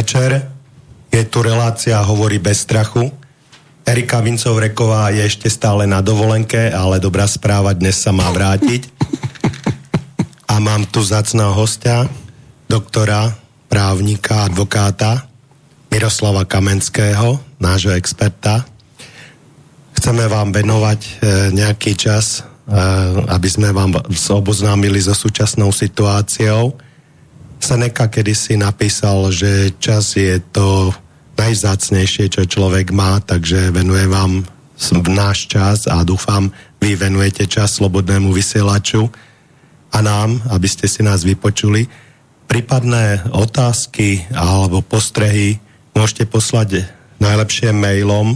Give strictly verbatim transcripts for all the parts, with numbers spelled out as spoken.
večer. Je tu relácia Hovorí bez strachu. Erika Vincovreková je ešte stále na dovolenke, ale dobrá správa, dnes sa má vrátiť. A mám tu vzácneho hostia, doktora, právnika, advokáta Miroslava Kamenského, nášho experta. Chceme vám venovať e, nejaký čas, e, aby sme vám oboznámili so súčasnou situáciou. Seneca kedysi napísal, že čas je to najvzácnejšie, čo človek má, takže venujem vám náš čas a dúfam, vy venujete čas slobodnému vysielaču a nám, aby ste si nás vypočuli. Prípadné otázky alebo postrehy môžete poslať najlepšie mailom e,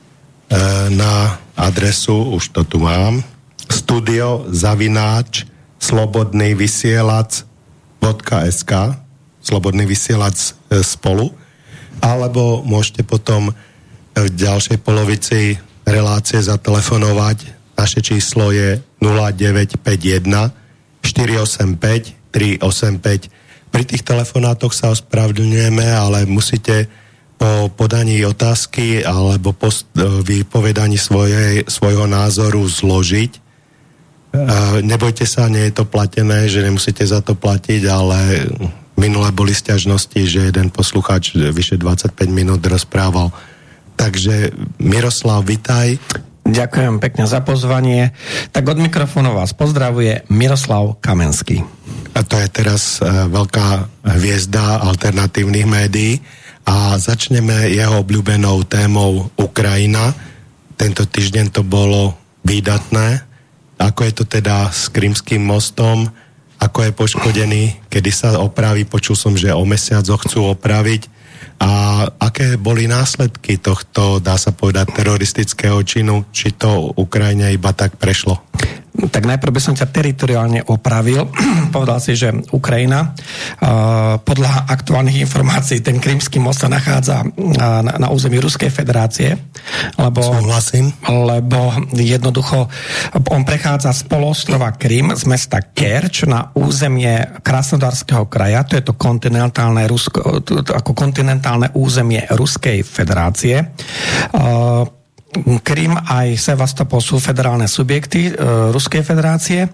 na adresu, už to tu mám, studio zavináč slobodný vysielač .sk, slobodný vysielač spolu, alebo môžete potom v ďalšej polovici relácie zatelefonovať. Naše číslo je nula deväť päť jeden štyri osem päť tri osem päť. Pri tých telefonátoch sa ospravedlňujeme, ale musíte po podaní otázky alebo po vypovedaní svojej, svojho názoru zložiť. Nebojte sa, nie je to platené, že nemusíte za to platiť, ale minule boli sťažnosti, že jeden poslucháč vyše dvadsaťpäť minút rozprával. Takže Miroslav, vitaj. Ďakujem pekne za pozvanie. Tak od mikrofónu vás pozdravuje Miroslav Kamenský. A to je teraz veľká hviezda alternatívnych médií a začneme jeho obľúbenou témou Ukrajina. Tento týždeň to bolo výdatné. Ako je to teda s Krymským mostom, ako je poškodený, kedy sa opraví, počul som, že o mesiac ho chcú opraviť a aké boli následky tohto, dá sa povedať, teroristického činu, či to Ukrajine iba tak prešlo? Tak najprv by som ťa teritoriálne opravil. Povedal si, že Ukrajina, podľa aktuálnych informácií, ten Krymský most sa nachádza na, na území Ruskej federácie, lebo, lebo jednoducho on prechádza z poloostrova Krym, z mesta Kerč na územie Krasnodarského kraja, to je to kontinentálne, Rusko, ako kontinentálne územie Ruskej federácie. Krym aj Sevastopol sú federálne subjekty e, Ruskej federácie.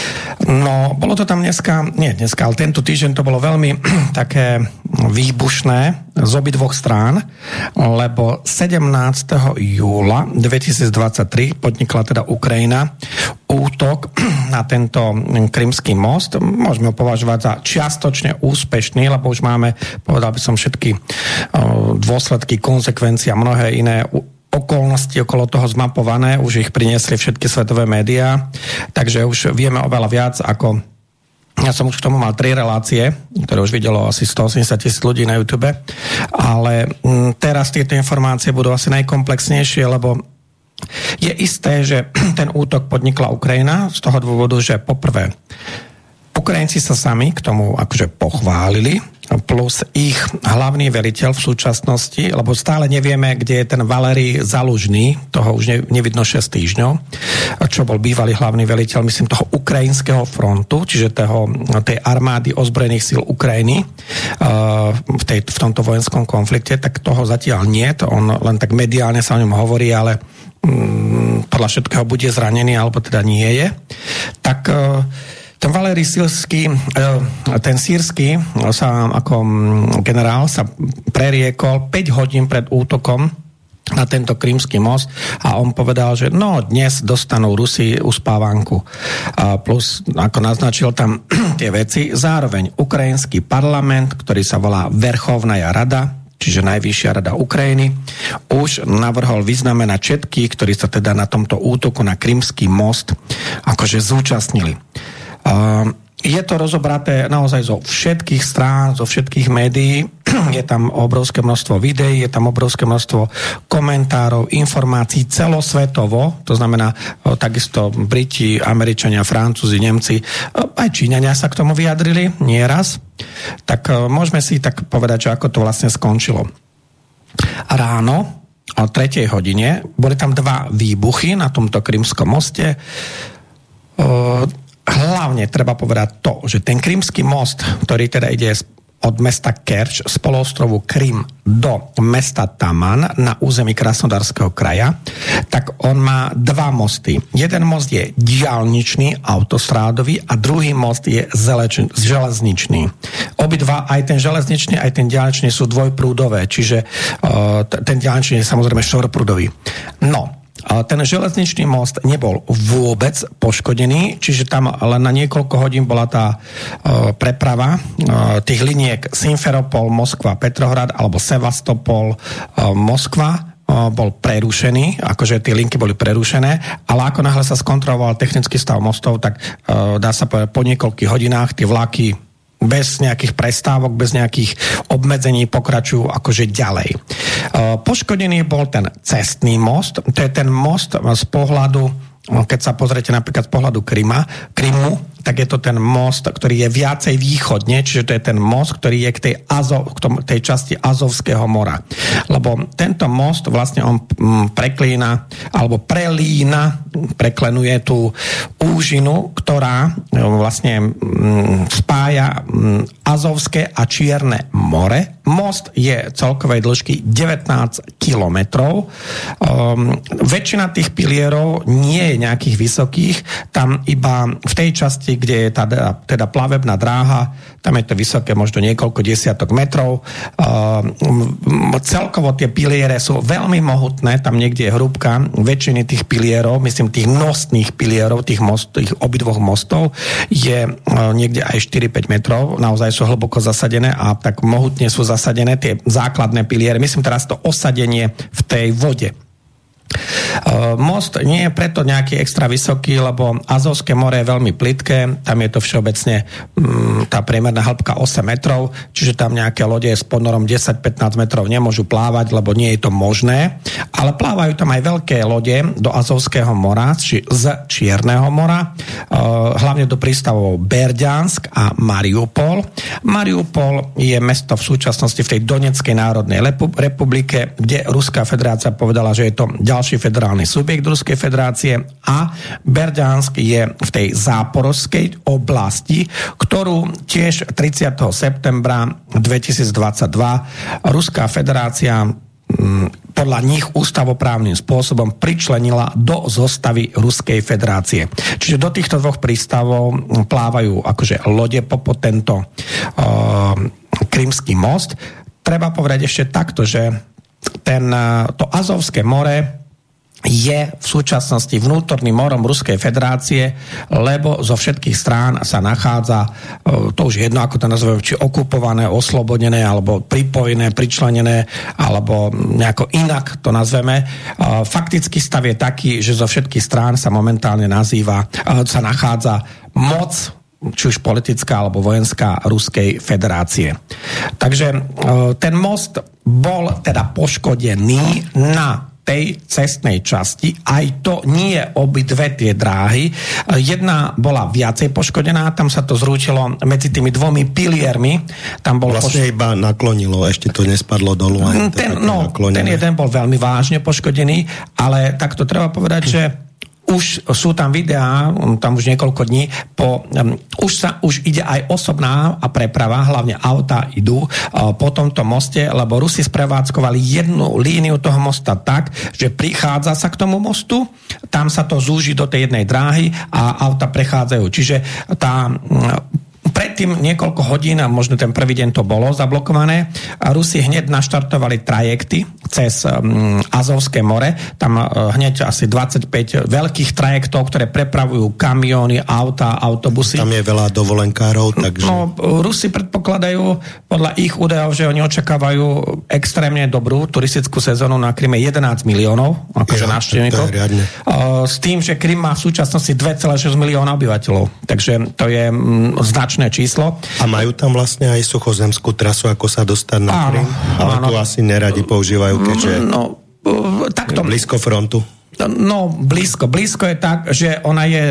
No, bolo to tam dneska, nie dneska, ale tento týždeň to bolo veľmi také výbušné z obidvoch strán, lebo sedemnásteho júla dvetisícdvadsaťtri podnikla teda Ukrajina útok na tento Krymský most. Môžeme ho považovať za čiastočne úspešný, lebo už máme, povedal by som, všetky e, dôsledky, konsekvencie a mnohé iné okolnosti okolo toho zmapované, už ich priniesli všetky svetové médiá, takže už vieme oveľa viac ako... Ja som už k tomu mal tri relácie, ktoré už videlo asi stoosemdesiat tisíc ľudí na YouTube, ale teraz tieto informácie budú asi najkomplexnejšie, lebo je isté, že ten útok podnikla Ukrajina z toho dôvodu, že poprvé Ukrajinci sa sami k tomu akože pochválili, plus ich hlavný veliteľ v súčasnosti, lebo stále nevieme, kde je ten Valerij Zalužný, toho už ne, nevidno šesť týždňov, čo bol bývalý hlavný veliteľ, myslím, toho ukrajinského frontu, čiže toho, tej armády ozbrojených síl Ukrajiny uh, v, tej, v tomto vojenskom konflikte, tak toho zatiaľ nie, to on len tak mediálne sa o ňom hovorí, ale um, podľa všetkého bude zranený, alebo teda nie je. Tak uh, ten Valerij Silský, ten sírsky sa ako generál sa preriekol päť hodín pred útokom na tento Krymský most a on povedal, že no dnes dostanú Rusi uspávanku. A plus, ako naznačil tam tie veci, zároveň ukrajinský parlament, ktorý sa volá Verchovná rada, čiže Najvyššia rada Ukrajiny, už navrhol vyznamenať všetkých, ktorí sa teda na tomto útoku na Krymský most akože zúčastnili. Uh, je to rozobraté naozaj zo všetkých strán, zo všetkých médií. Je tam obrovské množstvo videí, je tam obrovské množstvo komentárov, informácií celosvetovo, to znamená uh, takisto Briti, Američania, Francúzi, Nemci, uh, aj Číňania sa k tomu vyjadrili, nie raz. Tak uh, môžeme si tak povedať, že ako to vlastne skončilo. Ráno o tretej hodine boli tam dva výbuchy na tomto Krymskom moste. Uh, Hlavne treba povedať to, že ten Krymský most, ktorý teda ide od mesta Kerč z poloostrovu Krym do mesta Taman na území Krasnodarského kraja, tak on má dva mosty. Jeden most je diaľničný, autostrádový a druhý most je zeleč- železničný. Obidva, aj ten železničný, aj ten diaľničný sú dvojprúdové, čiže uh, ten diaľničný je samozrejme štvorprúdový. No, ten železničný most nebol vôbec poškodený, čiže tam len na niekoľko hodín bola tá uh, preprava uh, tých liniek Simferopol, Moskva, Petrohrad alebo Sevastopol, uh, Moskva uh, bol prerušený, akože tie linky boli prerušené, ale ako náhle sa skontroloval technický stav mostov, tak uh, dá sa povedať, po niekoľkých hodinách tie vlaky bez nejakých prestávok, bez nejakých obmedzení pokračujú akože ďalej. Poškodený bol ten cestný most, to je ten most z pohľadu, keď sa pozriete napríklad z pohľadu Kryma, Krymu, tak je to ten most, ktorý je viacej východne, čiže to je ten most, ktorý je k tej, Azov, k tom, tej časti Azovského mora. Lebo tento most vlastne on preklína, alebo prelína, preklenuje tú úžinu, ktorá vlastne spája Azovské a Čierne more. Most je celkovej dĺžky devätnásť kilometrov. Um, väčšina tých pilierov nie je nejakých vysokých, tam iba v tej časti, kde je tá teda plavebná dráha, tam je to vysoké možno niekoľko desiatok metrov. Uh, celkovo tie piliere sú veľmi mohutné, tam niekde je hrúbka väčšiny tých pilierov, myslím tých nosných pilierov, tých, most, tých obidvoch mostov je uh, niekde aj štyri päť metrov, naozaj sú hlboko zasadené a tak mohutne sú zasadené tie základné piliere. Myslím teraz to osadenie v tej vode. Most nie je preto nejaký extra vysoký, lebo Azovské more je veľmi plitké, tam je to všeobecne tá priemerná hĺbka osem metrov, čiže tam nejaké lode s ponorom desať pätnásť metrov nemôžu plávať, lebo nie je to možné, ale plávajú tam aj veľké lode do Azovského mora, či z Čierneho mora, hlavne do prístavov Berďansk a Mariupol. Mariupol je mesto v súčasnosti v tej Donetskej národnej republike, kde Ruská federácia povedala, že je to ďalší federálny subjekt Ruskej federácie a Berďansk je v tej záporovskej oblasti, ktorú tiež tridsiateho septembra dvetisícdvadsaťdva Ruská federácia podľa nich ústavoprávnym spôsobom pričlenila do zostavy Ruskej federácie. Čiže do týchto dvoch prístavov plávajú akože lode po tento uh, Krymský most. Treba povedať ešte takto, že ten, to Azovské more je v súčasnosti vnútorným morom Ruskej federácie, lebo zo všetkých strán sa nachádza, to už je jedno, ako to nazveme, či okupované, oslobodené, alebo pripojené, pričlenené, alebo nejako inak to nazveme. Faktický stav je taký, že zo všetkých strán sa momentálne nazýva, sa nachádza moc, či už politická alebo vojenská Ruskej federácie. Takže ten most bol teda poškodený na tej cestnej časti, aj to nie obidve tie dráhy. Jedna bola viacej poškodená, tam sa to zrútilo medzi tými dvomi piliermi. Tam bol vlastne poš... iba naklonilo, ešte to nespadlo dolu. Aj ten, no, ten jeden bol veľmi vážne poškodený, ale tak to treba povedať, že už sú tam videá, tam už niekoľko dní, po, um, už sa už ide aj osobná a preprava, hlavne auta idú uh, po tomto moste, lebo Rusi sprevádzkovali jednu líniu toho mosta tak, že prichádza sa k tomu mostu, tam sa to zúži do tej jednej dráhy a auta prechádzajú. Čiže tá um, predtým niekoľko hodín, a možno ten prvý deň to bolo zablokované, a Rusi hneď naštartovali trajekty cez um, Azovské more. Tam uh, hneď asi dvadsaťpäť veľkých trajektov, ktoré prepravujú kamióny, auta, autobusy. Tam je veľa dovolenkárov, takže... No, Rusi predpokladajú podľa ich údajov, že oni očakávajú extrémne dobrú turistickú sezónu na Kryme jedenásť miliónov, akože ja, návštevníkov. Uh, s tým, že Krym má v súčasnosti dva celé šesť milióna obyvateľov. Takže to je um, značné číslo. A majú tam vlastne aj suchozemskú trasu, ako sa dostať na Krym? Ale áno, tu asi neradi používajú, keďže no, takto, blízko frontu. No, blízko. Blízko je tak, že ona je...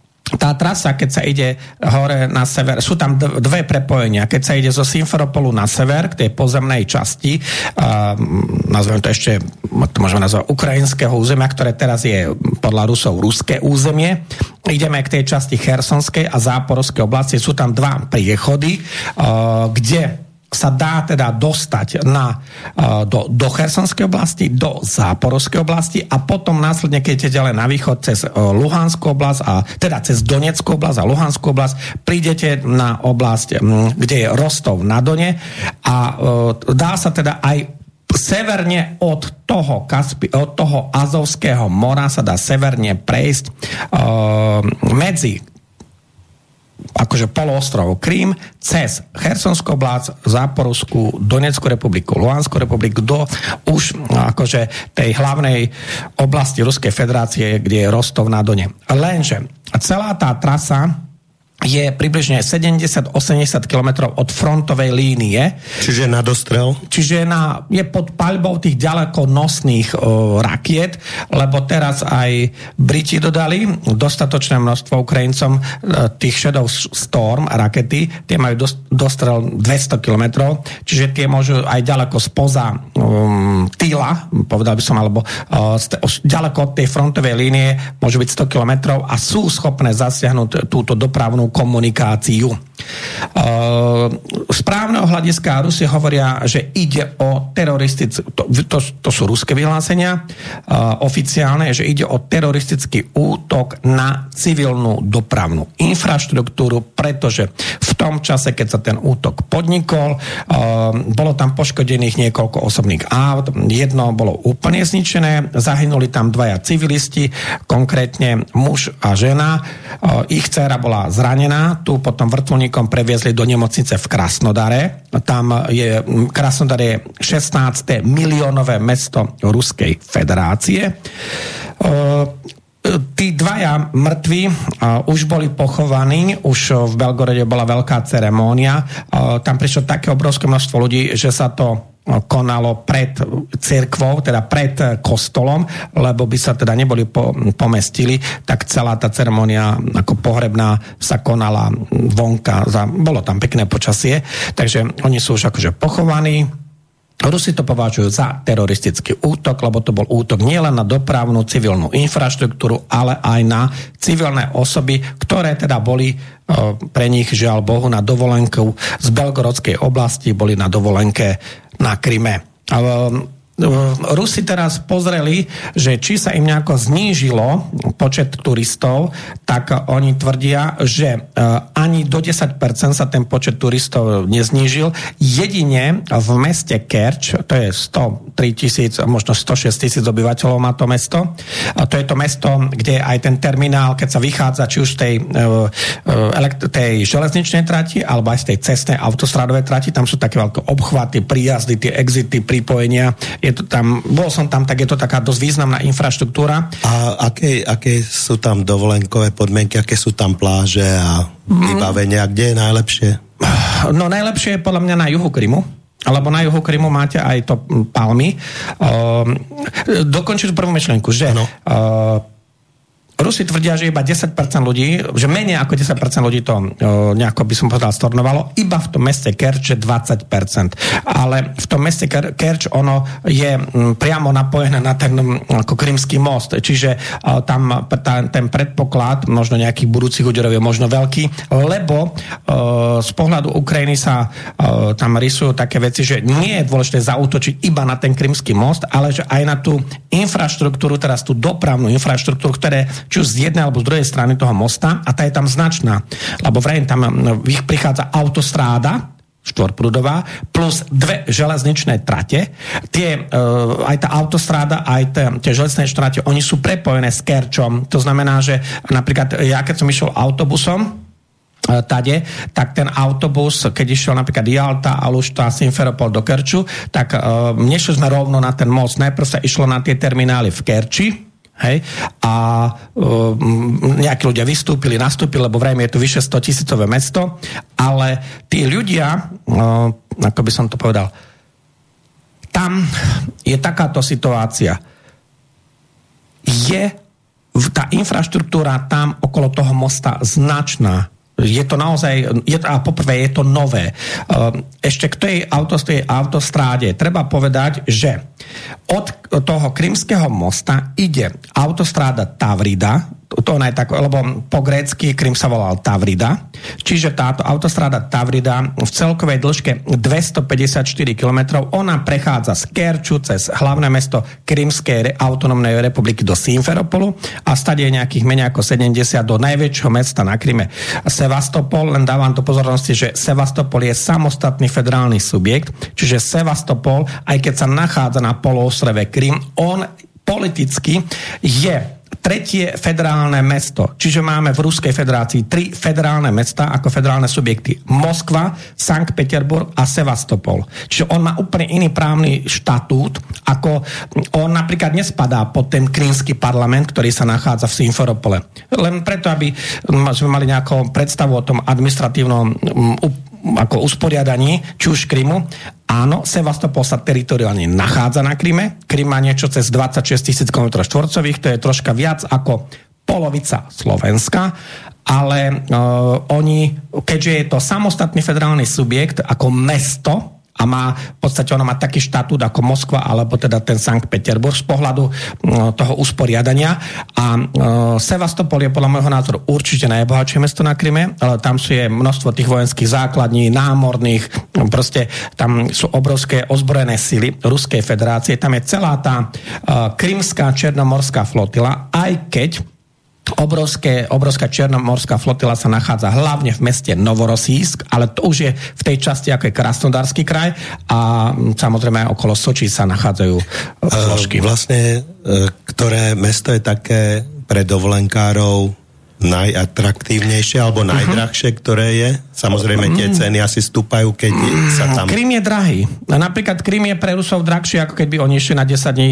Tá trasa, keď sa ide hore na sever, sú tam dve prepojenia. Keď sa ide zo Simferopolu na sever, k tej pozemnej časti, uh, nazveme to ešte, to môžeme nazvať ukrajinského územia, ktoré teraz je podľa Rusov ruské územie, ideme k tej časti Chersonskej a Záporovskej oblasti, sú tam dva priechody, uh, kde sa dá teda dostať na, do, do Chersonskej oblasti, do Záporovskej oblasti a potom následne, keď idete ďalej na východ cez Luhanskú oblasť, a teda cez Donetskú oblasť a Luhanskú oblasť, prídete na oblasť, kde je Rostov na Done a dá sa teda aj severne od toho, Kaspi, od toho Azovského mora sa dá severne prejsť uh, medzi akože poloostrov Krím cez Chersonskú oblasť, Záporovskú, Donetskú republiku, Luhanskú republiku do už akože tej hlavnej oblasti Ruskej federácie, kde je Rostov na Done. Lenže celá tá trasa je približne sedemdesiat až osemdesiat kilometrov od frontovej línie. Čiže na dostrel? Čiže na, je pod paľbou tých ďalekonosných o, rakiet, lebo teraz aj Briti dodali dostatočné množstvo Ukrajincom tých Shadow Storm rakety, tie majú dos, dostrel dvesto kilometrov, čiže tie môžu aj ďaleko spoza um, týla, povedal by som, alebo uh, st- ďaleko od tej frontovej línie môžu byť sto kilometrov a sú schopné zasiahnuť túto dopravnú komunikáciu. Z právneho hľadiska Rusi hovoria, že ide o teroristické, to, to, to sú ruské vyhlásenia oficiálne, že ide o teroristický útok na civilnú dopravnú infraštruktúru, pretože v tom čase, keď sa ten útok podnikol, bolo tam poškodených niekoľko osobných aut, jedno bolo úplne zničené, zahynuli tam dvaja civilisti, konkrétne muž a žena, ich dcéra bola zranená, tu potom vrtuľníkom previezli do nemocnice v Krasnodare. Tam je, Krasnodar je šestnáste miliónové mesto Ruskej federácie. Tí dvaja mŕtvi už boli pochovaní, už v Belgorode bola veľká ceremónia. Tam prišlo také obrovské množstvo ľudí, že sa to konalo pred cirkvou, teda pred kostolom, lebo by sa teda neboli po, pomestili, tak celá tá ceremónia ako pohrebná sa konala vonka. Za, bolo tam pekné počasie, takže oni sú už akože pochovaní. Rusi to považujú za teroristický útok, lebo to bol útok nielen na dopravnú civilnú infraštruktúru, ale aj na civilné osoby, ktoré teda boli pre nich, žiaľ Bohu, na dovolenku z Belgorodskej oblasti, boli na dovolenke na Kryme. Rusi teraz pozreli, že či sa im nejako znížilo počet turistov, tak oni tvrdia, že ani do desať percent sa ten počet turistov neznížil. Jedine v meste Kerč, to je sto tri tisíc, možno sto šesť tisíc obyvateľov má to mesto. A to je to mesto, kde aj ten terminál, keď sa vychádza či už z tej, tej železničnej trati, alebo aj z tej cestnej autostrádovej trati, tam sú také veľké obchvaty, príjazdy, tie exity, pripojenia. Je to tam, bol som tam, tak je to taká dosť významná infraštruktúra. A aké, aké sú tam dovolenkové podmienky, aké sú tam pláže a vybavenia, kde je najlepšie? No najlepšie je podľa mňa na juhu Krymu, alebo na juhu Krymu máte aj to palmy. Uh, dokončím tú prvú myšlienku, že no. uh, Rusi tvrdia, že iba desať percent ľudí, že menej ako desať percent ľudí to uh, nejako by som povedal stornovalo, iba v tom meste Kerč je dvadsať percent. Ale v tom meste Kerč ono je um, priamo napojené na ten um, ako krymský most, čiže uh, tam tá, ten predpoklad možno nejakých budúcich úderov je možno veľký, lebo uh, z pohľadu Ukrajiny sa uh, tam rysujú také veci, že nie je dôležité zaútočiť iba na ten krymský most, ale že aj na tú infraštruktúru, teraz tú dopravnú infraštruktúru, ktoré či už z jednej alebo z druhej strany toho mosta, a tá je tam značná. Lebo vrajím, tam ich prichádza autostráda, štvorprúdová, plus dve železničné trate. Tie, aj tá autostráda, aj tie železničné trate, oni sú prepojené s Kerčom. To znamená, že napríklad ja, keď som išiel autobusom, tade, tak ten autobus, keď išiel napríklad Jalta, Alušta, Simferopol do Kerču, tak uh, nešli sme rovno na ten most. Najprv sa išlo na tie terminály v Kerči, hej, a uh, nejakí ľudia vystúpili, nastúpili, lebo vrejme je to vyše sto tisícové mesto, ale tí ľudia, uh, ako by som to povedal, tam je takáto situácia. Je tá infraštruktúra tam okolo toho mosta značná. Je to naozaj, je, a poprvé je to nové. Ešte k tej, auto, tej autostráde treba povedať, že od toho krymského mosta ide autostráda Tavrida, to ona je tak, lebo po grécky Krym sa volal Tavrida, čiže táto autostráda Tavrida v celkovej dĺžke dvestopäťdesiatštyri kilometrov, ona prechádza z Kerču cez hlavné mesto Krymskej autonómnej republiky do Simferopolu a stade je nejakých menej ako sedemdesiat do najväčšieho mesta na Kryme Sevastopol. Len dávam do pozornosti, že Sevastopol je samostatný federálny subjekt, čiže Sevastopol, aj keď sa nachádza na poloostrove Krym, on politicky je tretie federálne mesto. Čiže máme v Ruskej federácii tri federálne mesta ako federálne subjekty. Moskva, Sankt Peterburg a Sevastopol. Čiže on má úplne iný právny štatút, ako on napríklad nespadá pod ten krymský parlament, ktorý sa nachádza v Simferopole. Len preto, aby sme mali nejakú predstavu o tom administratívnom ako usporiadaní, či už Krymu. Áno, Sevastopol sa teritoriálne nachádza na Kryme. Krym má niečo cez dvadsaťšesť tisíc kilometrov štvorcových, to je troška viac ako polovica Slovenska, ale uh, oni, keďže je to samostatný federálny subjekt ako mesto, a má, v podstate ona má taký štatút ako Moskva, alebo teda ten Sankt Peterburg z pohľadu no, toho usporiadania. A e, Sevastopol je podľa môjho názoru určite najbohatšie mesto na Kryme, ale tam sú je množstvo tých vojenských základní, námorných, proste tam sú obrovské ozbrojené sily Ruskej federácie. Tam je celá tá e, krymská černomorská flotila, aj keď Obrovské, obrovská černomorská flotila sa nachádza hlavne v meste Novorosísk, ale to už je v tej časti, ako je Krasnodarský kraj a samozrejme okolo Sočí sa nachádzajú zložky. Vlastne, ktoré mesto je také pre dovolenkárov najatraktívnejšie alebo najdrahšie, ktoré je? Samozrejme, tie ceny asi stúpajú, keď sa tam... Krym je drahý. Napríklad Krym je pre Rusov drahší, ako keď by oni išli na desať dní.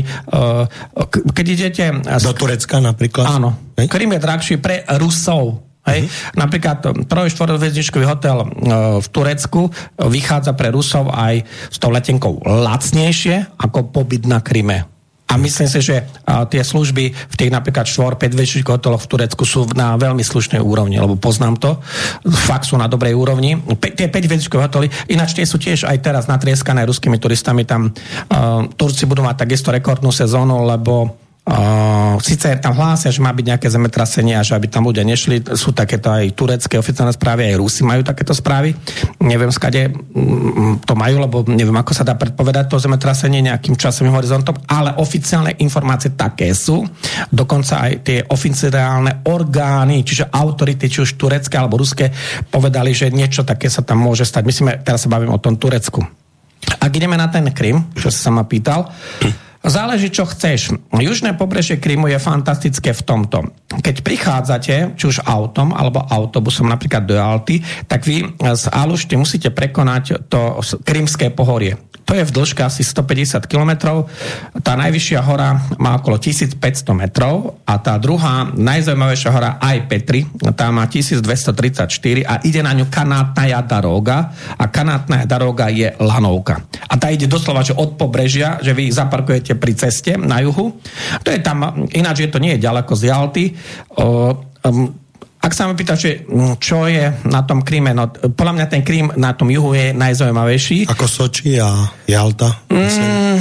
Keď idete... Do Turecka napríklad? Áno. Hej? Krym je drahší pre Rusov. Hej. Uh-huh. Napríklad troj štvorhviezdičkový hotel v Turecku vychádza pre Rusov aj s tou letenkou lacnejšie ako pobyt na Kryme. A myslím si, že a, tie služby v tých napríklad štyri päť hviezdičkových hoteloch v Turecku sú na veľmi slušnej úrovni, lebo poznám to. Fakt sú na dobrej úrovni. Pe, tie päť hviezdičkové hotely, ináč tie sú tiež aj teraz natrieskané ruskými turistami. Tam uh, Turci budú mať takisto rekordnú sezónu, lebo Uh, síce tam hlásia, že má byť nejaké zemetrasenie a že aby tam ľudia nešli, sú takéto aj turecké oficiálne správy, aj Rusi majú takéto správy. Neviem, skade um, to majú, lebo neviem, ako sa dá predpovedať to zemetrasenie nejakým časovým horizontom, ale oficiálne informácie také sú. Dokonca aj tie oficiálne orgány, čiže autority, či už turecké alebo ruské, povedali, že niečo také sa tam môže stať. Myslíme, teraz sa bavím o tom Turecku. Ak ideme na ten Krym, čo sa ma pýtal, záleží, čo chceš. Južné pobrežie Krymu je fantastické v tomto. Keď prichádzate, či už autom alebo autobusom napríklad do Jalty, tak vy z Alušty musíte prekonať to Krymské pohorie. To je v dĺžke asi stopäťdesiat kilometrov. Tá najvyššia hora má okolo tisícpäťsto metrov a tá druhá, najzaujímavejšia hora aj Petri, tá má tisícdvestotridsaťštyri a ide na ňu kanátna daróga a kanátna daróga je lanovka. A tá ide doslova, že od pobrežia, že vy zaparkujete pri ceste na juhu. To je tam, ináč je to nie je ďaleko z Jalty. O, um, Ak sa ma pýta, že čo je na tom Kryme, no podľa mňa ten Krym na tom juhu je najzaujímavejší. Ako Soči a Jalta? Mm,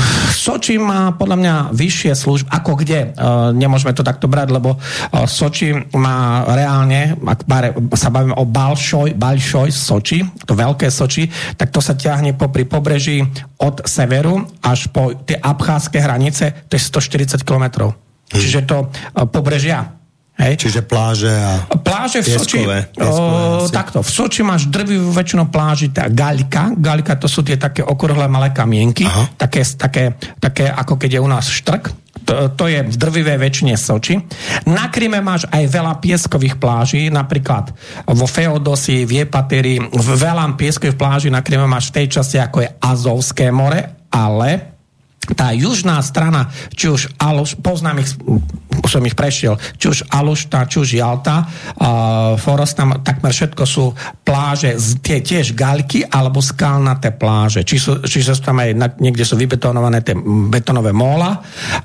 Soči má podľa mňa vyššie služby. Ako kde? Uh, nemôžeme to takto brať, lebo uh, Soči má reálne, ak sa bavíme o Balšoj, Balšoj Soči, to veľké Soči, tak to sa ťahne popri pobreží od severu až po tie abcházske hranice, to je stoštyridsať kilometrov. Hmm. Čiže to uh, pobrežia. Hej. Čiže pláže a pláže v Soči, pieskové, pieskové o, takto, v Soči máš drvivú väčšinou pláži tá galika, galika to sú tie také okrúhle malé kamienky, také, také, také ako keď je u nás štrk, to, to je v drvivej väčšine Soči. Na Kryme máš aj veľa pieskových pláží, napríklad vo Feodosii, v Jepateri, veľa pieskových pláží na Kryme máš v tej časti ako je Azovské more, ale tá južná strana, či už Aluš, poznám ich, som ich prešiel, či už Alušta, či už Jalta, uh, Foros, tam takmer všetko sú pláže, tie tiež gaľky alebo skalnaté pláže. Či sú, či sú tam aj niekde sú vybetonované tie betonové móla.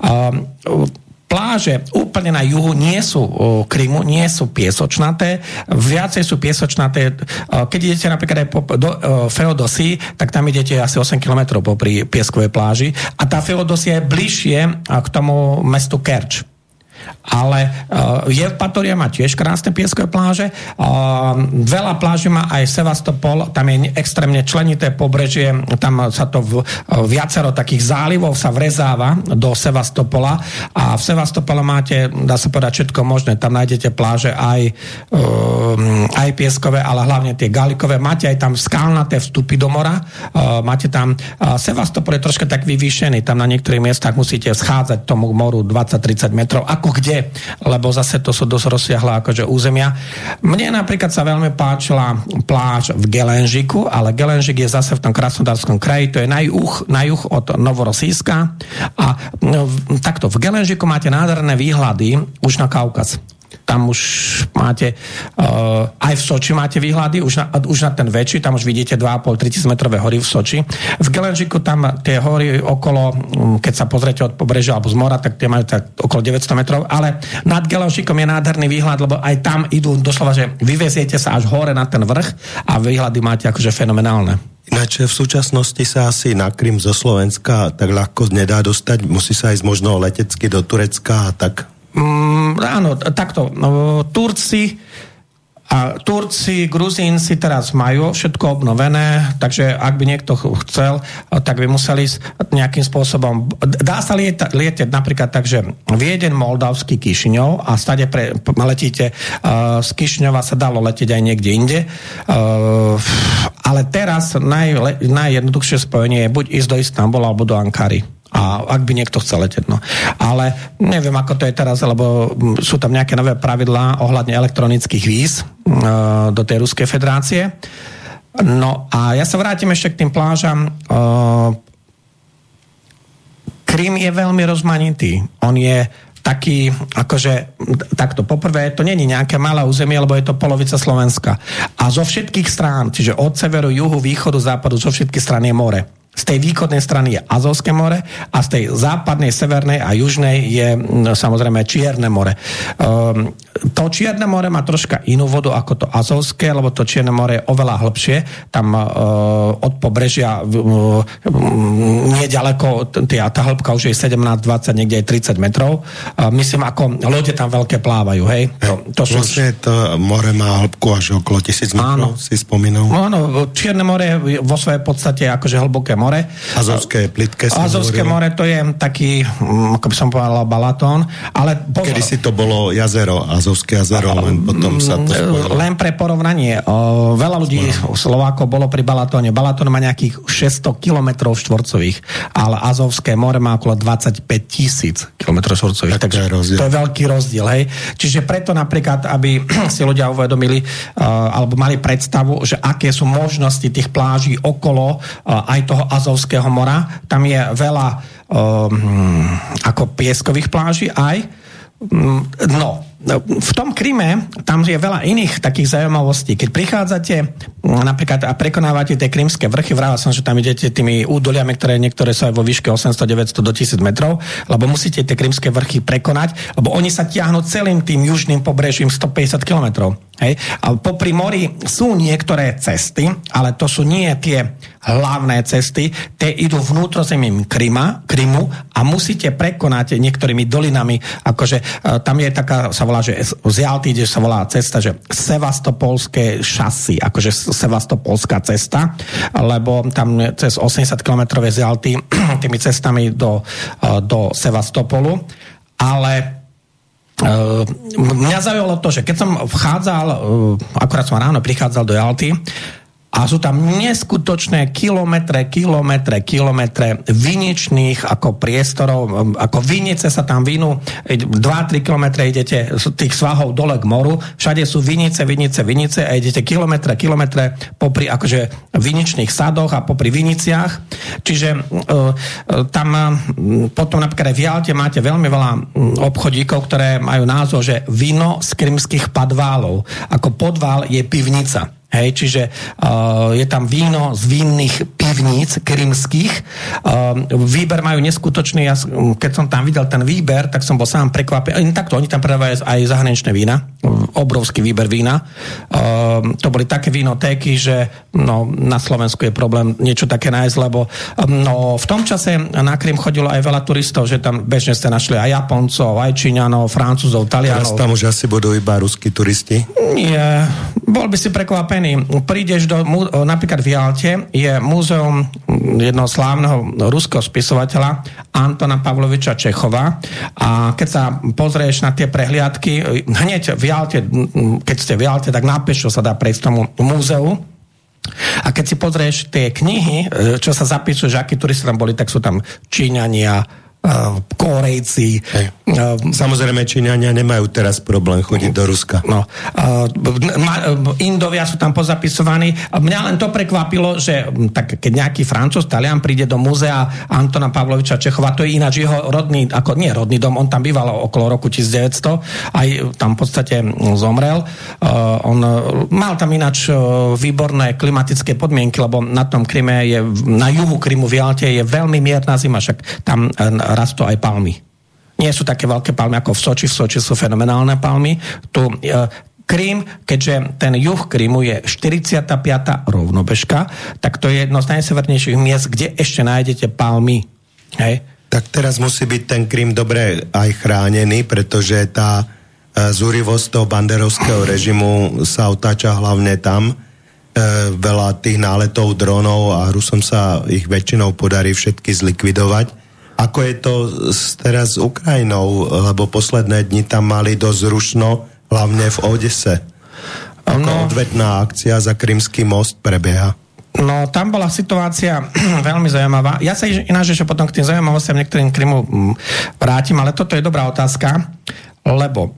Uh, Pláže úplne na juhu nie sú o, Krymu, nie sú piesočnaté, viacej sú piesočnaté. O, keď idete napríklad aj po, do o, Feodosii, tak tam idete asi osem kilometrov popri pieskovej pláži a tá Feodosia je bližšie k tomu mestu Kerč. Ale uh, Jevpatoria má tiež krásne pieskové pláže. Veľa pláží má aj Sevastopol, tam je extrémne členité pobrežie, tam sa to v, viacero takých zálivov sa vrezáva do Sevastopola a v Sevastopole máte, dá sa povedať, všetko možné. Tam nájdete pláže aj, aj pieskové, ale hlavne tie galikové. Máte aj tam skalnaté vstupy do mora. Máte tam, Sevastopol je troška tak vyvýšený, tam na niektorých miestach musíte schádzať tomu moru dvadsať tridsať metrov. Ako kde? Lebo zase to sú dosť rozsiahle akože územia. Mne napríklad sa veľmi páčila pláž v Gelenžiku, ale Gelenžik je zase v tom Krasnodarskom kraji, to je na juh, na juh od Novorosíska a no, takto, v Gelenžiku máte nádherné výhľady už na Kaukaz. Tam už máte, uh, aj v Soči máte výhľady, už na, už na ten väčší, tam už vidíte dva a pol tri tisíc metrové hory v Soči. V Gelenžiku tam tie hory okolo, keď sa pozriete od pobrežia alebo z mora, tak tie majú tak okolo deväťsto metrov, ale nad Gelenžikom je nádherný výhľad, lebo aj tam idú doslova, že vyveziete sa až hore na ten vrch a výhľady máte akože fenomenálne. Ináč v súčasnosti sa asi na Krym zo Slovenska tak ľahko nedá dostať, musí sa ísť možno letecky do Turecka a tak. Mm, áno, takto. No, Turci a Turci, Gruzínci teraz majú všetko obnovené, takže ak by niekto chcel, tak by museli nejakým spôsobom... Dá sa lieta, lietať napríklad tak, že Viedeň, Moldavský, Kišiňov a stade pre, letíte uh, z Kišiňova sa dalo letieť aj niekde inde. Uh, ale teraz naj, najjednoduchšie spojenie je buď ísť do Istanbulu alebo do Ankary. A ak by niekto chcel letieť, no. Ale neviem, ako to je teraz, lebo sú tam nejaké nové pravidlá ohľadne elektronických víz uh, do tej Ruskej federácie. No a ja sa vrátim ešte k tým plážam. Uh, Krym je veľmi rozmanitý. On je taký, akože, takto, poprvé, to nie je nejaké malé územie, lebo je to polovica Slovenska. A zo všetkých strán, čiže od severu, juhu, východu, západu, zo všetkých strán je more. Z tej východnej strany je Azovské more a z tej západnej, severnej a južnej je samozrejme Čierne more. Um, to Čierne more má troška inú vodu ako to Azovské, lebo to Čierne more je oveľa hlbšie. Tam uh, od pobrežia uh, neďaleko, tá, tá hĺbka už je sedemnásť dvadsať, niekde aj tridsať metrov. Uh, myslím, ako lode tam veľké plávajú, hej? To, to sú vlastne už... to more má hĺbku až okolo tisíc metrov, áno. Si spomínal. Áno, Čierne more vo svojej podstate akože hlboké more. Azovské plitké. Azovské more to je taký, ako by som povedal, Balatón, ale pozor. Kedy si to bolo jazero, Azovské jazero, len potom sa to spojilo. Len pre porovnanie, o, veľa ľudí, Slovákov bolo pri Balatóne. Balatón má nejakých šesťsto kilometrov štvorcových, ale Azovské more má okolo dvadsaťpäť tisíc kilometrov štvorcových. Tak takže to je, to je veľký rozdiel, hej. Čiže preto napríklad, aby si ľudia uvedomili, uh, alebo mali predstavu, že aké sú možnosti tých pláží okolo uh, aj toho Azovského mora. Tam je veľa um, ako pieskových pláží aj. Um, no, v tom Kryme, tam je veľa iných takých zaujímavostí. Keď prichádzate napríklad a prekonávate tie krymské vrchy, vraval som, že tam idete tými údoliami, ktoré niektoré sú aj vo výške osemsto deväťsto do tisíc metrov, lebo musíte tie krymské vrchy prekonať, lebo oni sa tiahnu celým tým južným pobrežím stopäťdesiat kilometrov. Hej? A popri mori sú niektoré cesty, ale to sú nie tie hlavné cesty, tie idú vnútrozemím Kryma, Krymu a musíte prekonať niektorými dolinami, akože tam je taká, sa volá, že z Jalty, kde sa volá cesta, že sevastopolské šasy, akože sevastopolská cesta, lebo tam cez osemdesiat kilometrov z Jalty tými cestami do, do Sevastopolu, ale Uh, mňa zaujalo to, že keď som vchádzal, uh, akorát som ráno prichádzal do Jalty a sú tam neskutočné kilometre, kilometre, kilometre viničných ako priestorov, ako vinice sa tam vinú, dva tri kilometre idete z tých svahov dole k moru, všade sú vinice, vinice, vinice a idete kilometre, kilometre popri akože viničných sadoch a popri viniciach. Čiže uh, tam uh, potom napríklad v Jalte máte veľmi veľa obchodíkov, ktoré majú názov, že víno z krymských padválov. Ako podvál je pivnica. Hej, čiže uh, je tam víno z vínnych pivníc krymských. Uh, výber majú neskutočný. Ja, keď som tam videl ten výber, tak som bol sám prekvapený. Takto, oni tam predávajú aj zahraničné vína. obrovský výber vína. To boli také vínotéky, že no, na Slovensku je problém niečo také nájsť, lebo no, v tom čase na Krym chodilo aj veľa turistov, že tam bežne ste našli aj Japoncov, aj Číňanov, Francúzov, Talianov. Teraz tam už asi budú iba ruskí turisti? Nie, bol by si prekvapený. Prídeš do, napríklad v Jalte je múzeum jednoho slávneho ruského spisovateľa Antona Pavloviča Čechova a keď sa pozrieš na tie prehliadky, hneď v Jalte, keď ste v Jalte, tak nápešo sa dá prejsť tomu múzeu. A keď si pozrieš tie knihy, čo sa zapíšu, že akí turisti tam boli, tak sú tam Číňania, Kórejci. Hej. Samozrejme, Číňania nemajú teraz problém chodiť do Ruska. No. Indovia sú tam pozapisovaní. Mňa len to prekvapilo, že tak, keď nejaký Francúz, Talian príde do múzea Antona Pavloviča Čechova, to je ináč jeho rodný, ako nie rodný dom, on tam býval okolo roku devätnásť aj tam v podstate zomrel. On mal tam ináč výborné klimatické podmienky, lebo na tom Kryme je, na juhu Krymu v Jalte je veľmi mierna zima, však tam rastú aj palmy. Nie sú také veľké palmy ako v Soči. V Soči sú fenomenálne palmy. Tu e, Krym, keďže ten juh Krymu je štyridsiata piata rovnobežka, tak to je jedno z najsevernejších miest, kde ešte nájdete palmy. Hej? Tak teraz musí byť ten Krym dobre aj chránený, pretože tá e, zúrivosť toho banderovského režimu sa otáča hlavne tam. E, veľa tých náletov dronov a Rusom sa ich väčšinou podarí všetky zlikvidovať. Ako je to teraz s Ukrajinou, lebo posledné dni tam mali dosť rušno, hlavne v Odese. Ako no, odvetná akcia za Krymský most prebieha. No, tam bola situácia veľmi zaujímavá. Ja sa ináč, že potom k tým zaujímavostiam niektorým Krymu vrátim, ale toto je dobrá otázka, lebo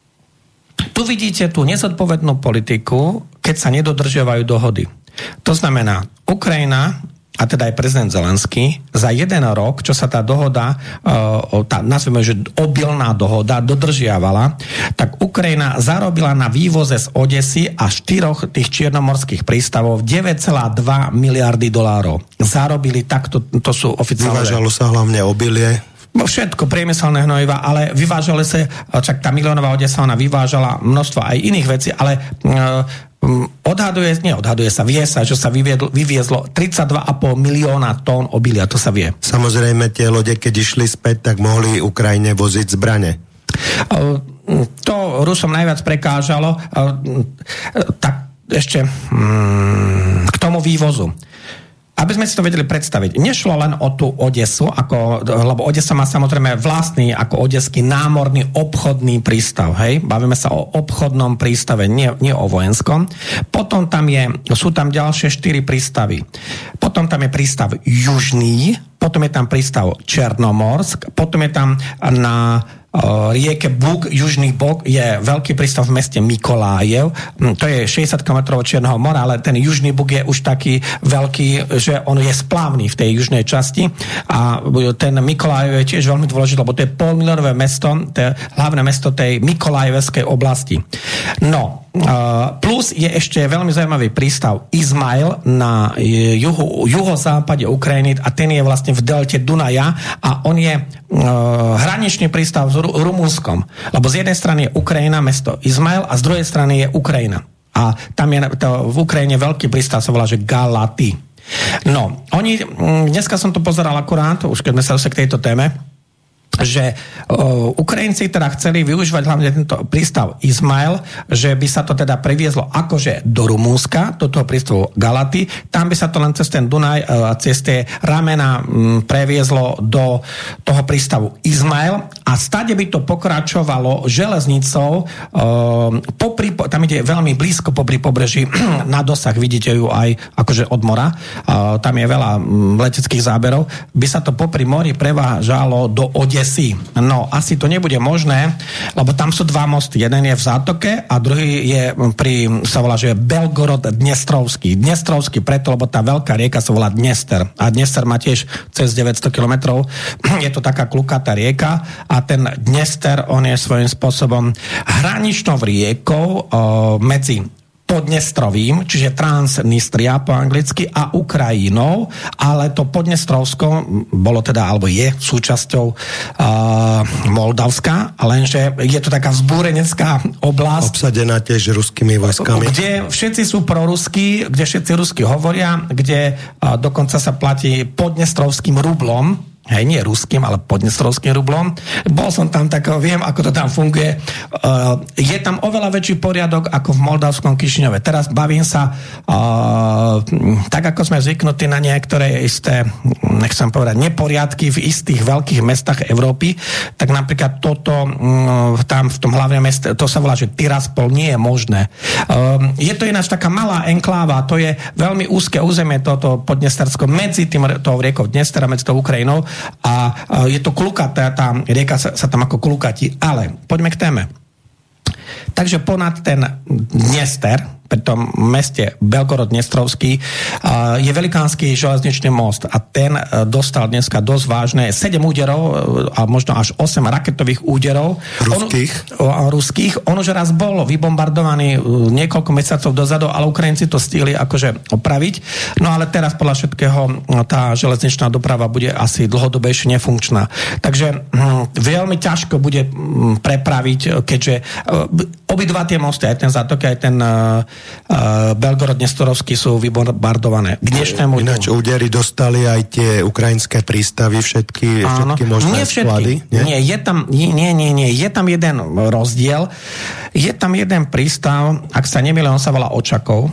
tu vidíte tú nezodpovednú politiku, keď sa nedodržiavajú dohody. To znamená, Ukrajina a teda aj prezident Zelenský, za jeden rok, čo sa tá dohoda, tá, nazvime, že obilná dohoda, dodržiavala, tak Ukrajina zarobila na vývoze z Odesy a štyroch tých čiernomorských prístavov deväť celá dva miliardy dolárov. Zarobili takto, to sú oficiálne. Vyvážalo sa hlavne obilie. Všetko, priemyselné hnojiva, ale vyvážali sa, čak tá miliónová Odesa, ona vyvážala množstvo aj iných vecí, ale odhaduje, neodhaduje sa, vie sa, že sa vyviedlo, vyviezlo tridsaťdva celá päť milióna tón obilia, to sa vie. Samozrejme, tie lode, keď išli späť, tak mohli Ukrajine voziť zbrane. To Rusom najviac prekážalo. Tak ešte k tomu vývozu. Aby sme si to vedeli predstaviť, nešlo len o tú Odesu, ako, lebo Odesa má samozrejme vlastný ako odeský námorný obchodný prístav. Hej? Bavíme sa o obchodnom prístave, nie, nie o vojenskom. Potom tam je, sú tam ďalšie štyri prístavy. Potom tam je prístav Južný, potom je tam prístav Černomorsk, potom je tam na rieke Bug, južný bok, je veľký prístav v meste Mikolájev. To je šesťdesiat kilometrov od Čierneho mora, ale ten južný Bug je už taký veľký, že on je splavný v tej južnej časti a ten Mikolájev je tiež veľmi dôležitý, lebo to je polmilionové mesto, to je hlavné mesto tej Mikolajevskej oblasti. No, plus je ešte veľmi zaujímavý prístav Izmail na juhu, juhozápade Ukrajiny a ten je vlastne v delte Dunaja a on je hraničný prístav s Rumunskom. Lebo z jednej strany je Ukrajina, mesto Izmail a z druhej strany je Ukrajina. A tam je to, v Ukrajine veľký prístav sa volá, že Galaty. No, oni, dneska som to pozeral akurát, už keď sme sa k tejto téme, že uh, Ukrajinci teda chceli využívať hlavne tento prístav Izmail, že by sa to teda previezlo akože do Rumúnska, do toho prístavu Galaty, tam by sa to len cez ten Dunaj a uh, cez tie ramena um, previezlo do toho prístavu Izmail a stade by to pokračovalo železnicou uh, popri, tam ide veľmi blízko popri pobreží na dosah, vidíte ju aj akože od mora, uh, tam je veľa um, leteckých záberov, by sa to popri mori prevážalo do Odesy. No, asi to nebude možné, lebo tam sú dva mosty. Jeden je v zátoke a druhý je pri, sa volá, že je Belgorod-Dnestrovský. Dnestrovský preto, lebo tá veľká rieka sa volá Dnester. A Dnester má tiež cez deväťsto kilometrov. Je to taká klukatá rieka a ten Dnester, on je svojím spôsobom hraničnou riekou o, medzi Podnestrovým, čiže Transnistria po anglicky, a Ukrajinou, ale to Podnestrovsko bolo teda, alebo je súčasťou uh, Moldavska, lenže je to taká vzbúrenecká oblasť. Obsadená tiež ruskými vojskami. Kde všetci sú proruskí, kde všetci rusky hovoria, kde uh, dokonca sa platí podnestrovským rublom, hej, nie ruským, ale podnestrovským rublom. Bol som tam, tak viem, ako to tam funguje. Uh, je tam oveľa väčší poriadok ako v moldavskom Kišiňove. Teraz bavím sa uh, tak, ako sme zvyknutí na niektoré isté, nechcem povedať, neporiadky v istých veľkých mestách Európy, tak napríklad toto um, tam v tom hlavnom meste, to sa volá, že Tiraspol, nie je možné. Um, je to ináč taká malá enkláva, to je veľmi úzke územie toto Podnestersko medzi tým, tou riekou Dnester a medzi tou Ukrajinou, a je to klukatá, tá rieka sa, sa tam ako klukatí. Ale poďme k téme. Takže ponad ten Dnester, pri tom meste Belgorod-Dnestrovský, je velikánsky železničný most a ten dostal dneska dosť vážne sedem úderov a možno až osem raketových úderov. Ruských? On, ruských. On už raz bol vybombardovaný niekoľko mesiacov dozadu, ale Ukrajinci to stihli akože opraviť. No ale teraz podľa všetkého tá železničná doprava bude asi dlhodobejšie nefunkčná. Takže hm, veľmi ťažko bude hm, prepraviť, keďže hm, obidva tie mosty, aj ten Zátok, aj ten Uh, Belgorod-Dnestorovský sú vybombardované. K dnešnému Ináč údery dostali aj tie ukrajinské prístavy, všetky, áno, všetky možné nie všetky. sklady. Nie? Nie, je tam, nie, nie, nie, je tam jeden rozdiel. Je tam jeden prístav, ak sa nemýlim, on sa volá Očakov,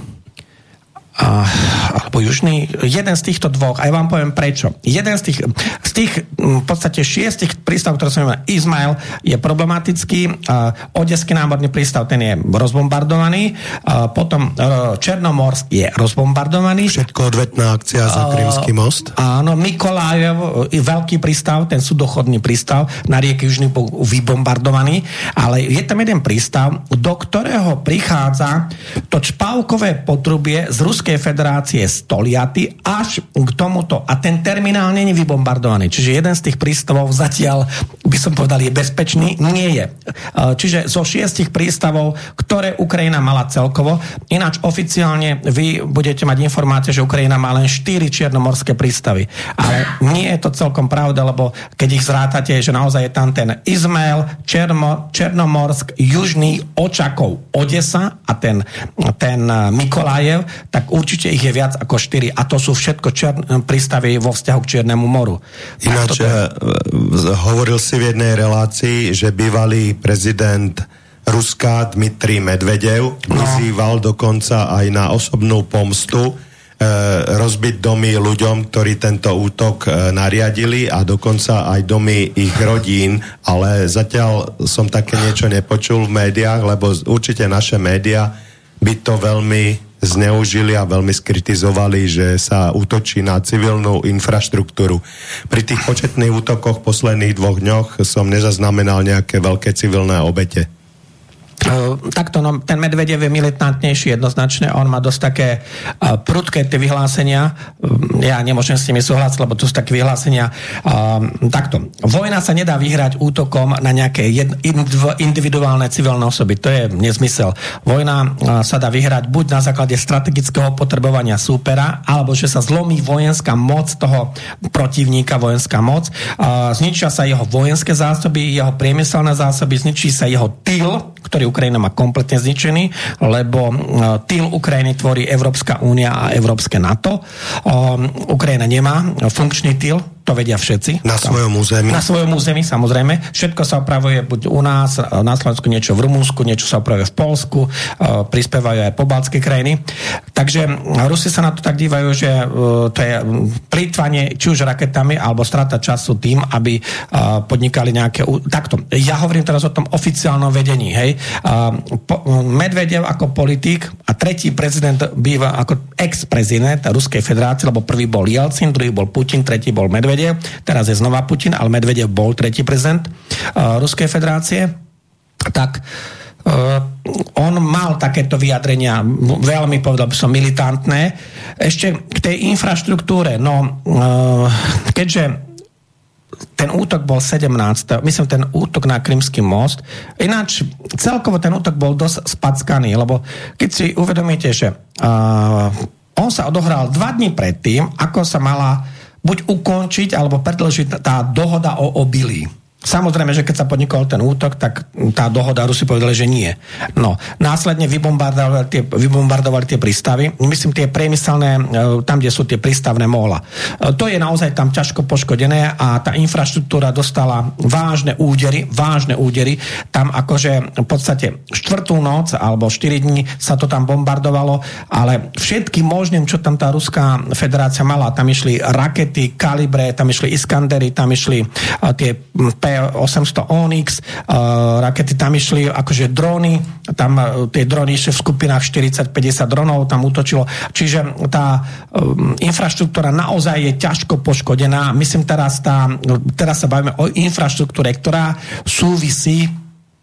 Uh, alebo južný, jeden z týchto dvoch, aj vám poviem prečo. Jeden z tých, z tých v podstate šiestich prístav, ktoré som povedal, Izmail, je problematický, uh, Odeský námorný prístav, ten je rozbombardovaný, uh, potom uh, Černomorsk je rozbombardovaný. Všetko odvetná akcia za Krymský most. Uh, áno, Mikolájev, veľký prístav, ten sudochodný prístav na rieke Južný bol vybombardovaný, ale je tam jeden prístav, do ktorého prichádza to čpavkové potrubie z Ruskej federácie Stoliaty až k tomuto. A ten terminál nie je vybombardovaný. Čiže jeden z tých prístavov zatiaľ, by som povedal, je bezpečný. Nie je. Čiže zo šiestich prístavov, ktoré Ukrajina mala celkovo, ináč oficiálne vy budete mať informácie, že Ukrajina má len štyri čiernomorské prístavy. Ale nie je to celkom pravda, lebo keď ich zrátate, že naozaj je tam ten Izmail, Čermo, Černomorsk, Južný, Očakov, Odesa a ten, ten Mikolájev, tak určite ich je viac ako štyri a to sú všetko čer- prístavy vo vzťahu k Čiernemu moru. Ináč to... hovoril si v jednej relácii, že bývalý prezident Ruska Dmitrij Medvedev no. vyzýval dokonca aj na osobnú pomstu e, rozbiť domy ľuďom, ktorí tento útok e, nariadili a dokonca aj domy ich rodín, ale zatiaľ som také niečo nepočul v médiách, lebo určite naše médiá by to veľmi zneužili a veľmi skritizovali, že sa útočí na civilnú infraštruktúru. Pri tých početných útokoch v posledných dvoch dňoch som nezaznamenal nejaké veľké civilné obete. Uh, takto, no, ten Medvedev je militantnejší jednoznačne, on má dosť také uh, prudké tie vyhlásenia, um, ja nemôžem s nimi súhlasiť, lebo to sú také vyhlásenia. Uh, takto, vojna sa nedá vyhrať útokom na nejaké jed, individuálne civilné osoby, to je nezmysel. Vojna uh, sa dá vyhrať buď na základe strategického potrebovania súpera, alebo že sa zlomí vojenská moc toho protivníka, vojenská moc, uh, zničia sa jeho vojenské zásoby, jeho priemyselné zásoby, zničí sa jeho tyl, ktorý Ukrajina má kompletne zničený, lebo tyl Ukrajiny tvorí Európska únia a Európske NATO. Ukrajina nemá funkčný tyl, to vedia všetci. Na svojom území. Na svojom území, samozrejme. Všetko sa opravuje buď u nás, na Slovensku, niečo v Rumunsku, niečo sa opravuje v Poľsku, prispievajú aj pobaltské krajiny. Takže Rusi sa na to tak dívajú, že to je plýtvanie či už raketami, alebo strata času tým, aby podnikali nejaké... Takto. Ja hovorím teraz o tom oficiálnom vedení, hej. Medvedev ako politik a tretí prezident býva ako ex-prezident Ruskej federácie, lebo prvý bol Jelcin, druhý bol Putin, tretí bol Medvedev, teraz je znova Putin, ale Medvedev bol tretí prezident uh, Ruskej federácie, tak uh, on mal takéto vyjadrenia, veľmi, povedal by som, militantné. Ešte k tej infraštruktúre, no uh, keďže ten útok bol sedemnásteho Myslím, ten útok na Krymský most. Ináč, celkovo ten útok bol dosť spackaný, lebo keď si uvedomíte, že uh, on sa odohral dva dni predtým, ako sa mala buď ukončiť, alebo predĺžiť tá dohoda o obilí. Samozrejme, že keď sa podnikol ten útok, tak tá dohoda, Rusi povedali, že nie. No, následne vybombardovali tie, vybombardovali tie prístavy, myslím tie priemyselné, tam, kde sú tie prístavné móla. To je naozaj tam ťažko poškodené a tá infraštruktúra dostala vážne údery, vážne údery. Tam akože v podstate štvrtú noc alebo štyri dní sa to tam bombardovalo, ale všetky možným, čo tam tá Ruská federácia mala, tam išli rakety, kalibre, tam išli Iskandery, tam išli tie P osemsto Onyx, uh, rakety tam išli, akože dróny, tam uh, tie dróny išli v skupinách štyridsať päťdesiat dronov, tam útočilo. Čiže tá um, infraštruktúra naozaj je ťažko poškodená. Myslím teraz, tá, teraz sa bavíme o infraštruktúre, ktorá súvisí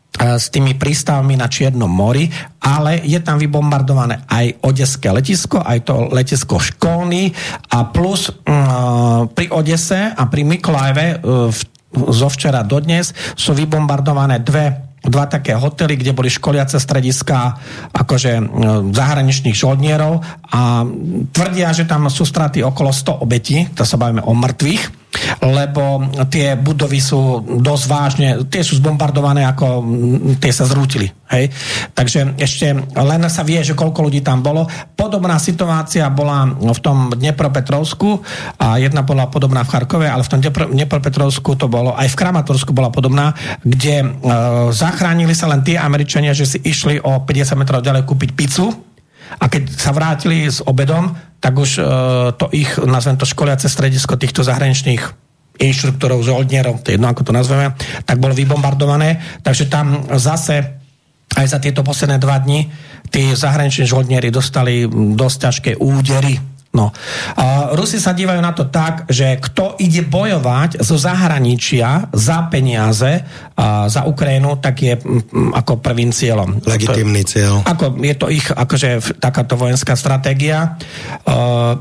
s tými prístavmi na Čiernom mori, ale je tam vybombardované aj odeské letisko, aj to letisko školný a plus uh, pri Odese a pri Mykolajeve uh, v zo včera do dnes sú vybombardované dve, dva také hotely, kde boli školiace strediská akože zahraničných žoldnierov a tvrdia, že tam sú straty okolo sto obetí, to sa bavíme o mŕtvych, lebo tie budovy sú dosť vážne, tie sú zbombardované ako tie sa zrútili. Hej? Takže ešte len sa vie, že koľko ľudí tam bolo. Podobná situácia bola v tom Dnepropetrovsku a jedna bola podobná v Charkove, ale v tom Dnepropetrovsku to bolo, aj v Kramatorsku bola podobná, kde e, zachránili sa len tie Američania, že si išli o päťdesiat metrov ďalej kúpiť pizzu a keď sa vrátili s obedom, tak už e, to ich, nazvem to školiace stredisko týchto zahraničných inštruktorov, žoldnierov, to je jedno, ako to nazveme, tak bolo vybombardované. Takže tam zase aj za tieto posledné dva dni tí zahraniční žoldnieri dostali dosť ťažké údery. No. A Rusi sa dívajú na to tak, že kto ide bojovať zo zahraničia za peniaze a za Ukrajinu, tak je m, ako prvým cieľom. Legitímny cieľ. Ako, je to ich akože takáto vojenská stratégia. Uh,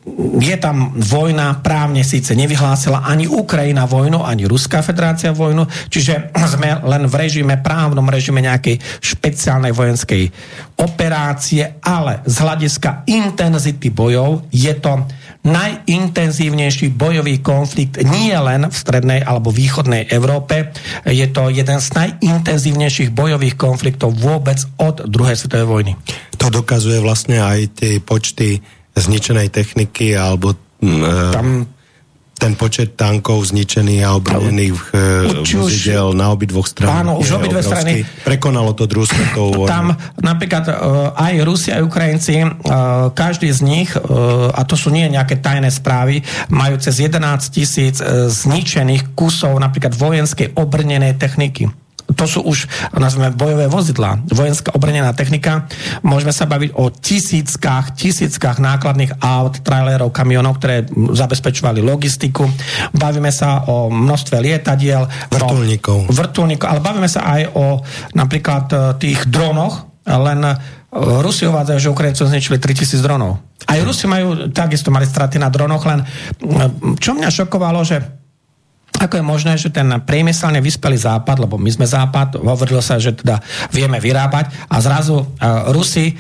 je tam vojna, právne síce nevyhlásila ani Ukrajina vojnu, ani Ruská federácia vojnu, čiže sme len v režime, právnom režime nejakej špeciálnej vojenskej operácie, ale z hľadiska intenzity bojov je to najintenzívnejší bojový konflikt nie len v strednej alebo východnej Európe. Je to jeden z najintenzívnejších bojových konfliktov vôbec od druhej svetovej vojny. To dokazuje vlastne aj tie počty zničenej techniky alebo e, tam ten počet tankov zničených a obrnených vozidel na obidvoch stranách. Áno, už obidve strany. Prekonalo to druhú svetovú vojnu. Tam napríklad aj Rusi, aj Ukrajinci, každý z nich, a to sú nie nejaké tajné správy, majú cez jedenásť tisíc zničených kusov napríklad vojenskej obrnenej techniky. To sú už, nazveme, bojové vozidlá, vojenská obrnená technika. Môžeme sa baviť o tisíckach, tisíckach nákladných aut, trailerov, kamionov, ktoré zabezpečovali logistiku. Bavíme sa o množstve lietadiel. Vrtuľníkov. Vrtuľníkov, ale bavíme sa aj o napríklad tých dronoch, len Rusi uvádzajú, že Ukrajinci zničili tritisíc dronov. Aj Rusi majú, takisto mali straty na dronoch, len čo mňa šokovalo, že ako je možné, že ten priemyselne vyspelý západ, lebo my sme západ, hovorilo sa, že teda vieme vyrábať a zrazu uh, Rusi,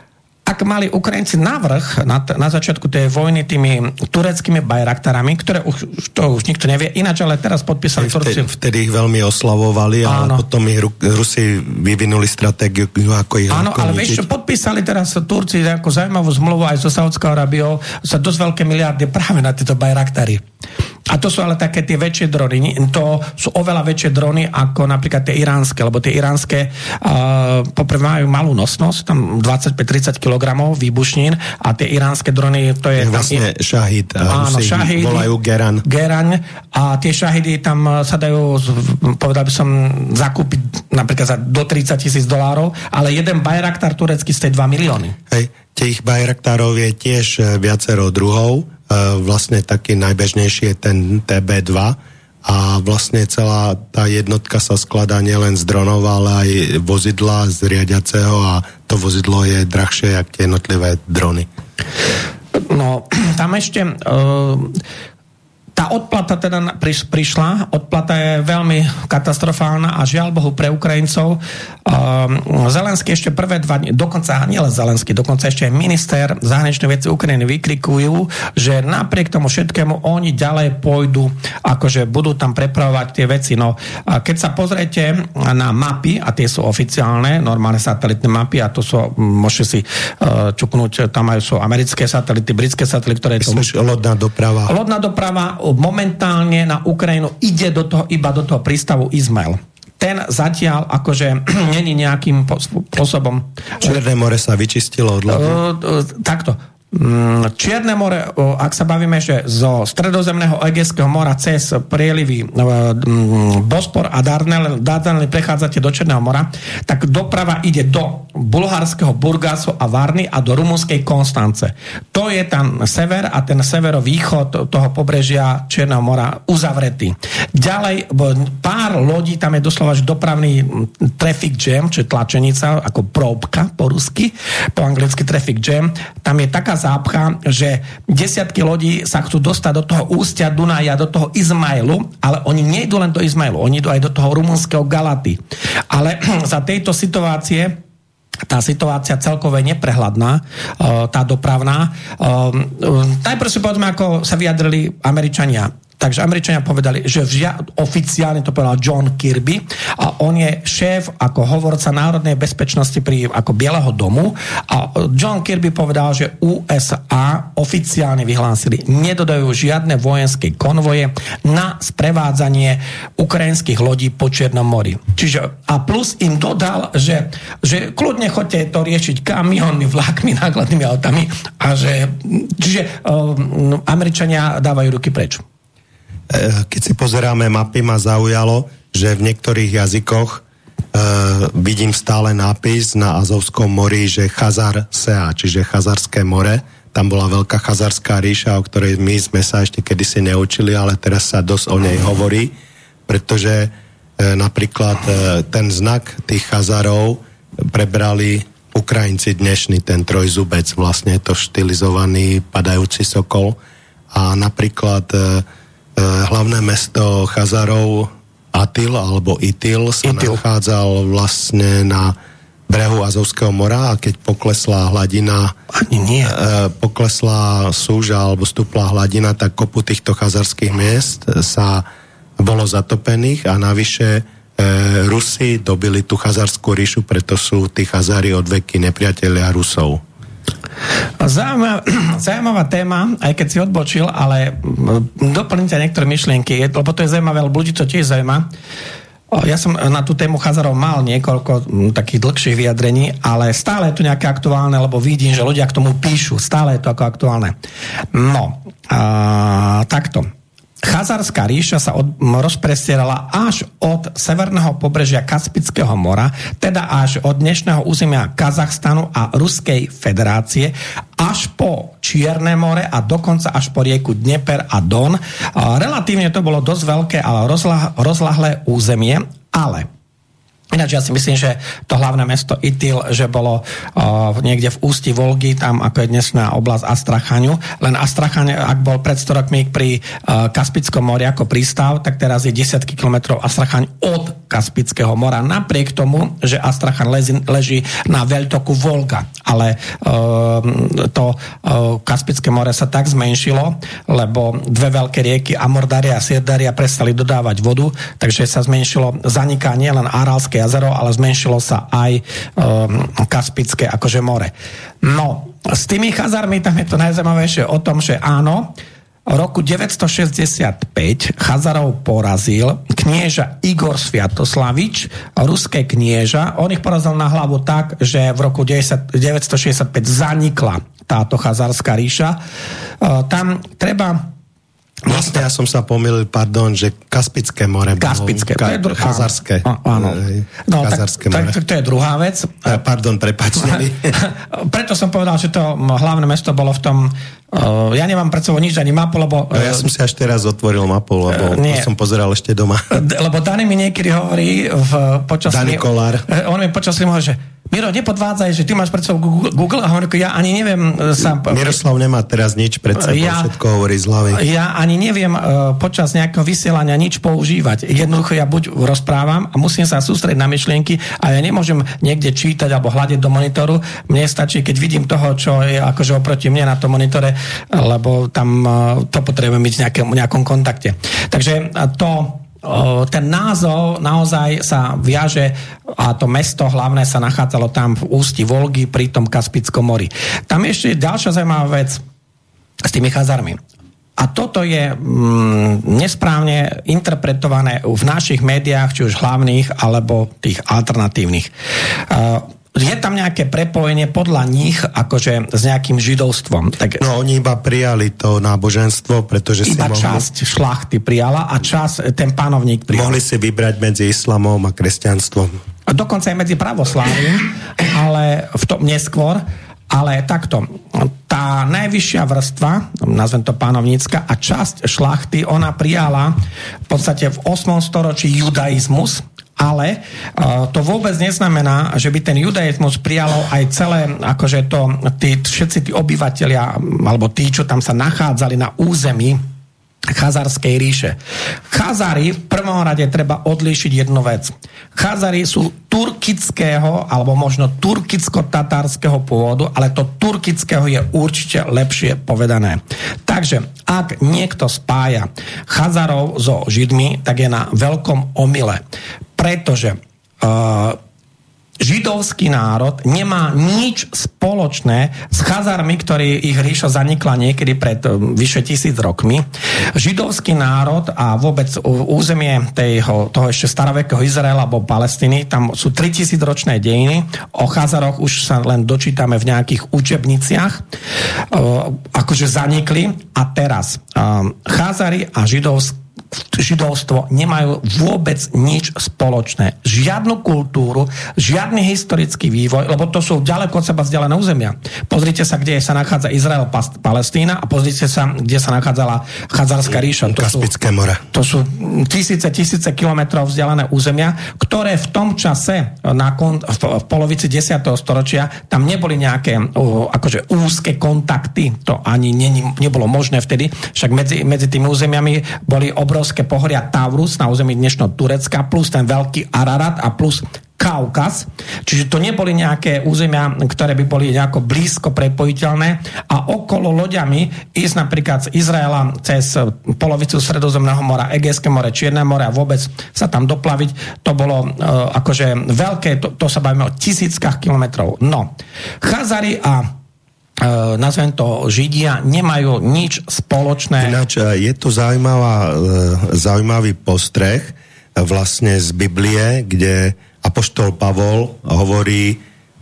ak mali Ukrajinci navrch na, t- na začiatku tej vojny tými tureckými bajraktarami, ktoré už, to už nikto nevie, ináč ale teraz podpísali Turci. Vtedy, vtedy ich veľmi oslavovali, ale potom ich Rusi vyvinuli stratégiu, ako ich áno, ale vieš čo, podpísali teraz Turci ako zaujímavú zmluvu aj so Saudskou Arábiou za dosť veľké miliardy práve na tieto bajraktary. A to sú ale také tie väčšie drony. To sú oveľa väčšie drony ako napríklad tie iránske, lebo tie iránske uh, poprvé majú malú nosnosť, tam dvadsaťpäť tridsať kilogramov výbušnín a tie iránske drony, to je... je vlastne tam, šahid. Áno, šahidy. Volajú Geran. Geran. A tie šahidy tam sa dajú, povedal by som, zakúpiť napríklad za do tridsať tisíc dolárov, ale jeden Bayraktar turecký stojí dva milióny. Hej, tých Bayraktárov je tiež viacero druhov. Vlastne taký najbežnejší je ten T B dva a vlastne celá tá jednotka sa skladá nielen z dronov, ale aj vozidla z riadiaceho a to vozidlo je drahšie jak tie jednotlivé drony. No, tam ešte uh, tá odplata teda priš, prišla, odplata je veľmi katastrofálna a žiaľ Bohu pre Ukrajincov. Zelenský ešte prvé dva dni, dokonca nielen Zelenský, dokonca ešte aj minister zahraničných vecí Ukrajiny vykrikujú, že napriek tomu všetkému oni ďalej pôjdu, akože budú tam prepravovať tie veci. No, keď sa pozriete na mapy, a tie sú oficiálne, normálne satelitné mapy, a to sú, môžete si uh, čuknúť, tam aj sú americké satelity, britské satelity, ktoré... Myslíš, lodná doprava? Lodná doprava momentálne na Ukrajinu ide do toho, iba do toho prístavu Izmail. Ten zatiaľ akože není nejakým spôsobom... Čierne more sa vyčistilo od lodi? Uh, uh, takto. Čierne more, ak sa bavíme, že zo stredozemného Egejského mora cez prielivy Bospor a Dardanely prechádzate do Čierneho mora, tak doprava ide do bulharského Burgasu a Varny a do rumunskej Konstance. To je tam sever a ten severovýchod toho pobrežia Čierneho mora uzavretý. Ďalej pár lodí, tam je doslova dopravný traffic jam, čo je tlačenica, ako próbka po rusky, po anglicky traffic jam. Tam je taká zápcha, že desiatky lodí sa chcú dostať do toho ústia Dunaja, do toho Izmailu, ale oni nejdú len do Izmailu, oni idú aj do toho rumunského Galaty. Ale za tejto situácie tá situácia celkové neprehľadná, tá dopravná. Najprv si povedzme, ako sa vyjadrili Američania. Takže Američania povedali, že vžia, oficiálne to povedal John Kirby a on je šéf ako hovorca národnej bezpečnosti pri ako Bieleho domu a John Kirby povedal, že ú es á oficiálne vyhlásili, nedodajú žiadne vojenské konvoje na sprevádzanie ukrajinských lodí po Čiernom mori. Čiže a plus im dodal, že, že kľudne choďte to riešiť kamiónmi, vlákmi, nákladnými autami a že čiže um, Američania dávajú ruky preč. Keď si pozeráme mapy, ma zaujalo, že v niektorých jazykoch e, vidím stále nápis na Azovskom mori, že Chazar Sea, čiže Chazarské more. Tam bola veľká chazarská ríša, o ktorej my sme sa ešte kedysi neučili, ale teraz sa dosť o nej hovorí, pretože e, napríklad e, ten znak tých Chazarov prebrali Ukrajinci dnešný, ten trojzubec, vlastne je to štilizovaný padajúci sokol a napríklad e, hlavné mesto Chazarov Atil alebo Itil sa Itil. nachádzal vlastne na brehu Azovského mora a keď poklesla hladina Ani nie. E, poklesla súža alebo stúpla hladina, tak kopu týchto chazarských miest sa bolo zatopených a navyše e, Rusi dobili tú chazarskú ríšu, preto sú tí Chazari odveky nepriatelia Rusov. Zaujímavá, zaujímavá téma, aj keď si odbočil, ale doplňte niektoré myšlienky, lebo to je zaujímavé, lebo ľudí to tiež zaujíma. Ja som na tú tému Chazarov mal niekoľko takých dlhších vyjadrení, ale stále je to nejaké aktuálne, lebo vidím, že ľudia k tomu píšu, stále je to ako aktuálne. No, a, takto. Chazarská ríša sa od, rozprestierala až od severného pobrežia Kaspického mora, teda až od dnešného územia Kazachstanu a Ruskej federácie, až po Čierne more a dokonca až po rieku Dnieper a Don. A relatívne to bolo dosť veľké, ale rozlah, rozlahlé územie, ale ináč ja si myslím, že to hlavné mesto Itil, že bolo uh, niekde v ústi Volgy, tam ako je dnesná oblasť Astrachanu. Len Astrachaň, ak bol pred sto rokmi pri uh, Kaspickom mori ako prístav, tak teraz je desiatky kilometrov Astrachaň od Kaspického mora. Napriek tomu, že Astrachaň leží, leží na veľtoku Volga. Ale uh, to uh, Kaspické more sa tak zmenšilo, lebo dve veľké rieky Amordaria a Sirdaria prestali dodávať vodu, takže sa zmenšilo, zaniká nielen Aralské jazero, ale zmenšilo sa aj um, Kaspické akože more. No, s tými Chazarmi tam je to najzaujímavejšie o tom, že áno, v roku deväťstošesťdesiatpäť Chazarov porazil knieža Igor Sviatoslavič, ruské knieža. On ich porazil na hlavu tak, že v roku deväťstošesťdesiatpäť zanikla táto Chazarská ríša. Tam treba... Vlastne ja som sa pomýlil, pardon, že Kaspické more. Kaspické, Ka- to je dru- Chazarské. Áno. No, Chazarské tak, more. tak, to je druhá vec. Pardon, prepáčte mi. Preto som povedal, že to hlavné mesto bolo v tom... Uh, ja nemám pred sebou nič, ani mapu, lebo... No, ja som si až teraz otvoril mapu, lebo uh, to som pozeral ešte doma. D- lebo Dani mi niekedy hovorí v počasí... Dani Kolár. On mi počasí hovorí, že Miro, nepodvádzaj, že ty máš pred sebou Google a hovorím, ja ani neviem sa... Miroslav nemá teraz nič pred sebou, ja, všetko hovorí z hlavy. Ja ani neviem uh, počas nejakého vysielania nič používať. Jednoducho ja buď rozprávam a musím sa sústrediť na myšlienky a ja nemôžem niekde čítať alebo hľadiť do monitoru. Mne stačí, keď vidím toho, čo je akože oproti mne na tom monitore, lebo tam uh, to potrebujem byť v nejakom, nejakom kontakte. Takže to... ten názov naozaj sa viaže a to mesto hlavné sa nachádzalo tam v ústi Volgy pri tom Kaspickom mori. Tam ešte ďalšia zaujímavá vec s tými Chazarmi. A toto je mm, nesprávne interpretované v našich médiách, či už hlavných, alebo tých alternatívnych. Uh, je tam nejaké prepojenie podľa nich akože s nejakým židovstvom. Tak no oni iba prijali to náboženstvo, pretože si iba mohli... časť šlachty prijala a časť ten panovník prijal. Mohli si vybrať medzi islamom a kresťanstvom. A dokonca aj medzi pravoslávím, ale v tom neskôr. Ale takto, tá najvyššia vrstva, nazvem to panovnícka, a časť šlachty, ona prijala v podstate v ôsmom storočí judaizmus, ale uh, to vôbec neznamená, že by ten judaizmus prijalo aj celé, akože to, tí, všetci tí obyvatelia, alebo tí, čo tam sa nachádzali na území Chazarskej ríše. Chazari v prvom rade treba odlíšiť jednu vec. Chazari sú turkického, alebo možno turkicko-tatárskeho pôvodu, ale to turkického je určite lepšie povedané. Takže, ak niekto spája Chazarov so Židmi, tak je na veľkom omyle. Pretože uh, židovský národ nemá nič spoločné s Chazarmi, ktorí ich ríša zanikla niekedy pred vyše tisíc rokmi. Židovský národ a vôbec územie tejho, toho ešte starovekého Izraela alebo Palestíny, tam sú tritisíc ročné dejiny. O Chazaroch už sa len dočítame v nejakých učebniciach. Akože zanikli. A teraz Chazari a židovský židovstvo nemajú vôbec nič spoločné. Žiadnu kultúru, žiadny historický vývoj, lebo to sú ďaleko od seba vzdialené územia. Pozrite sa, kde sa nachádza Izrael, Palestína a pozrite sa, kde sa nachádzala Chazarská ríša. To Kaspické sú, more. To sú tisíce, tisíce kilometrov vzdialené územia, ktoré v tom čase, na kon, v, v polovici desiateho storočia, tam neboli nejaké uh, akože úzke kontakty. To ani ne, nebolo možné vtedy. Však medzi, medzi tými územiami boli obrovské pohoria Taurus na území dnešného Turecka, plus ten veľký Ararat a plus Kaukaz. Čiže to neboli nejaké územia, ktoré by boli nejako blízko prepojiteľné a okolo loďami ísť napríklad z Izraela cez polovicu Stredozemného mora, Egejské more, Čierne more a vôbec sa tam doplaviť, to bolo uh, akože veľké, to, to sa bavíme o tisíckach kilometrov. No, Chazari a Uh, nazvem to Židia, nemajú nič spoločné. Ináč je to zaujímavá, zaujímavý postreh vlastne z Biblie, kde apoštol Pavol hovorí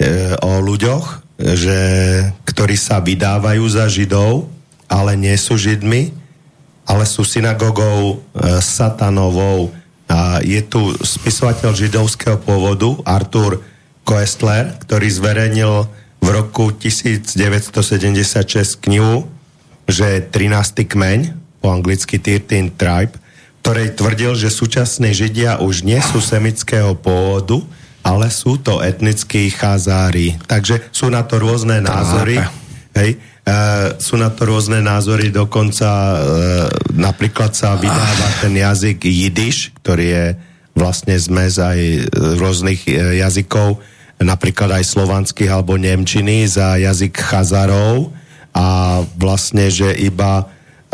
o ľuďoch, že, ktorí sa vydávajú za Židov, ale nie sú Židmi, ale sú synagogou satanovou. A je tu spisovateľ židovského pôvodu Arthur Koestler, ktorý zverejnil v roku devätnásťsedemdesiatšesť knihu, že trinásty kmeň, po anglicky thirteenth tribe, ktorej tvrdil, že súčasní Židia už nie sú semického pôvodu, ale sú to etnickí Chazári. Takže sú na to rôzne názory. Hej, e, sú na to rôzne názory, dokonca e, napríklad sa vydáva ten jazyk jidiš, ktorý je vlastne zmes aj rôznych e, jazykov, napríklad aj slovanských alebo nemčiny za jazyk Chazarov a vlastne, že iba e,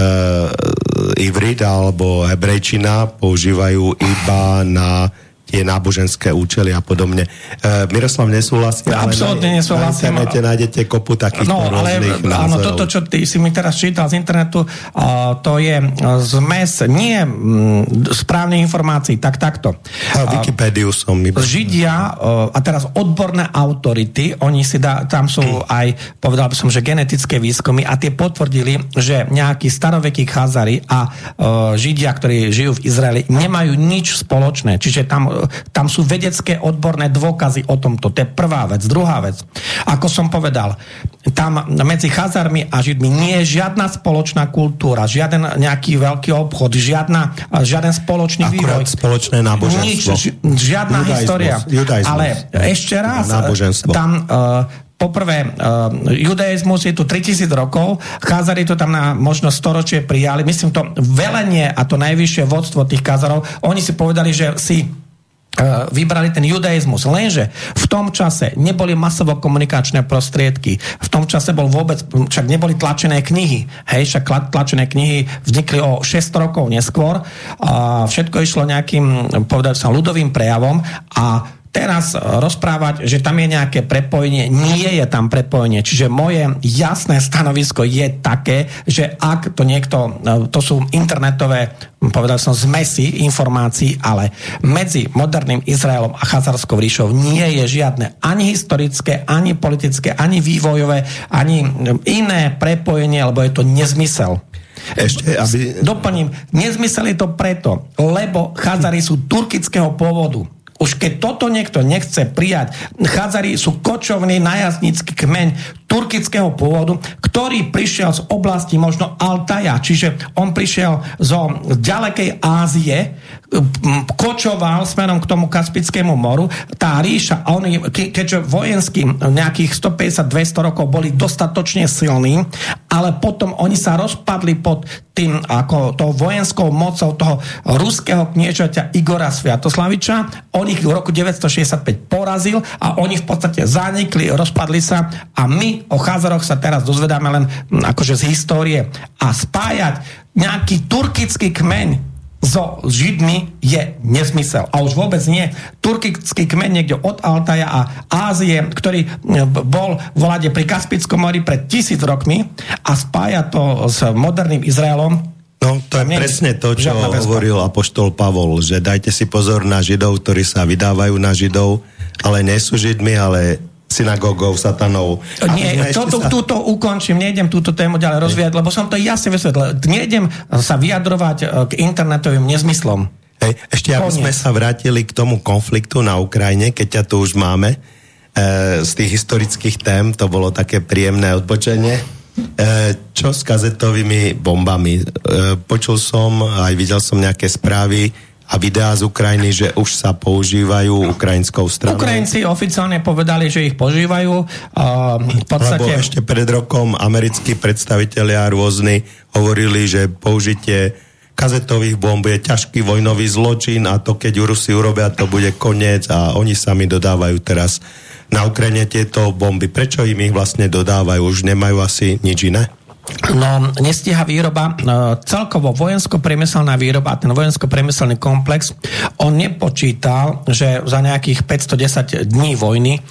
ivrit alebo hebrejčina používajú iba na tie náboženské účely a podobne. E, Miroslav nesúhlasí, ale absolútne nesúhlasím. Na internete nájdete kopu takýchto no, rôznych ale, názorov. Áno, toto, čo ty si mi teraz čítal z internetu, uh, to je zmes nie m, správnych informácií, tak takto. A Wikipédiu som iba. Židia, uh, a teraz odborné autority, oni si dá, tam sú aj, povedal by som, že genetické výskumy a tie potvrdili, že nejakí starovekí Chazari a uh, Židia, ktorí žijú v Izraeli, nemajú nič spoločné. Čiže tam tam sú vedecké odborné dôkazy o tomto. To je prvá vec. Druhá vec. Ako som povedal, tam medzi Chazarmi a Židmi nie je žiadna spoločná kultúra, žiaden nejaký veľký obchod, žiadna, žiaden spoločný Akurát vývoj. spoločné náboženstvo. Nič, žiadna Judaizmus, história. Judaizmus. Ale ešte raz, náboženstvo. tam uh, poprvé, uh, judaizmus je tu tritisíc rokov, Cházari to tam na možno storočie prijali, myslím to velenie a to najvyššie vodstvo tých Cházarov, oni si povedali, že si vybrali ten judaizmus, lenže v tom čase neboli masovo komunikačné prostriedky, v tom čase bol vôbec, však neboli tlačené knihy, hej, však tlačené knihy vznikli o šesť rokov neskôr a všetko išlo nejakým, povedal som, ľudovým prejavom a teraz rozprávať, že tam je nejaké prepojenie, nie je tam prepojenie. Čiže moje jasné stanovisko je také, že ak to niekto, to sú internetové, povedal som, zmesy informácií, ale medzi moderným Izraelom a Chazarskou ríšou nie je žiadne ani historické, ani politické, ani vývojové, ani iné prepojenie, lebo je to nezmysel. Ešte, aby... Doplním, nezmysel je to preto, lebo Chazari sú turkického pôvodu. Už keď toto niekto nechce prijať, Chazari sú kočovný najazdnícky kmeň turkického pôvodu, ktorý prišiel z oblasti možno Altaja, čiže on prišiel zo ďalekej Ázie, kočoval smerom k tomu Kaspickému moru, tá ríša, oni, keďže vojensky nejakých stopäťdesiat dvesto rokov boli dostatočne silní, ale potom oni sa rozpadli pod tým, ako tou vojenskou mocou toho ruského kniežaťa Igora Sviatoslaviča. On ich v roku deväťstošesťdesiatpäť porazil a oni v podstate zanikli, rozpadli sa a my o Cházaroch sa teraz dozvedáme len akože z histórie a spájať nejaký turkický kmeň so Židmi je nezmysel. A už vôbec nie. Turkický kmeň niekde od Altaja a Ázie, ktorý bol volade pri Kaspickom mori pred tisíc rokmi a spája to s moderným Izraelom. No, to je presne to, čo hovoril apoštol Pavol, že dajte si pozor na Židov, ktorí sa vydávajú na Židov, ale nie sú Židmi, ale synagógov, satanov. Nie, toto, sa... túto ukončím, nejdem túto tému ďalej rozvíjať, lebo som to jasne vysvetlil. Nejdem sa vyjadrovať k internetovým nezmyslom. Hej, ešte aby sme sa vrátili k tomu konfliktu na Ukrajine, keď ťa tu už máme, e, z tých historických tém, to bolo také príjemné odbočenie. E, čo s kazetovými bombami? E, počul som, aj videl som nejaké správy a videá z Ukrajiny, že už sa používajú ukrajinskou stranou. Ukrajinci oficiálne povedali, že ich používajú. Uh, v podstate... Lebo ešte pred rokom americkí predstavitelia rôzni hovorili, že použitie kazetových bomb je ťažký vojnový zločin a to, keď Rusi urobia, to bude koniec a oni sami dodávajú teraz na Ukrajine tieto bomby. Prečo im ich vlastne dodávajú? Už nemajú asi nič iné? No, nestíha výroba, celkovo vojensko-priemyselná výroba, ten vojensko-priemyselný komplex, on nepočítal, že za nejakých päťstodesať dní vojny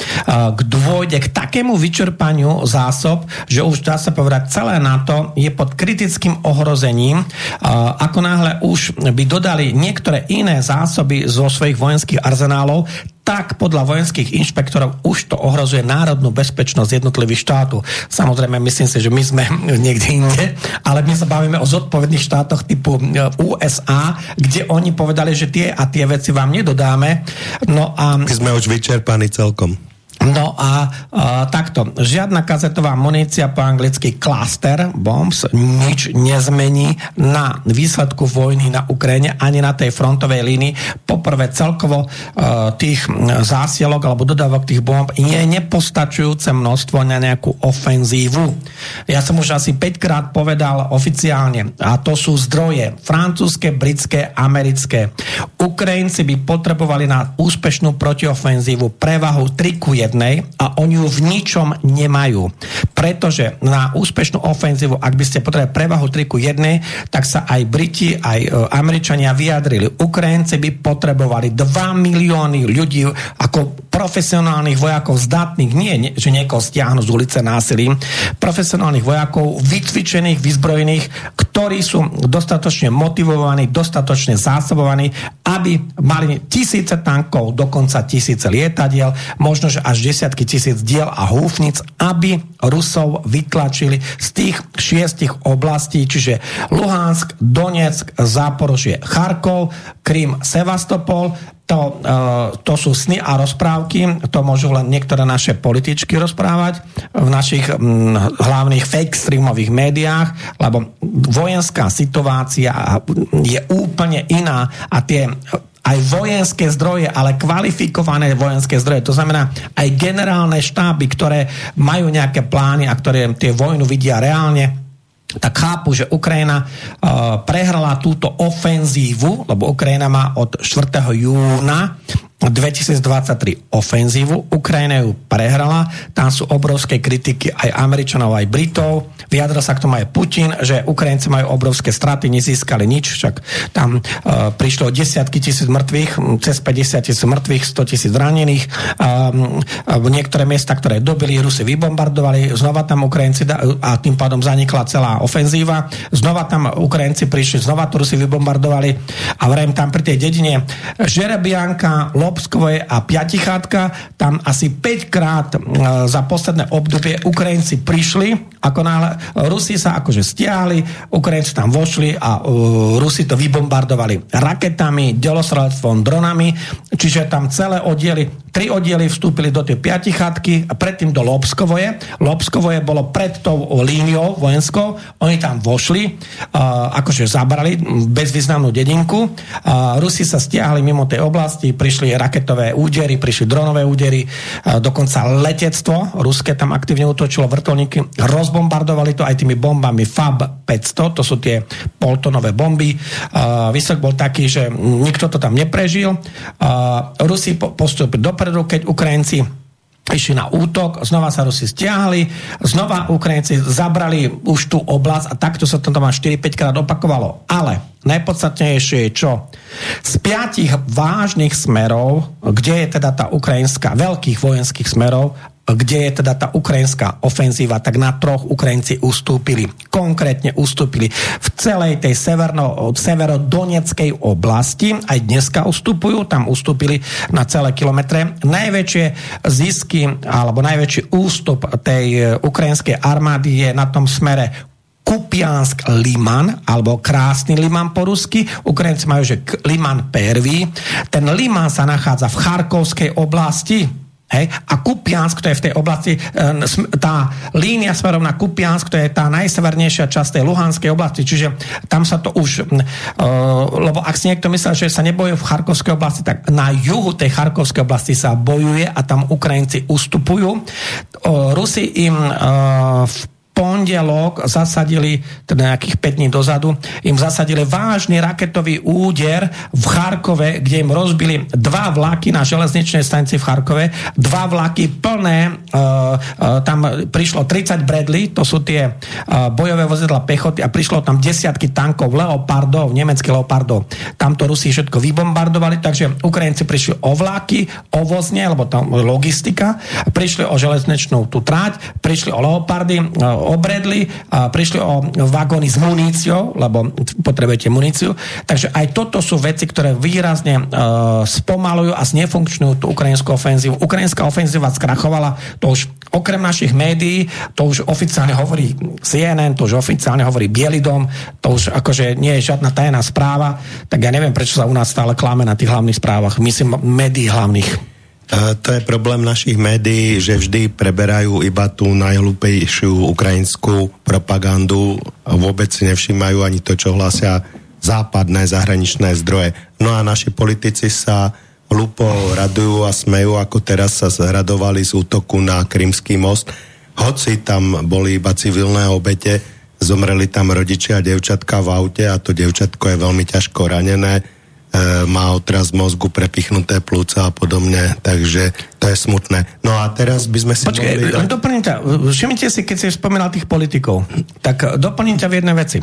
dôjde k takému vyčerpaniu zásob, že už dá sa povedať, celé NATO je pod kritickým ohrozením. Ako náhle už by dodali niektoré iné zásoby zo svojich vojenských arzenálov, tak podľa vojenských inšpektorov už to ohrozuje národnú bezpečnosť jednotlivých štátov. Samozrejme, myslím si, že my sme niekde inde, ale my sa bavíme o zodpovedných štátoch typu ú es á, kde oni povedali, že tie a tie veci vám nedodáme. No a... My sme už vyčerpaní celkom. No a, a takto, žiadna kazetová munícia, po anglicky cluster bombs, nič nezmení na výsledku vojny na Ukrajine, ani na tej frontovej línii. Poprvé celkovo uh, tých zásielok alebo dodávok tých bomb je nepostačujúce množstvo na nejakú ofenzívu. Ja som už asi päťkrát povedal oficiálne, a to sú zdroje francúzske, britské, americké. Ukrajinci by potrebovali na úspešnú protiofenzívu prevahu tri ku jednej a oni ju v ničom nemajú. Pretože na úspešnú ofenzívu, ak by ste potrebovali prevahu tri ku jednej, tak sa aj Briti, aj e, Američania vyjadrili. Ukrajinci by potrebovali dva milióny ľudí ako profesionálnych vojakov zdatných, nie, nie že niekoho stiahnu z ulice násilím, profesionálnych vojakov, vycvičených, vyzbrojených, ktorí sú dostatočne motivovaní, dostatočne zásobovaní, aby mali tisíce tankov, dokonca tisíce lietadiel, možno, že až desiatky tisíc diel a húfnic, aby Rusov vytlačili z tých šiestich oblastí, čiže Luhansk, Donetsk, Záporožie, Charkov, Krym, Sevastopol to, to sú sny a rozprávky, to môžu len niektoré naše političky rozprávať v našich hlavných fake streamových médiách, lebo vojenská situácia je úplne iná a tie aj vojenské zdroje, ale kvalifikované vojenské zdroje, to znamená aj generálne štáby, ktoré majú nejaké plány a ktoré tie vojnu vidia reálne, tak chápu, že Ukrajina uh, prehrala túto ofenzívu, lebo Ukrajina má od štvrtého júna dvetisícdvadsaťtri ofenzívu. Ukrajina ju prehrala, tam sú obrovské kritiky aj Američanov, aj Britov. Vyjadril sa k tomu aj Putin, že Ukrajinci majú obrovské straty, nezískali nič, však tam uh, prišlo desiatky tisíc mŕtvych, cez päťdesiat tisíc mŕtvych, sto tisíc zranených. Um, niektoré miesta, ktoré dobili, Rusi vybombardovali, znova tam Ukrajinci da- a tým pádom zanikla celá ofenzíva. Znova tam Ukrajinci prišli, znova to Rusi vybombardovali a vrajím tam pri tej dedine Žerebianka, Lobskoje a Piatichatka, tam asi päť krát za posledné obdobie Ukrajinci prišli, ako náhle Rusi sa akože stiahli, Ukrajinci tam vošli a uh, Rusi to vybombardovali raketami, delostrelectvom, dronami, čiže tam celé oddiely, tri oddiely vstúpili do tej Piatichatky a predtým do Lobskovoje. Lobskovoje bolo pred tou líniou vojenskou, oni tam vošli, uh, akože zabrali bezvýznamnú dedinku, uh, Rusi sa stiahli mimo tej oblasti, prišli raketové údery, prišli dronové údery, dokonca letectvo ruské tam aktívne útočilo, vrtuľníky, rozbombardovali to aj tými bombami F A B päťsto, to sú tie poltonové bomby. Výsledok bol taký, že nikto to tam neprežil. Rusi postupili dopredu, keď Ukrajinci išli na útok, znova sa Rusi stiahli, znova Ukrajinci zabrali už tú oblasť a takto sa to tam štyri päť krát opakovalo. Ale najpodstatnejšie je čo? Z piatich vážnych smerov, kde je teda tá ukrajinská, veľkých vojenských smerov, kde je teda tá ukrajinská ofenzíva, tak na troch Ukrajinci ustúpili. Konkrétne ustúpili v celej tej severno, severodoneckej oblasti. Aj dneska ustupujú, tam ustúpili na celé kilometre. Najväčšie zisky, alebo najväčší ústup tej ukrajinskej armády je na tom smere Kupiansk Liman, alebo krásny Liman po rusky. Ukrajinci majú, že Liman Prvý. Ten Liman sa nachádza v Charkovskej oblasti. Hej. A Kupiansk, to je v tej oblasti, tá línia smerom na Kupiansk, to je tá najsevernejšia časť tej Luhanskej oblasti, čiže tam sa to už, uh, lebo ak si niekto myslel, že sa nebojuje v Charkovskej oblasti, tak na juhu tej Charkovskej oblasti sa bojuje a tam Ukrajinci ustupujú. Uh, Rusi im uh, v pondelok zasadili, teda nejakých päť dní dozadu, im zasadili vážny raketový úder v Charkove, kde im rozbili dva vlaky na železničnej stanici v Charkove, dva vlaky plné, uh, uh, tam prišlo tridsať Bradley, to sú tie uh, bojové vozidlá pechoty a prišlo tam desiatky tankov, Leopardov, nemeckých Leopardov. Tam to Rusi všetko vybombardovali, takže Ukrajinci prišli o vlaky, o vozne, lebo tam logistika, prišli o železničnú tú tráť, prišli o Leopardy, uh, obredli a prišli o vagóny s muníciou, lebo potrebujete muníciu. Takže aj toto sú veci, ktoré výrazne uh, spomalujú a znefunkčňujú tú ukrajinskú ofenzívu. Ukrajinská ofenzíva skrachovala, to už okrem našich médií, to už oficiálne hovorí C N N, to už oficiálne hovorí Bielý dom, to už akože nie je žiadna tajná správa, tak ja neviem, prečo sa u nás stále kláme na tých hlavných správach. Myslím, médií hlavných. To je problém našich médií, že vždy preberajú iba tú najhlúpejšiu ukrajinskú propagandu a vôbec si nevšímajú ani to, čo hlásia západné zahraničné zdroje. No a naši politici sa hlúpo radujú a smejú, ako teraz sa zradovali z útoku na Krymský most. Hoci tam boli iba civilné obete, zomreli tam rodičia a dievčatka v aute a to dievčatko je veľmi ťažko ranené, má otraz mozgu, prepichnuté plúca a podobne, takže to je smutné. No a teraz by sme si Počkej, mohli... Počkej, doplním ťa, všimnite si, keď si spomínal tých politikov, tak doplním ťa v jednej veci.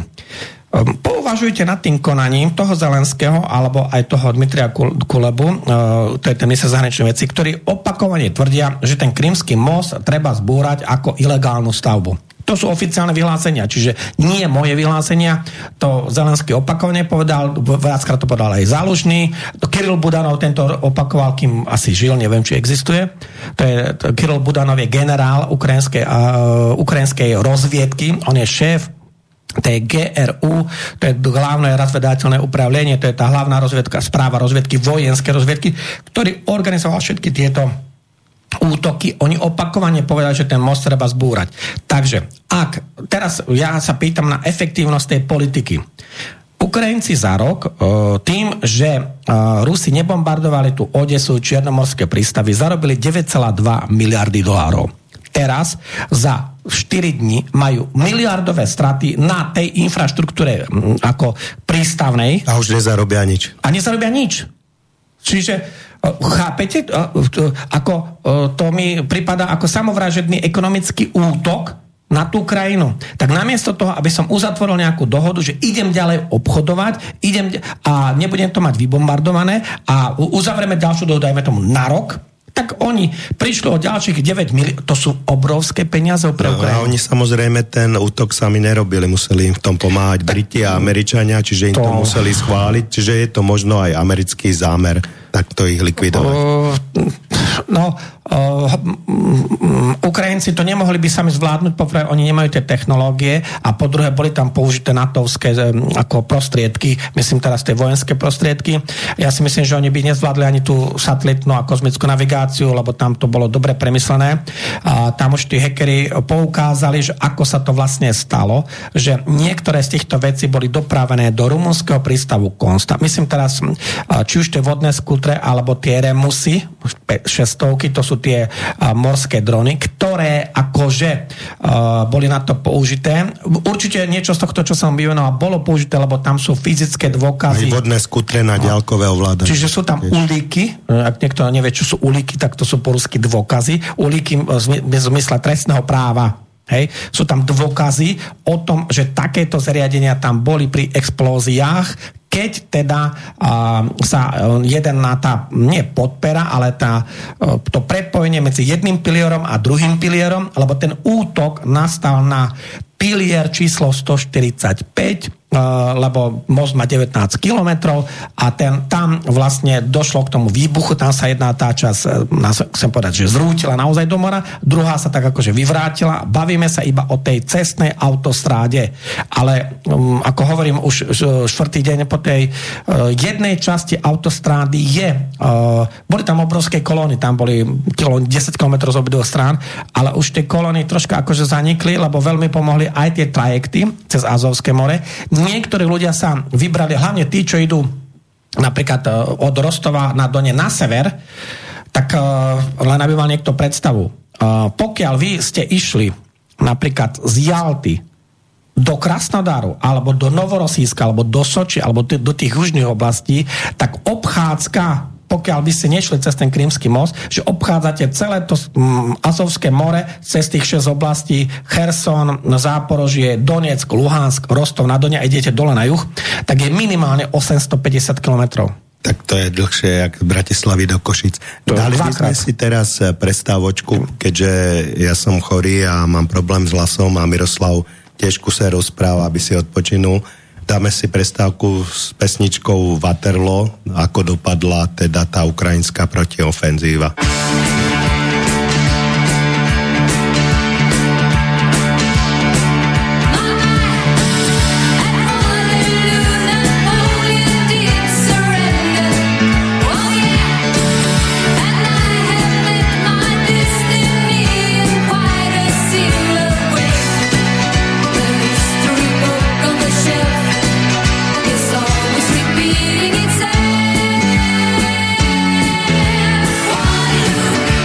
Pouvažujte nad tým konaním toho Zelenského alebo aj toho Dmitria Kulebu, to je ten minister zahraničných vecí, ktorí opakovane tvrdia, že ten Krymský most treba zbúrať ako ilegálnu stavbu. To sú oficiálne vyhlásenia, čiže nie moje vyhlásenia. To Zelenský opakovane povedal, viackrát to povedal aj Zálužný. Kiril Budanov tento opakoval, kým asi žil, neviem, či existuje. To je, to, Kiril Budanov je generál ukrajinskej, uh, ukrajinskej rozviedky, on je šéf to je gé er ú, to je hlavné razvedateľné upravlenie, to je tá hlavná rozviedka, správa rozviedky, vojenské rozviedky, ktorý organizoval všetky tieto útoky. Oni opakovane povedali, že ten most treba zbúrať. Takže, ak, teraz ja sa pýtam na efektívnosť tej politiky. Ukrajinci za rok tým, že Rusi nebombardovali tú Odesu, čiernomorské prístavy, zarobili deväť celá dva miliardy dolárov. Teraz za štyri dni majú miliardové straty na tej infraštruktúre ako prístavnej. A už nezarobia nič. A nezarobia nič. Čiže chápete, ako to mi pripadá ako samovražedný ekonomický útok na tú krajinu. Tak namiesto toho, aby som uzatvoril nejakú dohodu, že idem ďalej obchodovať, idem a nebudem to mať vybombardované a uzavrieme ďalšiu dohodu, dajme tomu na rok, tak oni prišli o ďalších deväť miliónov, to sú obrovské peniaze pre Ukrajinu. No, a oni samozrejme ten útok sami nerobili, museli im v tom pomáhať Briti a Američania, čiže im to, to museli schváliť, čiže je to možno aj americký zámer takto ich likvidovať. Uh, no, uh, Ukrajinci to nemohli by sami zvládnuť, poprvé oni nemajú tie technológie a po druhé boli tam použité natovské ako prostriedky, myslím teraz tie vojenské prostriedky. Ja si myslím, že oni by nezvládli ani tú satelitnú a kozmickú navigáciu, lebo tam to bolo dobre premyslené. A tam už tí hackeri poukázali, že ako sa to vlastne stalo, že niektoré z týchto vecí boli dopravené do rumunského prístavu Konsta. Myslím teraz, či už tie vodné skútre alebo tie remusy, šestovky, to sú tie uh, morské drony, ktoré akože uh, boli na to použité. Určite niečo z tohto, čo som vyvenoval, bolo použité, lebo tam sú fyzické dôkazy. Aj vodné skutre na diaľkové ovládanie. Čiže sú tam ulíky, ak niekto nevie, čo sú ulíky, tak to sú po rusky dôkazy. Ulíky v zmysle trestného práva. Hej. Sú tam dôkazy o tom, že takéto zariadenia tam boli pri explóziách, keď teda uh, sa jeden na tá, nie podpera, ale tá, uh, to prepojenie medzi jedným pilierom a druhým pilierom, lebo ten útok nastal na pilier číslo stoštyridsaťpäť, lebo most má devätnásť kilometrov a ten, tam vlastne došlo k tomu výbuchu, tam sa jedna tá časť, chcem povedať, že zrútila naozaj do mora, druhá sa tak akože vyvrátila. Bavíme sa iba o tej cestnej autostráde, ale um, ako hovorím, už štvrtý deň po tej uh, jednej časti autostrády je, uh, boli tam obrovské kolóny, tam boli desať kilometrov z obidvoch strán, ale už tie kolóny troška akože zanikli, lebo veľmi pomohli aj tie trajekty cez Azovské more. Niektorí ľudia sa vybrali, hlavne tí, čo idú napríklad od Rostova na Done na sever, tak len aby mal niekto predstavu. Pokiaľ vy ste išli napríklad z Jalty do Krasnodaru, alebo do Novorosíska, alebo do Soči, alebo do tých južných oblastí, tak obchádzka, pokiaľ by ste nešli cez ten Krymský most, že obchádzate celé to um, Azovské more cez tých šesť oblastí, Cherson, Záporožie, Donetsk, Luhansk, Rostov na Done a idete dole na juh, tak je minimálne osemstopäťdesiat kilometrov. Tak to je dlhšie, jak z Bratislavy do Košic. Dali by sme si teraz prestávočku, keďže ja som chorý a mám problém s hlasom a Miroslav tiež kuse rozpráva, aby si odpočinul. Dáme si prestávku s pesničkou Waterloo, ako dopadla teda tá ukrajinská protiofenzíva. Beating itself.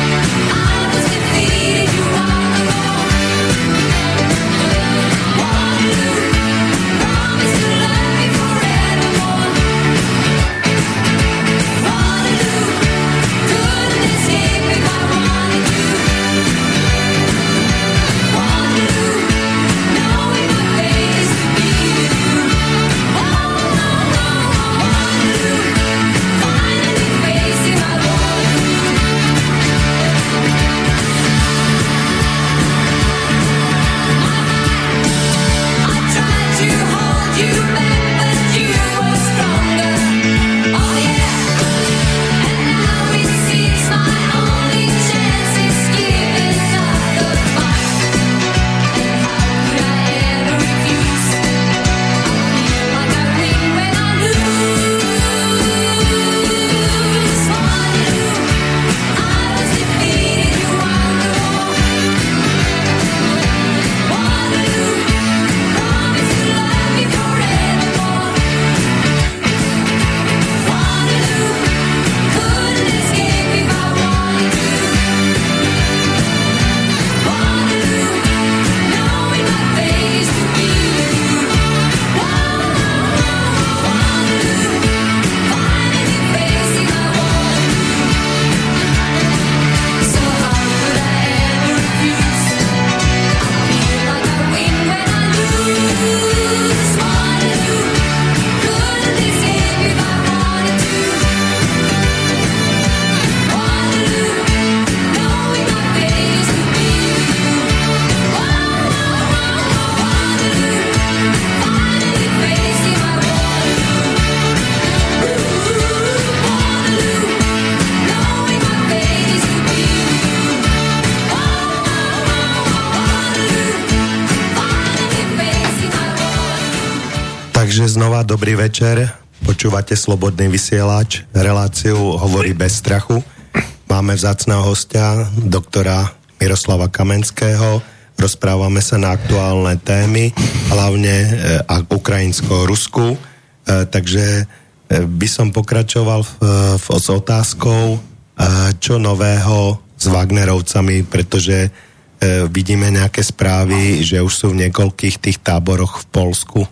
Takže znova dobrý večer. Počúvate Slobodný vysielač, reláciu Hovorí bez strachu. Máme vzácneho hostia, doktora Miroslava Kamenského. Rozprávame sa na aktuálne témy, hlavne e, ukrajinsko-rusku. E, takže e, by som pokračoval v, v, s otázkou, e, čo nového s Wagnerovcami, pretože e, vidíme nejaké správy, že už sú v niekoľkých tých táboroch v Poľsku.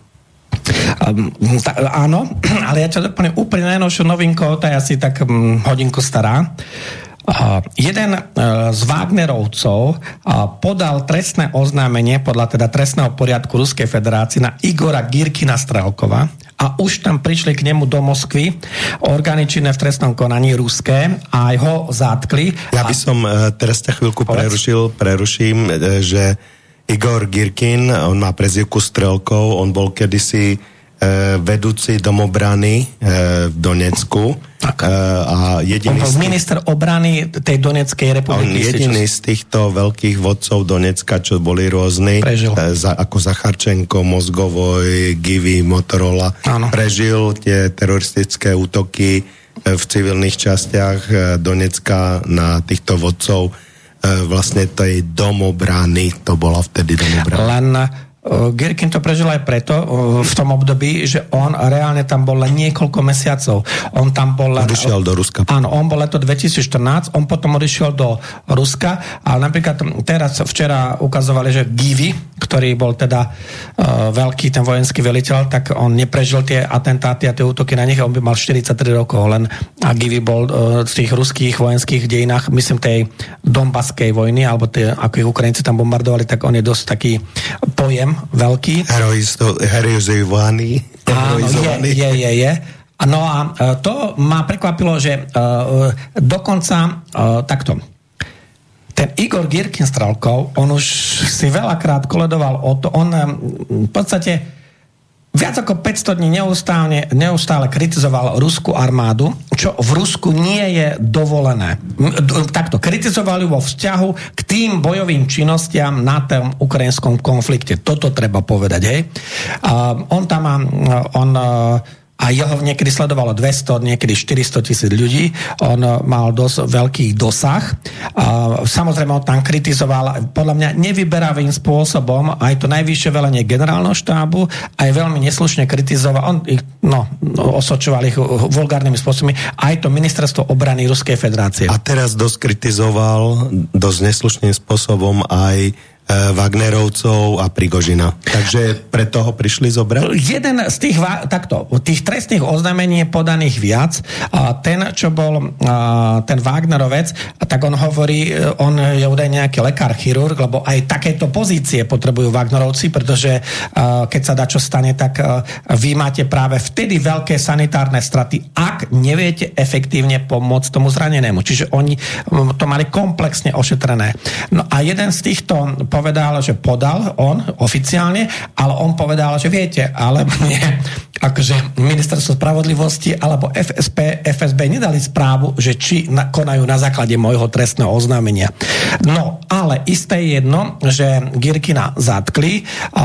Um, tá, áno, ale ja ťa doplním úplne najnovšiu novinku, tá je asi tak um, hodinku stará. Uh, jeden uh, z Wagnerovcov uh, podal trestné oznámenie podľa teda trestného poriadku Ruskej federácie na Igora Girkina Strelkova a už tam prišli k nemu do Moskvy orgány činné v trestnom konaní ruské a aj ho zatkli. Ja by som uh, teraz ťa chvíľku prerušil, preruším, uh, že Igor Girkin, on má prezývku Strelkov, on bol kedysi e, vedúci domobrany e, v Donecku. E, a jediný on bol minister obrany tej Donetskej republiky. On jediný z týchto veľkých vodcov Donecka, čo boli rôzni, e, za, ako Zacharčenko, Mozgovoj, Givi, Motorola, áno. Prežil tie teroristické útoky e, v civilných častiach e, Donecka na týchto vodcov. Vlastne tej domobrany, to bola vtedy domobrana. Len uh, Girkin to prežil aj preto uh, v tom období, že on reálne tam bol len niekoľko mesiacov. On tam bol... Odišiel do Ruska. Áno, on bol leto dvetisícštrnásť, on potom odišiel do Ruska, ale napríklad teraz včera ukazovali, že Givi, ktorý bol teda uh, veľký ten vojenský veliteľ, tak on neprežil tie atentáty a tie útoky na nich, on by mal štyridsaťtri rokov, len a Givi bol uh, v tých ruských vojenských dejinách, myslím tej Donbaskej vojny, alebo tie, ako ich Ukrajinci tam bombardovali, tak on je dosť taký pojem veľký. Heroizovaný. Áno, je, je, je, je. No a uh, to ma prekvapilo, že uh, dokonca uh, takto ten Igor Girkin Strelkov, on už si veľakrát koledoval o to, on v podstate viac ako päťsto dní neustále, neustále kritizoval ruskú armádu, čo v Rusku nie je dovolené. Takto, kritizoval ju vo vzťahu k tým bojovým činnostiam na tom ukrajinskom konflikte. Toto treba povedať, hej. Uh, on tam má, on a jeho niekedy sledovalo dvesto, niekedy štyristo tisíc ľudí. On mal dosť veľký dosah. Samozrejme, on tam kritizoval podľa mňa nevyberavým spôsobom aj to najvyššie velenie generálneho štábu, aj veľmi neslušne kritizoval, on ich, no, osočoval ich vulgárnymi spôsobmi, aj to ministerstvo obrany Ruskej federácie. A teraz dosť kritizoval dosť neslušným spôsobom aj Wagnerovcov a Prigožina. Takže preto ho prišli zobrať? Jeden z tých, takto, tých trestných oznámení je podaných viac. A ten, čo bol ten Wagnerovec, tak on hovorí, on je údaj nejaký lekár, chirurg, lebo aj takéto pozície potrebujú Wagnerovci, pretože keď sa dá čo stane, tak vy máte práve vtedy veľké sanitárne straty, ak neviete efektívne pomôcť tomu zranenému. Čiže oni to mali komplexne ošetrené. No a jeden z týchto povedal, že podal on oficiálne, ale on povedal, že viete, ale mne, akože ministerstvo spravodlivosti alebo ef es pé, ef es bé nedali správu, že či na, konajú na základe môjho trestného oznámenia. No, ale isté je jedno, že Girkina zatkli,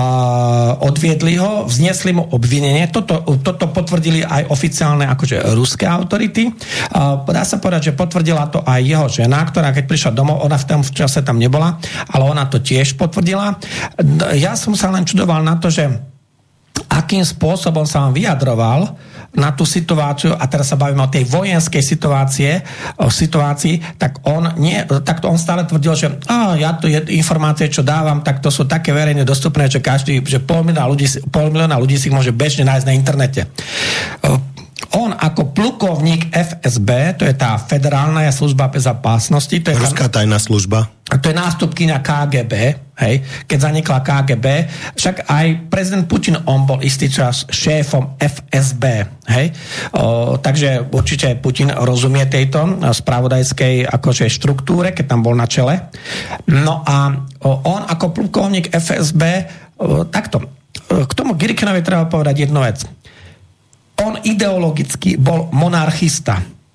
a odviedli ho, vznesli mu obvinenie. Toto, toto potvrdili aj oficiálne akože ruské autority. A dá sa povedať, že potvrdila to aj jeho žena, ktorá keď prišla domov, ona v tom čase tam nebola, ale ona to tiež potvrdila. Ja som sa len čudoval na to, že akým spôsobom sa on vyjadroval na tú situáciu, a teraz sa bavíme o tej vojenskej situácie, o situácii, tak on, nie, tak to on stále tvrdil, že á, ja tu je informácie, čo dávam, tak to sú také verejne dostupné, že každý, že pol milióna ľudí, pol milióna ľudí si ich môže bežne nájsť na internete. On ako plukovník ef es bé, to je tá federálna služba bezpečnosti, to je ruská tajná služba. To je nástupkyňa ká gé bé, hej, keď zanikla ká gé bé, však aj prezident Putin, on bol istý čas šéfom ef es bé, hej. O, takže určite Putin rozumie tejto spravodajskej akože štruktúre, keď tam bol na čele. No a o, on ako plukovník ef es bé, o, takto, k tomu Girkinovi treba povedať jednu vec. On ideologicky bol monarchista.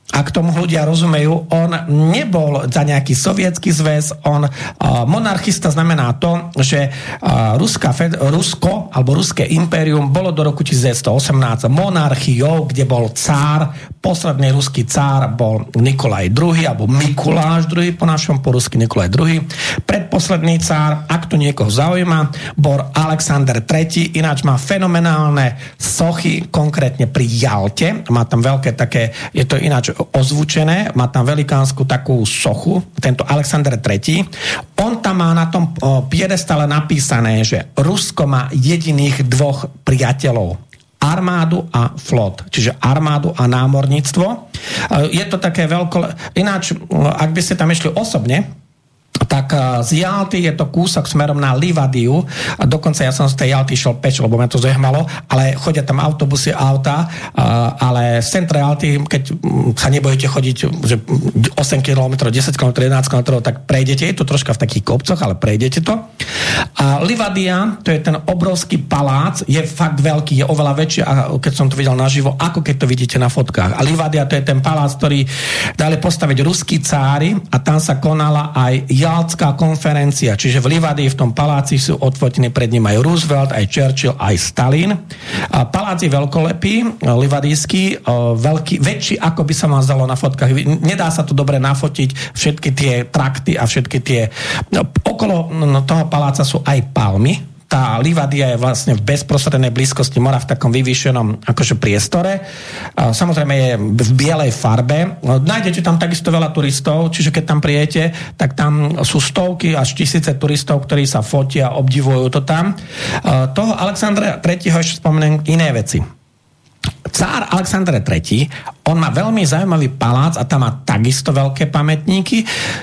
ak tomu ľudia rozumejú, on nebol za nejaký sovietský zväz, on uh, monarchista znamená to, že uh, Ruská Fed, Rusko alebo Ruské impérium bolo do roku devätnásť osemnásť monarchiou, kde bol cár, posledný ruský cár bol Nikolaj druhý alebo Mikuláš druhý, po našom po rusky Nikolaj druhý. Predposledný cár, ak to niekoho zaujíma, bol Alexander tretí, ináč má fenomenálne sochy, konkrétne pri Jalte, má tam veľké také, je to ináč ozvučené, má tam velikánsku takú sochu, tento Alexander tretí. On tam má na tom piedestale napísané, že Rusko má jediných dvoch priateľov. Armádu a flot, čiže armádu a námorníctvo. Je to také veľko... Ináč, ak by ste tam išli osobne, tak z Jalty je to kúsok smerom na Livadiu a dokonca ja som z tej Jalty šiel peč, lebo ma to zaujímalo, ale chodia tam autobusy, auta, ale z centra Jalty, keď sa nebojíte chodiť že osem kilometrov, desať kilometrov, jedenásť kilometrov, tak prejdete, je to troška v takých kopcoch, ale prejdete to. A Livadia, to je ten obrovský palác, je fakt veľký, je oveľa väčší, keď som to videl naživo, ako keď to vidíte na fotkách. A Livadia, to je ten palác, ktorý dali postaviť ruskí cári a tam sa konala aj Jaltská konferencia, čiže v Livadii v tom paláci sú odfotení pred ním aj Roosevelt, aj Churchill, aj Stalin. A palác je veľkolepý, livadijský, veľký, väčší, ako by sa vám zdalo na fotkách. Nedá sa to dobre nafotiť, všetky tie trakty a všetky tie... Okolo toho paláca sú aj palmy. Tá Livadia je vlastne v bezprostrednej blízkosti mora v takom vyvýšenom akože priestore. Samozrejme je v bielej farbe. Nájdete tam takisto veľa turistov, čiže keď tam prijete, tak tam sú stovky až tisíce turistov, ktorí sa fotia, obdivujú to tam. Toho Alexandra tretieho ešte spomeniem iné veci. Cár Alexander tretí, on má veľmi zaujímavý palác a tam má takisto veľké pamätníky.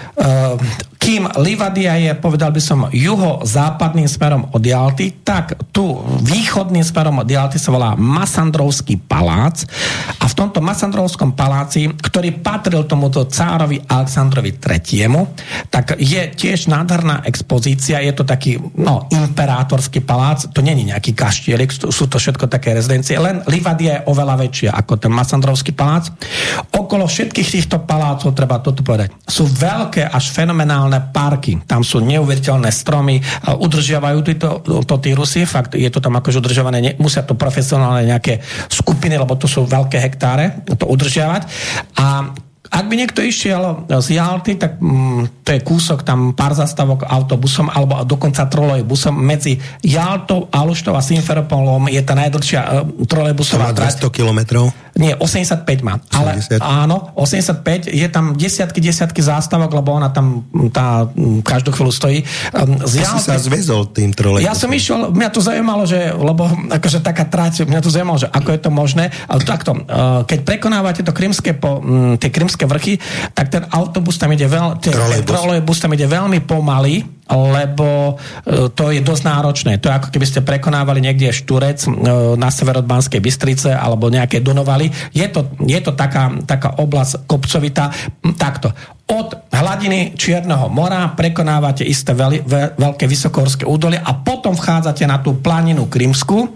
Kým Livadia je, povedal by som, juho-západným smerom od Jalty, tak tu východným smerom od Jalty sa volá Masandrovský palác a v tomto Masandrovskom paláci, ktorý patril tomuto cárovi Alexandrovi tretiemu, tak je tiež nádherná expozícia, je to taký, no, imperátorský palác, to není nejaký kaštielik, sú to všetko také rezidencie, len Livadia je oveľa väčšia ako ten Masandrovský palác. Okolo všetkých týchto palácov, treba toto povedať, sú veľké až fenomenálne parky. Tam sú neuveriteľné stromy, udržiavajú títo, to tí Rusi, fakt je to tam akože udržiavané, ne, musia to profesionálne nejaké skupiny, lebo to sú veľké hektáre, to udržiavať. A ak by niekto išiel z Jalty, tak mm, to je kúsok, tam pár zastavok autobusom alebo dokonca trolejbusom. Medzi Jaltou, Aluštou a Simferopolom je tá najdlhšia uh, trolejbusová trať. dvesto kilometrov? Nie, osemdesiatpäť má. Ale osemdesiat? Áno, osemdesiatpäť, je tam desiatky, desiatky zástavok, lebo ona tam tá, každú chvíľu stojí. Z Jalty, si sa zväzol tým trolejbusom. Ja som išiel, mňa to zaujímalo, že, lebo akože taká trať, mňa to zaujímalo, že ako je to možné. Ale takto, uh, keď prekonávate to krymské po, um, tie krymské vrchy, tak ten autobus tam ide veľmi, trolejbus. trolejbus tam ide veľmi pomaly, lebo to je dosť náročné. To je ako keby ste prekonávali niekde Šturec na sever od Banskej Bystrice alebo nejaké Dunovaly. Je to, je to taká, taká oblasť kopcovitá. Takto. Od hladiny Čierneho mora prekonávate isté veľ, veľké vysokohorské údolie a potom vchádzate na tú planinu Krymsku.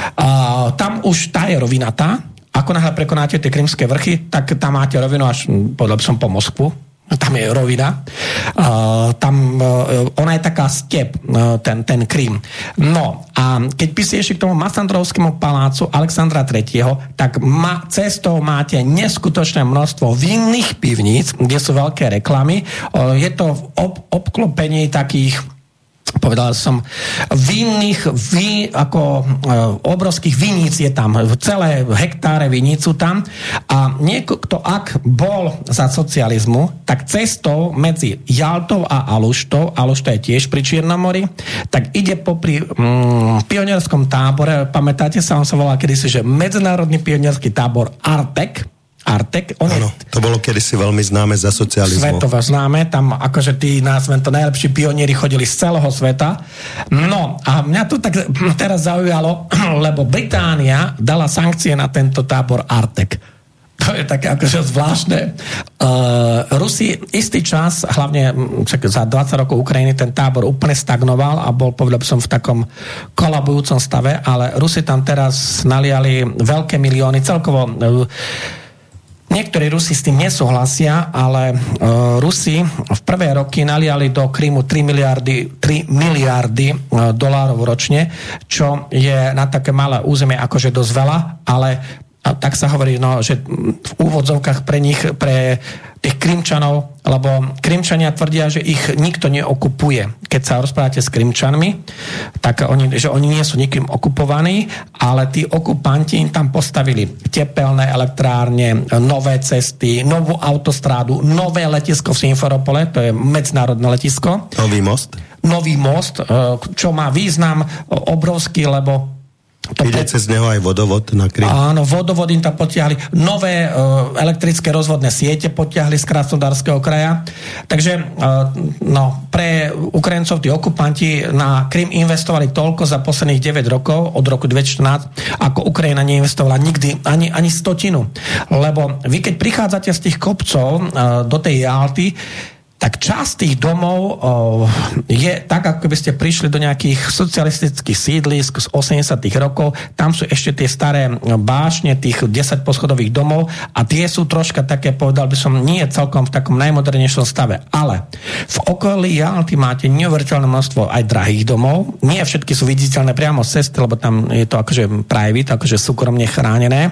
A tam už tá je rovinatá. Ako náhle prekonáte tie krymské vrchy, tak tam máte rovinu až, povedal by som, po Moskvu. Tam je rovina. Uh, tam, uh, ona je taká step, uh, ten, ten Krym. No a keď by ste ešte k tomu Masandrovskému palácu Alexandra tretieho, tak ma, cestou máte neskutočné množstvo vinných pivníc, kde sú veľké reklamy. Uh, je to v ob, obklopení takých, povedal som, vinných, ví, ako e, obrovských viníc je tam, celé hektáre viníc sú tam a niekto, ak bol za socializmu, tak cestou medzi Jaltou a Aluštou, Alušta je tiež pri Čiernom mori, tak ide popri mm, pionierskom tábore, pamätáte sa, on sa volal kedysi, že Medzinárodný pionierský tábor Artek, Artek. Áno, to bolo kedysi veľmi známe za socializmu. Svetovo známe, tam akože tí názvem to najlepší pionieri chodili z celého sveta. No a mňa to tak teraz zaujalo, lebo Británia dala sankcie na tento tábor Artek. To je také akože zvláštne. Uh, Rusi istý čas, hlavne čak, za dvadsať rokov Ukrajiny, ten tábor úplne stagnoval a bol, povedal by som, v takom kolabujúcom stave, ale Rusi tam teraz naliali veľké milióny, celkovo uh, Niektorí Rusi s tým nesúhlasia, ale uh, Rusi v prvé roky naliali do Krymu tri miliardy, tri miliardy uh, dolárov ročne, čo je na také malé územie akože dosť veľa, ale uh, tak sa hovorí, no, že v úvodzovkách pre nich, pre tých Krymčanov, lebo Krymčania tvrdia, že ich nikto neokupuje. Keď sa rozprávate s Krymčanmi, tak oni, že oni nie sú nikým okupovaní, ale tí okupanti im tam postavili tepelné elektrárne, nové cesty, novú autostrádu, nové letisko v Simferopole, to je medzinárodné letisko. Nový most? Nový most, čo má význam obrovský, lebo To ide pre... cez neho aj vodovod na Krym. Áno, vodovod im tam potiahli. Nové uh, elektrické rozvodné siete potiahli z Krasnodarského kraja. Takže uh, no, pre Ukrajincov, tí okupanti na Krym investovali toľko za posledných deväť rokov, od roku dvetisícštrnásť, ako Ukrajina neinvestovala nikdy ani, ani stotinu. Lebo vy, keď prichádzate z tých kopcov uh, do tej Jalty, tak časť tých domov o, je tak, ako by ste prišli do nejakých socialistických sídlisk z osemdesiatych rokov. Tam sú ešte tie staré bášne tých desať poschodových domov a tie sú troška také, povedal by som, nie celkom v takom najmodernejšom stave. Ale v okolí Jalty máte neuveriteľné množstvo aj drahých domov. Nie všetky sú viditeľné priamo z cesty, lebo tam je to akože private, akože súkromne chránené.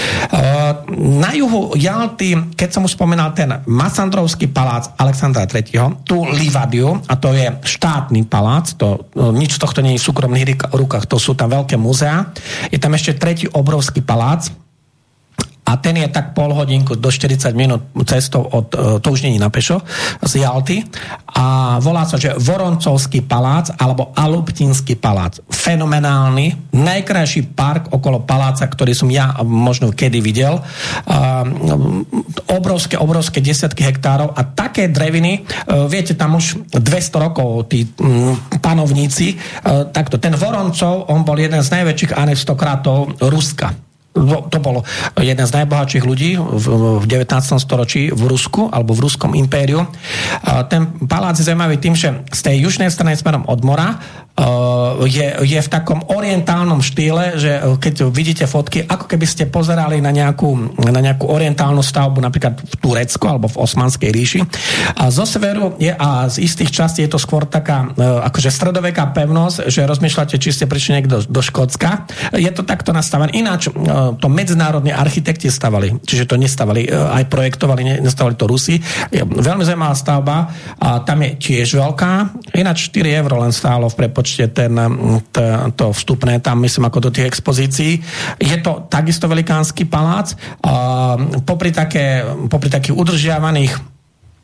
Na juhu Jalty, keď som už spomínal ten Masandrovský palác Alexandra tretieho, tu Livadiu, a to je štátny palác, to, nič z tohto nie je v súkromných rukách, to sú tam veľké múzea. Je tam ešte tretí obrovský palác, a ten je tak pol hodinku do štyridsať minút cestou od, to už nie je na pešo, z Jalty. A volá sa, že Voroncovský palác alebo Aluptinský palác. Fenomenálny, najkrajší park okolo paláca, ktorý som ja možno kedy videl. Uh, obrovské, obrovské desiatky hektárov a také dreviny, uh, viete, tam už dvesto rokov tí um, panovníci, uh, takto. Ten Voroncov, on bol jeden z najväčších aristokratov Ruska. To bolo jeden z najbohatších ľudí v devätnástom storočí v Rusku alebo v Ruskom impériu. Ten palác je zaujímavý tým, že z tej južnej strany smerom od mora je, je v takom orientálnom štýle, že keď vidíte fotky, ako keby ste pozerali na nejakú, na nejakú orientálnu stavbu napríklad v Turecku alebo v Osmanskej ríši. A zo severu je a z istých častí je to skôr taká akože stredoveká pevnosť, že rozmýšľate, či ste prišli niekto do, do Škótska. Je to takto nastavené. Ináč to medzinárodní architekti stavali, čiže to nestavali, aj projektovali, nestavali to Rusi. Je veľmi zaujímavá stavba a tam je tiež veľká. Ináč štyri euro len stálo v prepočte ten, to vstupné tam, myslím, ako do tých expozícií. Je to takisto velikánsky palác. A popri, také, popri takých udržiavaných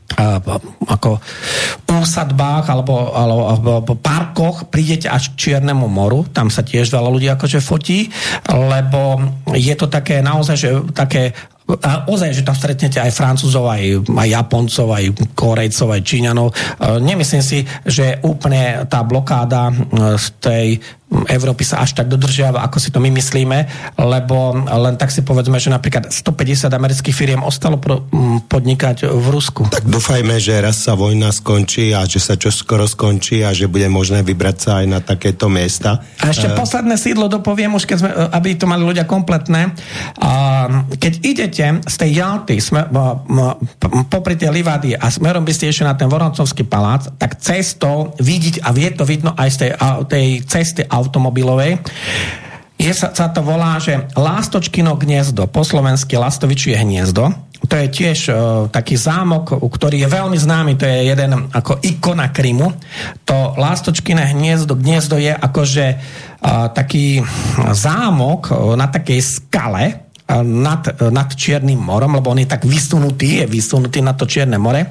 ako úsadbách alebo, alebo, alebo parkoch prídete až k Čiernemu moru, tam sa tiež veľa ľudí akože fotí, lebo je to také naozaj, že také a ozaj, že tam stretnete aj Francúzov, aj, aj Japoncov, aj Korejcov, aj Číňanov. Nemyslím si, že úplne tá blokáda z tej Európy sa až tak dodržiava, ako si to my myslíme, lebo len tak si povedzme, že napríklad stopäťdesiat amerických firiem ostalo pro, podnikať v Rusku. Tak dúfajme, že raz sa vojna skončí a že sa čoskoro skončí a že bude možné vybrať sa aj na takéto miesta. A ešte uh... posledné sídlo dopoviem už, keď sme, aby to mali ľudia kompletné. Uh, keď idete z tej Jalty sme, uh, popri tej Livadii a smerom by ste ešte na ten Voroncovský palác, tak cestou vidieť a vie to vidno aj z tej, uh, tej cesty automobilovej. Je sa, sa to volá, že Lástočkino gniezdo, po slovensky Lastovičie hniezdo. To je tiež uh, taký zámok, ktorý je veľmi známy, to je jeden ako ikona Krymu. To Lástočkino hniezdo, gniezdo je akože uh, taký zámok uh, na takej skale, Nad, nad Čiernym morom, lebo on je tak vysunutý, je vysunutý na to Čierne more. E,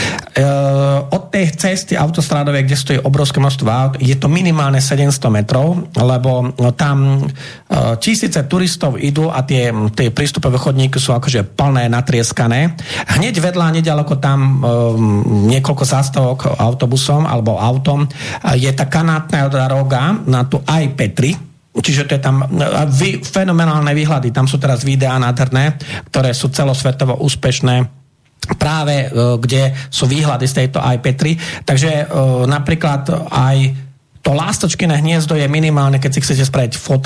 od tej cesty autostrádovej, kde stojí obrovské množstvo aut, je to minimálne sedemsto metrov, lebo tam e, tisíce turistov idú a tie, tie prístupové chodníky sú akože plné, natrieskané. Hneď vedľa, nedaleko tam e, niekoľko zástavok autobusom alebo autom je tá kanátna droga na tú I P tri. Čiže to je tam vy, fenomenálne výhľady. Tam sú teraz videá nádherné, ktoré sú celosvetovo úspešné, práve kde sú výhľady z tejto I P tri. Takže napríklad aj to Lástočkino hniezdo je minimálne, keď si chcete spraviť fotky,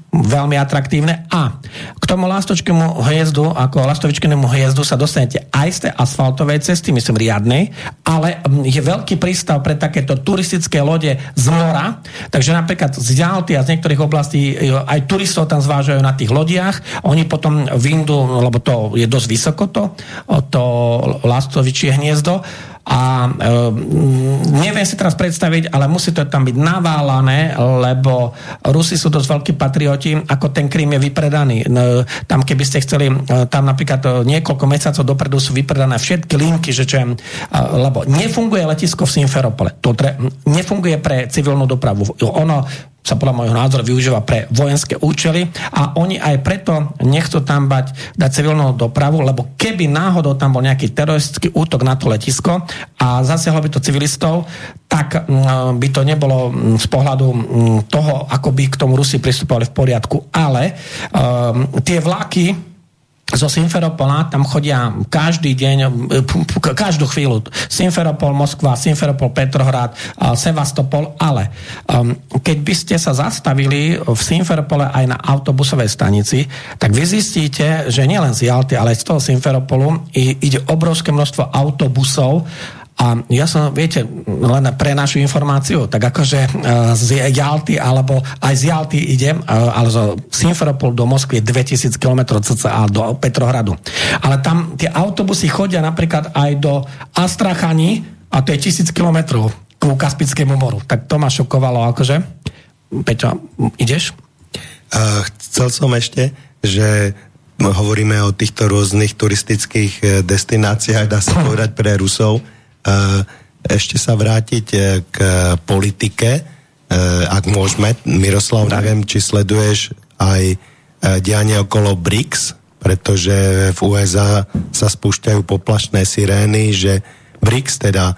veľmi atraktívne. A k tomu lastočkému hviezdu, ako lastovičkému hviezdu sa dostanete aj z tej asfaltovej cesty, myslím riadnej, ale je veľký prístav pre takéto turistické lode z mora, takže napríklad z Jalty a z niektorých oblastí aj turistov tam zvážajú na tých lodiach, oni potom vyndú, lebo to je dosť vysoko to, to lastovičie hniezdo, a e, neviem si teraz predstaviť, ale musí to tam byť naválané, lebo Rusi sú dosť veľkí patrioti, ako ten Krym je vypredaný. E, tam keby ste chceli, e, tam napríklad niekoľko mesiacov dopredu sú vypredané všetky linky, že čo, e, lebo nefunguje letisko v Simferopole. To tre, nefunguje pre civilnú dopravu. Ono sa podľa môjho názoru využíva pre vojenské účely a oni aj preto nechcú tam bať, dať civilnú dopravu, lebo keby náhodou tam bol nejaký teroristický útok na to letisko a zasiahlo by to civilistov, tak by to nebolo z pohľadu toho, ako by k tomu Rusi pristupovali v poriadku. Ale um, tie vlaky zo Simferopola tam chodia každý deň, každú chvíľu. Simferopol, Moskva, Simferopol, Petrohrad, Sevastopol, ale um, keď by ste sa zastavili v Simferopole aj na autobusovej stanici, tak vy zistíte, že nielen z Jalty, ale aj z toho Simferopolu ide obrovské množstvo autobusov. A ja som, viete, len pre našu informáciu, tak akože z Jalty, alebo aj z Jalty idem, ale zo Simferopol do Moskvy je dvetisíc kilometrov cca do Petrohradu. Ale tam tie autobusy chodia napríklad aj do Astrachani a to je tisíc kilometrov ku Kaspickému moru. Tak to ma šokovalo, akože. Peťo, ideš? Uh, chcel som ešte, že hovoríme o týchto rôznych turistických destináciách, dá sa povedať pre Rusov. Ešte sa vrátiť k politike, ak môžeme. Miroslav, neviem, či sleduješ aj dianie okolo bé er í cé, pretože v ú es á sa spúšťajú poplašné sirény, že bé er í cé, teda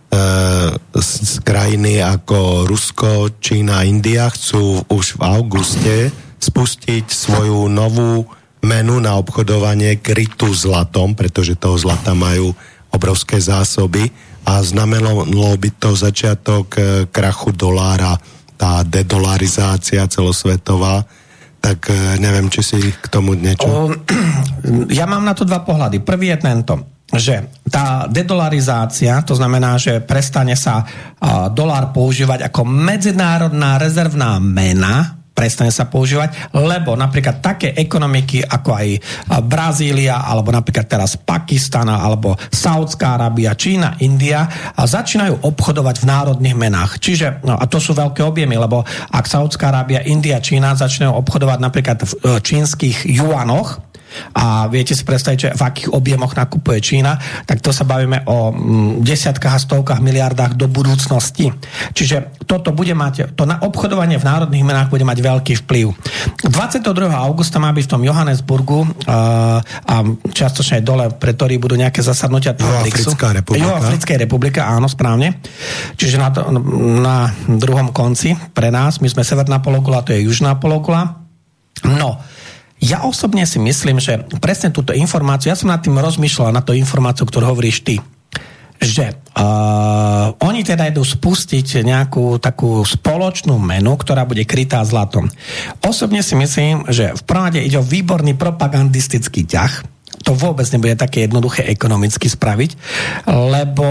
z krajiny ako Rusko, Čína, India chcú už v auguste spustiť svoju novú menu na obchodovanie krytú zlatom, pretože toho zlata majú obrovské zásoby a znamenalo by to začiatok krachu dolára, tá dedolarizácia celosvetová, tak neviem, či si k tomu niečo... O, ja mám na to dva pohľady. Prvý je tento, že tá dedolarizácia, to znamená, že prestane sa uh, dolár používať ako medzinárodná rezervná mena, prestane sa používať, lebo napríklad také ekonomiky ako aj Brazília, alebo napríklad teraz Pakistan, alebo Saudská Arábia, Čína, India začínajú obchodovať v národných menách. Čiže, no, a to sú veľké objemy, lebo ak Saudská Arábia, India, Čína začínajú obchodovať napríklad v čínskych juanoch, a viete si predstaviť, že v akých objemoch nakupuje Čína, tak to sa bavíme o desiatkách a stovkách miliardách do budúcnosti. Čiže toto bude mať, to na obchodovanie v národných menách bude mať veľký vplyv. dvadsiateho druhého augusta má byť v tom Johannesburgu uh, a čiastočne aj dole, pre ktorý budú nejaké zasadnutia Juhoafrická republika. Juhoafrickej republika, áno, správne. Čiže na, to, na druhom konci pre nás, my sme severná pologula, to je južná pologula. No, ja osobne si myslím, že presne túto informáciu, ja som nad tým rozmýšľal, na tú informáciu, ktorú hovoríš ty, že uh, oni teda idú spustiť nejakú takú spoločnú menu, ktorá bude krytá zlatom. Osobne si myslím, že v prvom rade ide o výborný propagandistický ťah. To vôbec nebude také jednoduché ekonomicky spraviť, lebo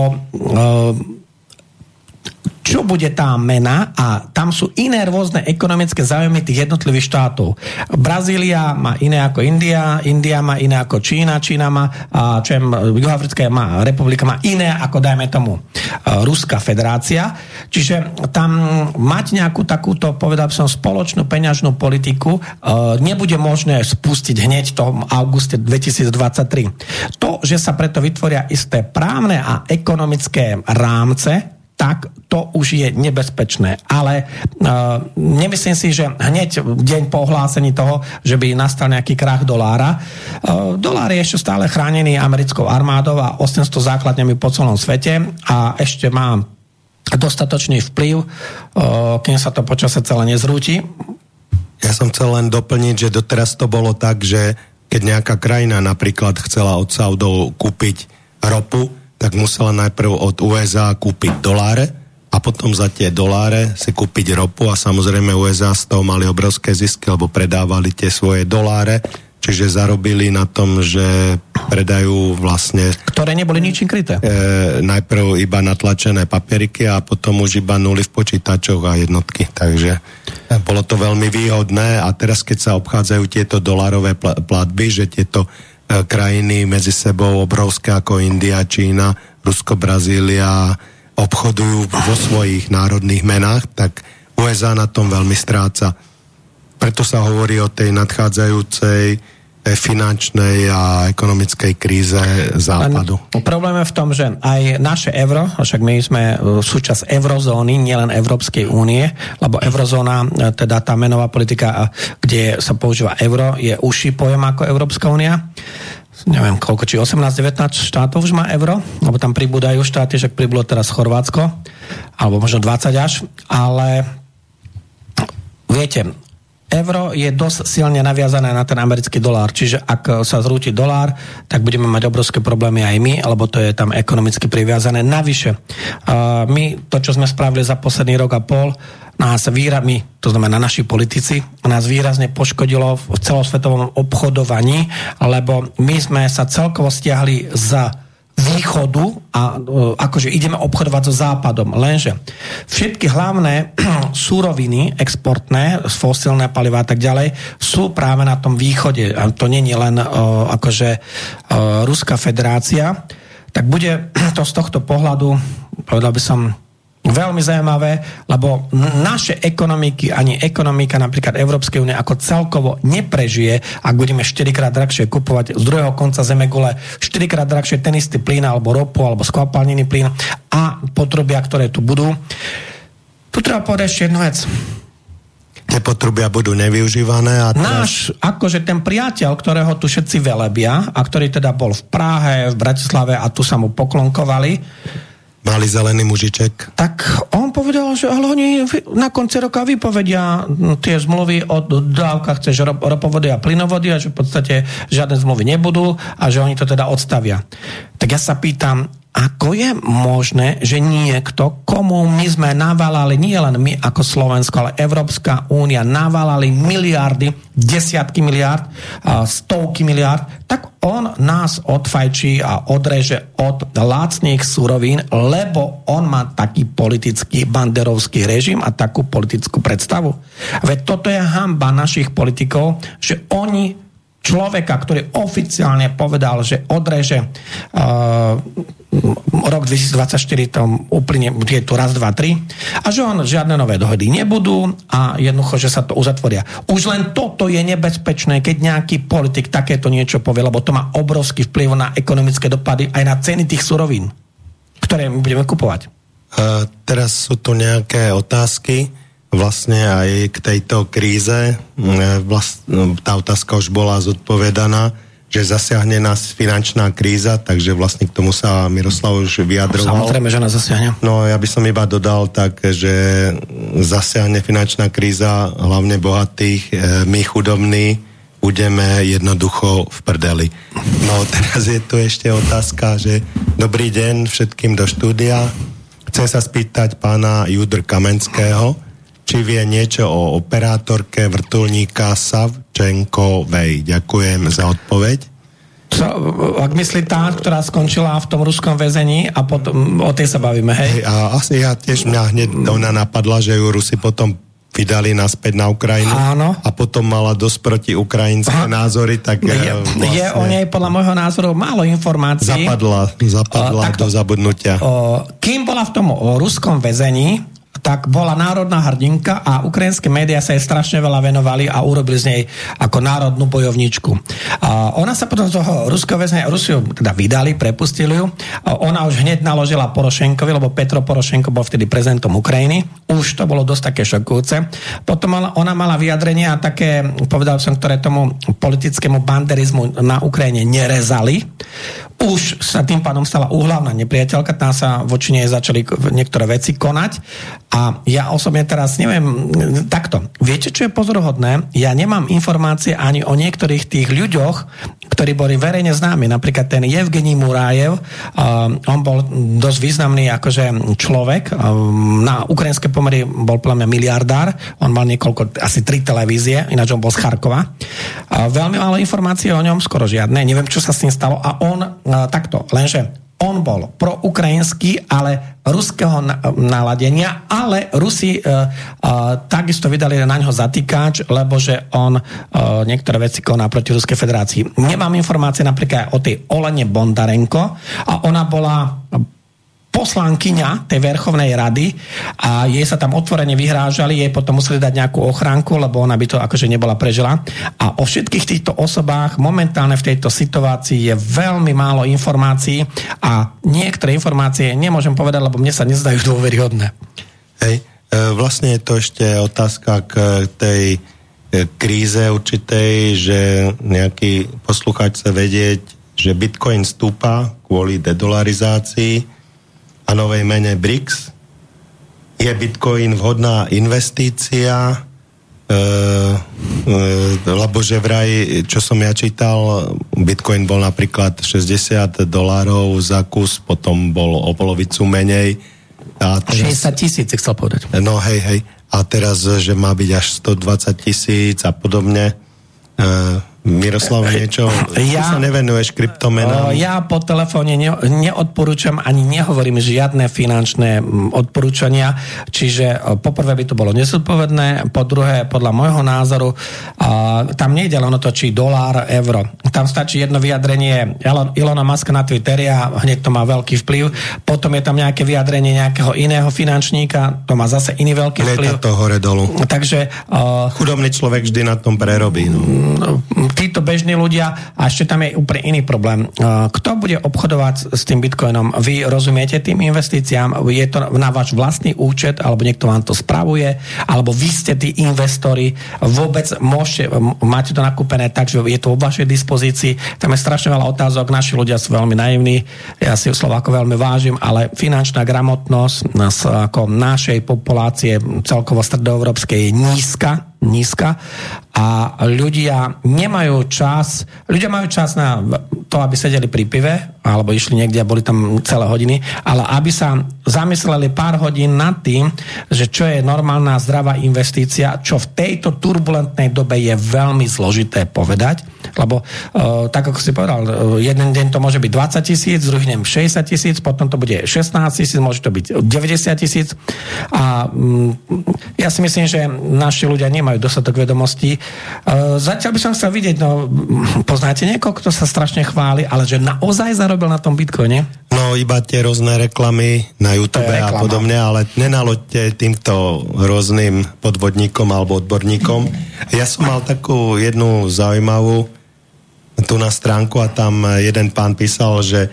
uh, čo bude tá mena a tam sú iné rôzne ekonomické záujmy tých jednotlivých štátov. Brazília má iné ako India, India má iné ako Čína, Čína má, a čo je, Juhoafrická má, republika má iné ako, dajme tomu, Ruská federácia. Čiže tam mať nejakú takúto, povedal som, spoločnú peňažnú politiku nebude možné spustiť hneď v tom auguste dvetisícdvadsaťtri. To, že sa preto vytvoria isté právne a ekonomické rámce, tak to už je nebezpečné. Ale uh, nemyslím si, že hneď deň po ohlásení toho, že by nastal nejaký krach dolára. Uh, dolár je ešte stále chránený americkou armádou a osemsto základňami po celom svete a ešte má dostatočný vplyv, uh, kým sa to počase celé nezrúti. Ja som chcel len doplniť, že doteraz to bolo tak, že keď nejaká krajina napríklad chcela od Saudov kúpiť ropu, tak musela najprv od ú es á kúpiť doláre a potom za tie doláre si kúpiť ropu a samozrejme ú es á z toho mali obrovské zisky, lebo predávali tie svoje doláre, čiže zarobili na tom, že predajú vlastne... Ktoré neboli ničím kryté. E, najprv iba natlačené papieriky a potom už iba nuly v počítačoch a jednotky, takže bolo to veľmi výhodné a teraz keď sa obchádzajú tieto dolárové pl- platby, že tieto e, krajiny medzi sebou obrovské ako India, Čína, Rusko, Brazília obchodujú vo svojich národných menách, tak ú es á na tom veľmi stráca. Preto sa hovorí o tej nadchádzajúcej finančnej a ekonomickej kríze západu. Len problém je v tom, že aj naše euro, však my sme súčasť eurozóny, nielen Európskej únie, lebo eurozóna, teda tá menová politika, kde sa používa euro, je užší pojem ako Európska únia. Neviem koľko, či osemnásť devätnásť štátov už má euro, lebo tam pribúdajú štáty, že pribudlo teraz Chorvátsko, alebo možno dvadsať až, ale viete, euro je dosť silne naviazané na ten americký dolár, čiže ak sa zrúti dolár, tak budeme mať obrovské problémy aj my, lebo to je tam ekonomicky priviazané. Navyše, uh, my, to, čo sme spravili za posledný rok a pol, nás výrazne, to znamená naši politici, nás výrazne poškodilo v celosvetovom obchodovaní, lebo my sme sa celkovo stiahli za východu a akože ideme obchodovať so západom. Lenže všetky hlavné súroviny exportné, fosílne paliva a tak ďalej, sú práve na tom východe. A to nie je len uh, akože uh, Ruská federácia. Tak bude to z tohto pohľadu, povedal by som, veľmi zaujímavé, lebo naše ekonomiky, ani ekonomika napríklad Európskej únie ako celkovo neprežije, ak budeme štyrikrát drahšie kupovať z druhého konca zemegule štyrikrát drahšie ten istý plyn alebo ropu alebo skvapalnený plyn a potrubia, ktoré tu budú. Tu treba povedať ešte jednu vec. Tie potrubia budú nevyužívané a teraz... Náš, akože ten priateľ, ktorého tu všetci velebia a ktorý teda bol v Prahe, v Bratislave a tu sa mu poklonkovali, malý zelený mužiček. Tak on povedal, že ale oni na konci roka vypovedia tie zmluvy o dodávkach cez ropovody a plynovody a že v podstate žiadne zmluvy nebudú a že oni to teda odstavia. Tak ja sa pýtam, ako je možné, že niekto, komu my sme navalali, nie len my ako Slovensko, ale Európska únia, navalali miliardy, desiatky miliard, stovky miliard, tak on nás odfajčí a odreže od lacných surovín, lebo on má taký politický banderovský režim a takú politickú predstavu. Veď toto je hanba našich politikov, že oni človeka, ktorý oficiálne povedal, že odreže uh, rok dvetisícdvadsaťštyri, tam úplne je tu raz, dva, tri a že on žiadne nové dohody nebudú a jednoducho, že sa to uzatvoria. Už len toto je nebezpečné, keď nejaký politik takéto niečo povie, lebo to má obrovský vplyv na ekonomické dopady aj na ceny tých surovín, ktoré my budeme kupovať. Uh, teraz sú tu nejaké otázky vlastne aj k tejto kríze. Vlast, tá otázka už bola zodpovedaná, že zasiahne nás finančná kríza, takže vlastne k tomu sa Miroslav už vyjadroval. Samozrejme, že nás zasiahne. No, ja by som iba dodal tak, že zasiahne finančná kríza hlavne bohatých, my chudobní budeme jednoducho v prdeli. No, teraz je tu ešte otázka, že dobrý deň všetkým do štúdia. Chcem sa spýtať pána Judr Kamenského, či vie niečo o operátorke vrtuľníka Savčenkovej. Ďakujem za odpoveď. Čo, ak myslí tá, ktorá skončila v tom ruskom väzení a potom o tej sa bavíme, hej? hej a asi ja tiež mňa hneď ona napadla, že ju Rusi potom vydali naspäť na Ukrajinu. Áno. A potom mala dosť proti ukrajinské názory, tak je, vlastne... Je o nej podľa môjho názoru málo informácií. Zapadla, zapadla o, takto, do zabudnutia. O, kým bola v tom o ruskom väzení, tak bola národná hrdinka a ukrajinské médiá sa jej strašne veľa venovali a urobili z nej ako národnú bojovníčku. A ona sa potom z toho ruského väzenia, Rusiu teda vydali, prepustili ju. A ona už hneď naložila Porošenkovi, lebo Petro Porošenko bol vtedy prezidentom Ukrajiny. Už to bolo dosť také šokujúce. Potom ona mala vyjadrenia také, povedal som, ktoré tomu politickému banderizmu na Ukrajine nerezali. Už sa tým pádom stala úhlavná nepriateľka, tam sa voči nej začali niektoré veci konať. A ja osobne teraz neviem, takto, viete, čo je pozoruhodné? Ja nemám informácie ani o niektorých tých ľuďoch, ktorí boli verejne známi. Napríklad ten Evgenij Murájev, uh, on bol dosť významný akože človek. Um, na ukrajinské pomery bol podľa mňa miliardár. On mal niekoľko, asi tri televízie, ináč on bol z Charkova. Uh, veľmi málo informácií o ňom, skoro žiadne. Neviem, čo sa s tým stalo. A on uh, takto, lenže on bol proukrajinský, ale ruského naladenia, ale Rusi uh, uh, takisto vydali na ňo zatýkač, lebo že on uh, niektoré veci koná proti Ruskej federácii. Nemám informácie napríklad o tej Olene Bondarenko a ona bola poslankyňa tej Verchovnej rady a jej sa tam otvorene vyhrážali, jej potom museli dať nejakú ochránku, lebo ona by to akože nebola prežila. A o všetkých týchto osobách momentálne v tejto situácii je veľmi málo informácií a niektoré informácie nemôžem povedať, lebo mne sa nezdajú dôveryhodné. Hej, vlastne je to ešte otázka k tej kríze určitej, že nejaký poslucháč chce vedieť, že Bitcoin stúpa kvôli dedolarizácii a novej mene bé er í cé. Je Bitcoin vhodná investícia? E, e, lebo že vraj, čo som ja čítal, Bitcoin bol napríklad šesťdesiat dolárov za kus, potom bol o polovicu menej. A teraz, šesťdesiat tisíc, chcel povedať. No hej, hej. A teraz, že má byť až stodvadsať tisíc a podobne. E, Miroslav, niečo? Ja, Ty sa nevenuješ kryptomenám? Ja po telefóne ne, neodporúčam, ani nehovorím žiadne finančné odporúčania, čiže poprvé by to bolo nezodpovedné, po druhé, podľa môjho názoru, a, tam nejde len o to, či dolár, euro. Tam stačí jedno vyjadrenie Elona Muska na Twitteri a hneď to má veľký vplyv. Potom je tam nejaké vyjadrenie nejakého iného finančníka, to má zase iný veľký vplyv. Lieta to hore dolu. Takže... Uh, Chudobný človek vždy na tom prerobí. No. Títo bežní ľudia, a ešte tam je úplne iný problém. Kto bude obchodovať s tým bitcoinom? Vy rozumiete tým investíciám? Je to na váš vlastný účet, alebo niekto vám to spravuje, alebo vy ste tí investori, vôbec môžete, máte to nakúpené tak, že je to vo vašej dispozícii. Tam je strašne veľa otázok, naši ľudia sú veľmi naivní, ja si Slováko veľmi vážim, ale finančná gramotnosť nás, ako našej populácie celkovo stredoeurópskej je nízka, nízka a ľudia nemajú čas, ľudia majú čas na to, aby sedeli pri pive alebo išli niekde a boli tam celé hodiny, ale aby sa zamysleli pár hodín nad tým, že čo je normálna zdravá investícia, čo v tejto turbulentnej dobe je veľmi zložité povedať, lebo uh, tak ako si povedal, uh, jeden deň to môže byť dvadsať tisíc, druhý deň šesťdesiat tisíc, potom to bude šestnásť tisíc, môže to byť deväťdesiat tisíc a um, ja si myslím, že naši ľudia nemajú dostatok vedomostí. Uh, zatiaľ by som chcel vidieť, no poznáte niekoho, kto sa strašne chváli, ale že naozaj zarobil na tom bitcoine? No iba tie rôzne reklamy na YouTube a podobne, ale nenaloďte týmto rôznym podvodníkom alebo odborníkom. Ja som mal takú jednu zaujímavú tu na stránku a tam jeden pán písal, že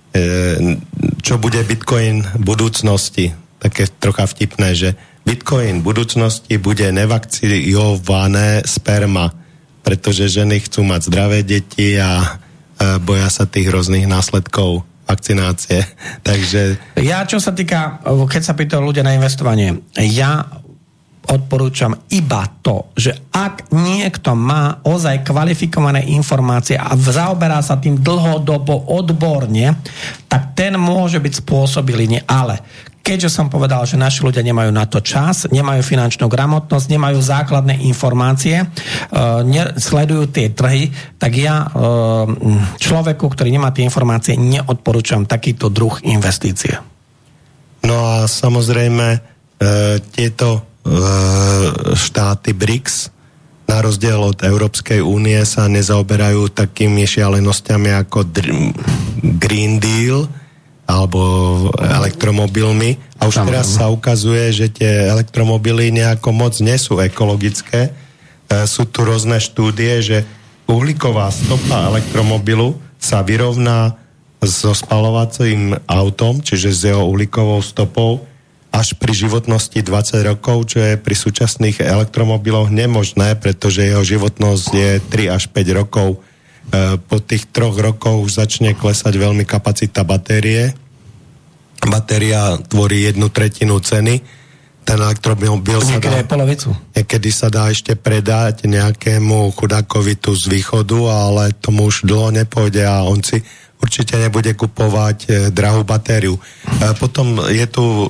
e, čo bude bitcoin v budúcnosti. Také trocha vtipné, že bitcoin v budúcnosti bude nevakciované sperma, pretože ženy chcú mať zdravé deti a e, boja sa tých rôznych následkov vakcinácie. Takže... Ja, čo sa týka, keď sa pýtajú ľudia na investovanie, ja odporúčam iba to, že ak niekto má ozaj kvalifikované informácie a zaoberá sa tým dlhodobo odborne, tak ten môže byť spôsobilý, ale keďže som povedal, že naši ľudia nemajú na to čas, nemajú finančnú gramotnosť, nemajú základné informácie, uh, sledujú tie trhy, tak ja uh, človeku, ktorý nemá tie informácie, neodporúčam takýto druh investície. No a samozrejme uh, tieto uh, štáty bé er í cé na rozdiel od Európskej únie sa nezaoberajú takými šialenosťami ako dr- Green Deal alebo elektromobilmi. A už teraz sa ukazuje, že tie elektromobily nejako moc nie sú ekologické. E, sú tu rôzne štúdie, že uhlíková stopa elektromobilu sa vyrovná so spaľovacím autom, čiže s jeho uhlíkovou stopou, až pri životnosti dvadsať rokov, čo je pri súčasných elektromobiloch nemožné, pretože jeho životnosť je tri až päť rokov. Po tých troch rokoch už začne klesať veľmi kapacita batérie. Batéria tvorí jednu tretinu ceny, ten elektromobil sa dá, polovicu. niekedy sa dá ešte predať nejakému chudákovi tu z východu, ale tomu už dlho nepôjde a on si určite nebude kupovať e, drahú batériu. E, potom je tu e,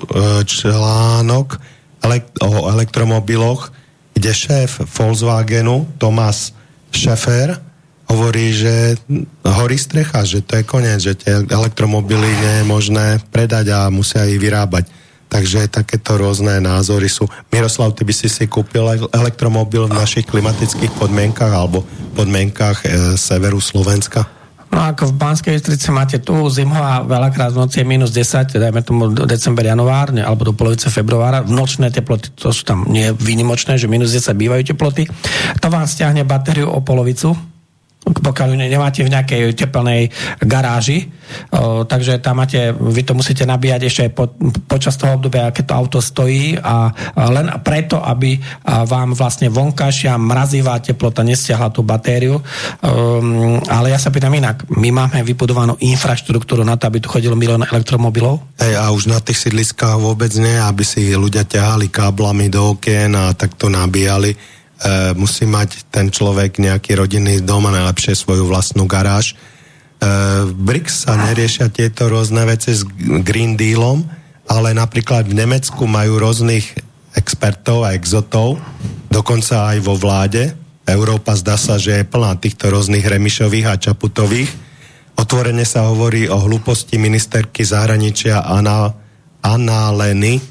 článok elek- o elektromobiloch, kde šéf Volkswagenu Thomas Schäfer hovorí, že horí strecha, že to je koniec, že tie elektromobily nie je možné predať a musia ich vyrábať. Takže takéto rôzne názory sú. Miroslav, ty by si si kúpil elektromobil v našich klimatických podmienkach alebo podmienkach e, severu Slovenska? No ako v Banskej Bystrici máte tu zimu a veľakrát v noci je minus desať, dajme tomu december, január, ne, alebo do polovice februára. Nočné teploty, to sú tam nie výnimočné, že minus desať bývajú teploty. To vám stiahne batériu o polovicu, pokiaľ nemáte v nejakej teplnej garáži. O, takže tam máte, vy to musíte nabíjať ešte aj po, počas toho obdobia, keď to auto stojí a, a len preto, aby a vám vlastne vonkajšia mrazivá teplota nestiahla tú batériu. Um, ale ja sa pýtam inak. My máme vybudovanú infraštruktúru na to, aby tu chodilo milión elektromobilov? Hej, a už na tých sídliskách vôbec nie, aby si ľudia ťahali káblami do okien a takto nabíjali. Uh, musí mať ten človek nejaký rodinný dom a najlepšie svoju vlastnú garáž. Uh, v bé er í cé sa neriešia tieto rôzne veci s Green Dealom, ale napríklad v Nemecku majú rôznych expertov a exotov, dokonca aj vo vláde. Európa zdá sa, že je plná týchto rôznych Remišových a Čaputových. Otvorene sa hovorí o hlúposti ministerky zahraničia Anna, Anna Leny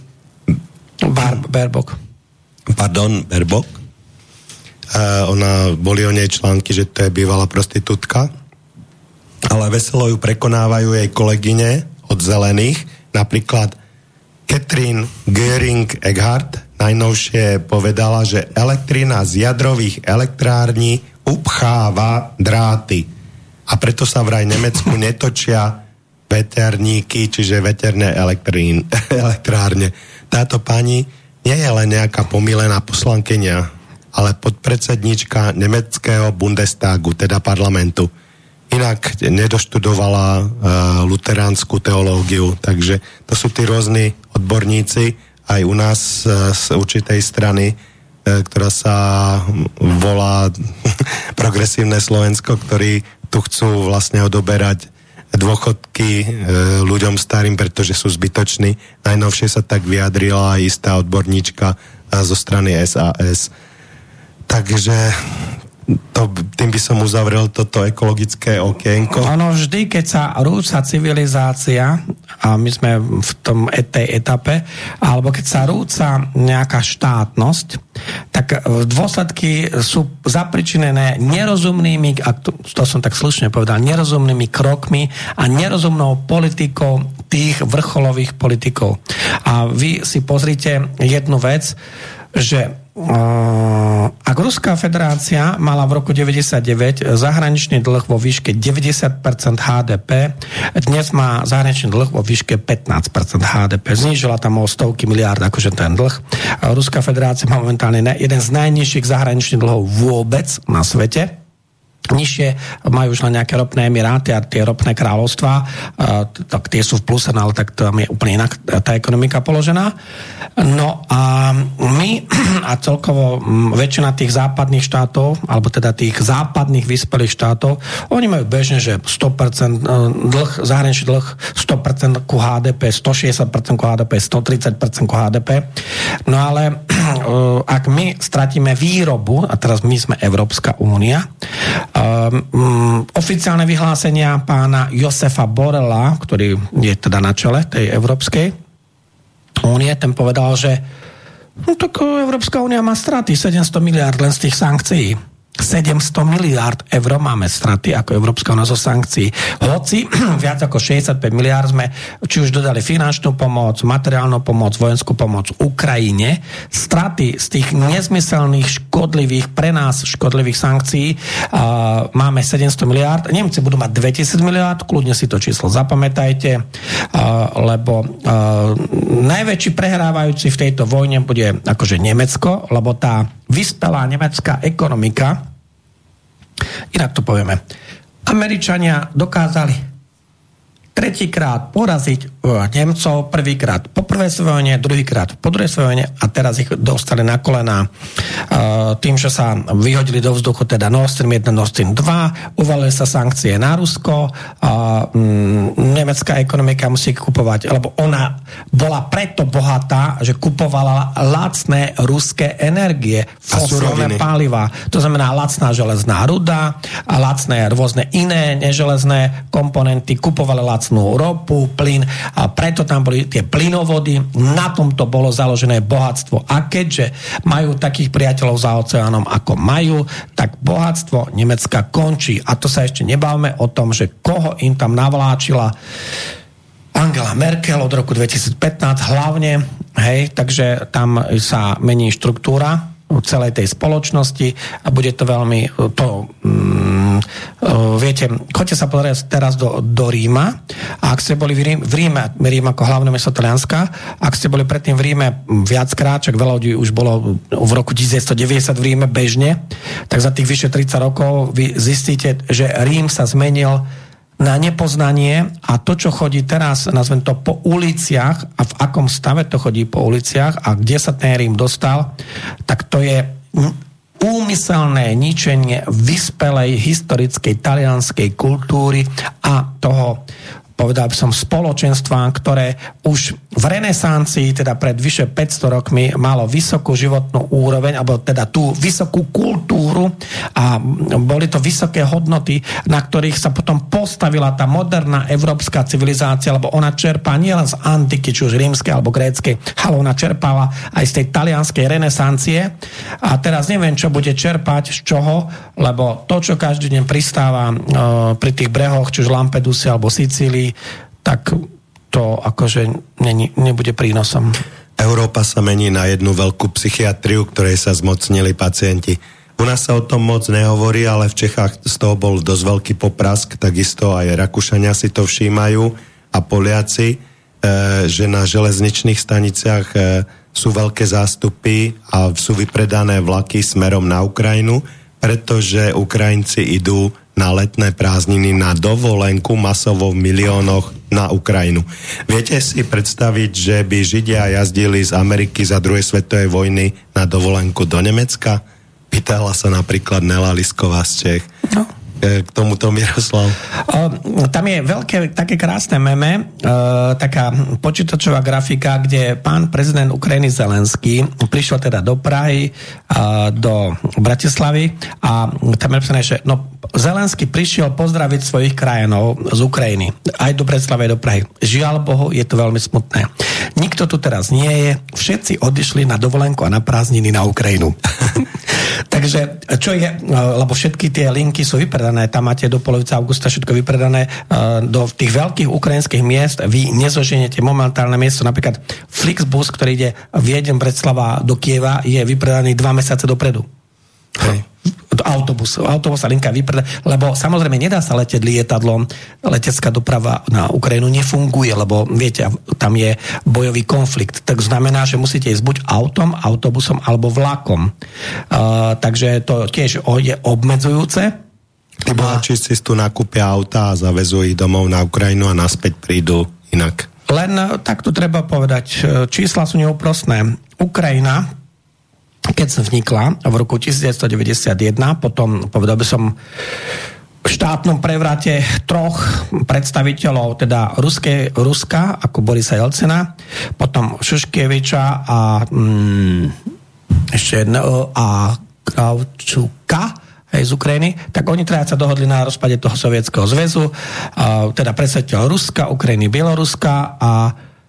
Bar- Baerbock. Pardon, Baerbock. Uh, ona, boli o nej články, že to je bývalá prostitútka, ale veselo ju prekonávajú jej kolegyne od zelených, napríklad Katrin Göring-Eckardt najnovšie povedala, že elektrina z jadrových elektrární upcháva dráty a preto sa vraj Nemecku netočia veterníky, čiže veterné elektrín, elektrárne. Táto pani nie je len nejaká pomílená poslankyňa, ale podpredsednička nemeckého Bundestagu, teda parlamentu. Inak nedoštudovala uh, luteránsku teológiu, takže to sú tí rôzni odborníci aj u nás uh, z určitej strany, uh, ktorá sa volá Progresívne Slovensko, ktorí tu chcú vlastne odoberať dôchodky uh, ľuďom starým, pretože sú zbytoční. Najnovšie sa tak vyjadrila aj istá odborníčka uh, zo strany es a es. Takže to, tým by som uzavrel toto ekologické okienko. Ono vždy, keď sa rúca civilizácia, a my sme v tom, tej etape, alebo keď sa rúca nejaká štátnosť, tak dôsledky sú zapričinené nerozumnými, a to, to som tak slušne povedal, nerozumnými krokmi a nerozumnou politikou tých vrcholových politikov. A vy si pozrite jednu vec, že Uh, ak Ruská federácia mala v roku deväťdesiatdeväť zahraničný dlh vo výške deväťdesiat percent há dé pé, dnes má zahraničný dlh vo výške pätnásť percent há dé pé. Znížila tam o stovky miliárd akože ten dlh. Ruská federácia má momentálne jeden z najnižších zahraničných dlhov vôbec na svete. Nižšie majú už len nejaké ropné emiráty a tie ropné kráľovstvá, tak tie sú v pluse, no ale tak tam je úplne inak tá ekonomika položená. No a my a celkovo väčšina tých západných štátov, alebo teda tých západných vyspelých štátov, oni majú bežne, že sto percent dlh, zahraničný dlh sto percent ku há dé pé, stošesťdesiat percent ku há dé pé, stotridsať percent ku há dé pé. No ale ak my stratíme výrobu, a teraz my sme Európska únia, Um, oficiálne vyhlásenia pána Josefa Borrella, ktorý je teda na čele tej Európskej únie, ten povedal, že no, tak Európska únia má straty sedemsto miliárd len z tých sankcií. sedemsto miliárd eur máme straty ako Európska únia zo sankcií. Hoci viac ako šesťdesiatpäť miliárd sme či už dodali finančnú pomoc, materiálnu pomoc, vojenskú pomoc Ukrajine. Straty z tých nezmyselných, škodlivých, pre nás škodlivých sankcií uh, máme sedemsto miliárd. Nemci budú mať dvetisíc miliárd, kľudne si to číslo zapamätajte, uh, lebo uh, najväčší prehrávajúci v tejto vojne bude akože Nemecko, lebo tá vyspelá nemecká ekonomika, inak to povieme, Američania dokázali tretíkrát poraziť Nemcov, prvýkrát po prvej svetovej vojne, druhýkrát po druhej svetovej vojne a teraz ich dostali na kolená tým, že sa vyhodili do vzduchu teda Nord Stream jeden, Nord Stream dva, uvalili sa sankcie na Rusko, a, mm, nemecká ekonomika musí kupovať, lebo ona bola preto bohatá, že kupovala lacné ruské energie, fosilné paliva, to znamená lacná železná ruda a lacné rôzne iné neželezné komponenty, kupovali lacnú ropu, plyn a preto tam boli tie plynovody, na tomto bolo založené bohatstvo. A keďže majú takých priateľov za oceánom, ako majú, tak bohatstvo Nemecka končí. A to sa ešte nebavme o tom, že koho im tam navláčila Angela Merkel od roku dvetisícpätnásť hlavne, hej, takže tam sa mení štruktúra celej tej spoločnosti a bude to veľmi to, mm, viete, choďte sa pozrieť teraz do, do Ríma a ak ste boli v Ríme, v Ríme, Rím ako hlavné mesto Talianska, ak ste boli predtým v Ríme viackrát, čak veľa ľudí už bolo v roku devätnásťstodeväťdesiat v Ríme bežne, tak za tých vyše tridsať rokov vy zistíte, že Rím sa zmenil na nepoznanie a to, čo chodí teraz, nazvem to, po uliciach a v akom stave to chodí po uliciach a kde sa ten Rím dostal, tak to je úmyselné ničenie vyspelej historickej talianskej kultúry a toho, povedal by som, spoločenstva, ktoré už v renesancii, teda pred vyše päťsto rokmi, malo vysokú životnú úroveň, alebo teda tú vysokú kultúru a boli to vysoké hodnoty, na ktorých sa potom postavila tá moderná európska civilizácia, lebo ona čerpá nielen z antiky, či už rímskej alebo gréckej, ale ona čerpala aj z tej talianskej renesancie a teraz neviem, čo bude čerpať, z čoho, lebo to, čo každý deň pristáva uh, pri tých brehoch, či už Lampedusy alebo Sicílii, tak to akože ne, nebude prínosom. Európa sa mení na jednu veľkú psychiatriu, ktorej sa zmocnili pacienti. U nás sa o tom moc nehovorí, ale v Čechách z toho bol dosť veľký poprask, takisto aj Rakúšania si to všímajú a Poliaci, e, že na železničných staniciach e, sú veľké zástupy a sú vypredané vlaky smerom na Ukrajinu, pretože Ukrajinci idú na letné prázdniny na dovolenku masovo v miliónoch na Ukrajinu. Viete si predstaviť, že by Židia jazdili z Ameriky za druhej svetovej vojny na dovolenku do Nemecka? Pýtala sa napríklad Nela Lisková z Čech. No. K tomuto Miroslav. O, tam je veľké, také krásne meme, e, taká počítačová grafika, kde pán prezident Ukrajiny Zelenský prišiel teda do Prahy, a do Bratislavy a tam je napísané, že no, Zelenský prišiel pozdraviť svojich krajanov z Ukrajiny, aj do Bratislavy, aj do Prahy. Žiaľ Bohu, je to veľmi smutné. Nikto tu teraz nie je, všetci odišli na dovolenku a na prázdniny na Ukrajinu. Takže, čo je, lebo všetky tie linky sú vypredané, tam máte do polovice augusta všetko vypredané, do tých veľkých ukrajinských miest vy nezoženete momentálne miesto, napríklad Flixbus, ktorý ide Viedeň, Bratislava do Kieva, je vypredaný dva mesiace dopredu. Hej. Autobus, autobusná linka vypredaná, lebo samozrejme nedá sa letieť lietadlom, letecká doprava na Ukrajinu nefunguje, lebo viete, tam je bojový konflikt, tak znamená, že musíte ísť buď autom, autobusom alebo vlakom. Uh, takže to tiež je obmedzujúce. Tí bohači si tu nakúpia auta a zavezú ich domov na Ukrajinu a naspäť prídu inak. Len tak tu treba povedať, čísla sú neúprosné. Ukrajina, keď sa vznikla v roku devätnásťstodeväťdesiatjeden, potom, povedal by som, v štátnom prevrate troch predstaviteľov, teda Ruske, Ruska, ako Borisa Jelcina, potom Šuškeviča a mm, ešte jedno, a Kravčuka, hej, z Ukrajiny, tak oni traja sa dohodli na rozpade toho Sovietskeho zväzu, a, teda predstaviteľ Ruska, Ukrajiny, Bieloruska a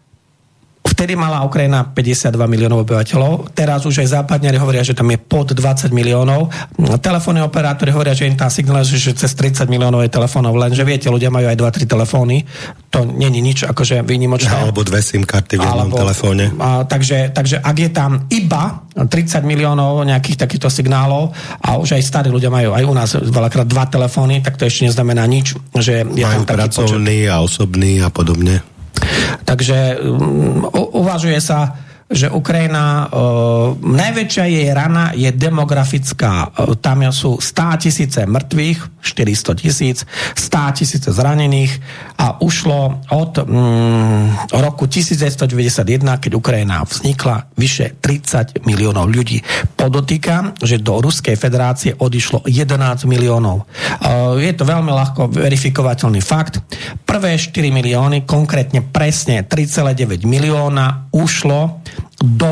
vtedy mala Ukrajina päťdesiatdva miliónov obyvateľov, teraz už aj západňari hovoria, že tam je pod dvadsať miliónov. Telefónne operátori hovoria, že im tá signál, že cez tridsať miliónov je telefónov, lenže viete, ľudia majú aj dva tri telefóny, to není nič akože výnimočné. Alebo dve SIM karty v jednom telefóne. A, takže, takže ak je tam iba tridsať miliónov nejakých takýchto signálov a už aj starí ľudia majú aj u nás veľakrát dva telefóny, tak to ešte neznamená nič, že je majú tam taký pracovný počet. A osobný a podobne. Takže um, uvažuje sa, že Ukrajina, uh, najväčšia jej rana je demografická. Uh, tam sú státisíce mŕtvych, štyristo tisíc, sto tisíce zranených a ušlo od mm, roku devätnásťstodeväťdesiatjeden, keď Ukrajina vznikla, vyše tridsať miliónov ľudí. Podotýkam, že do Ruskej federácie odišlo jedenásť miliónov. Je to veľmi ľahko verifikovateľný fakt. Prvé štyri milióny, konkrétne presne tri celé deväť milióna ušlo do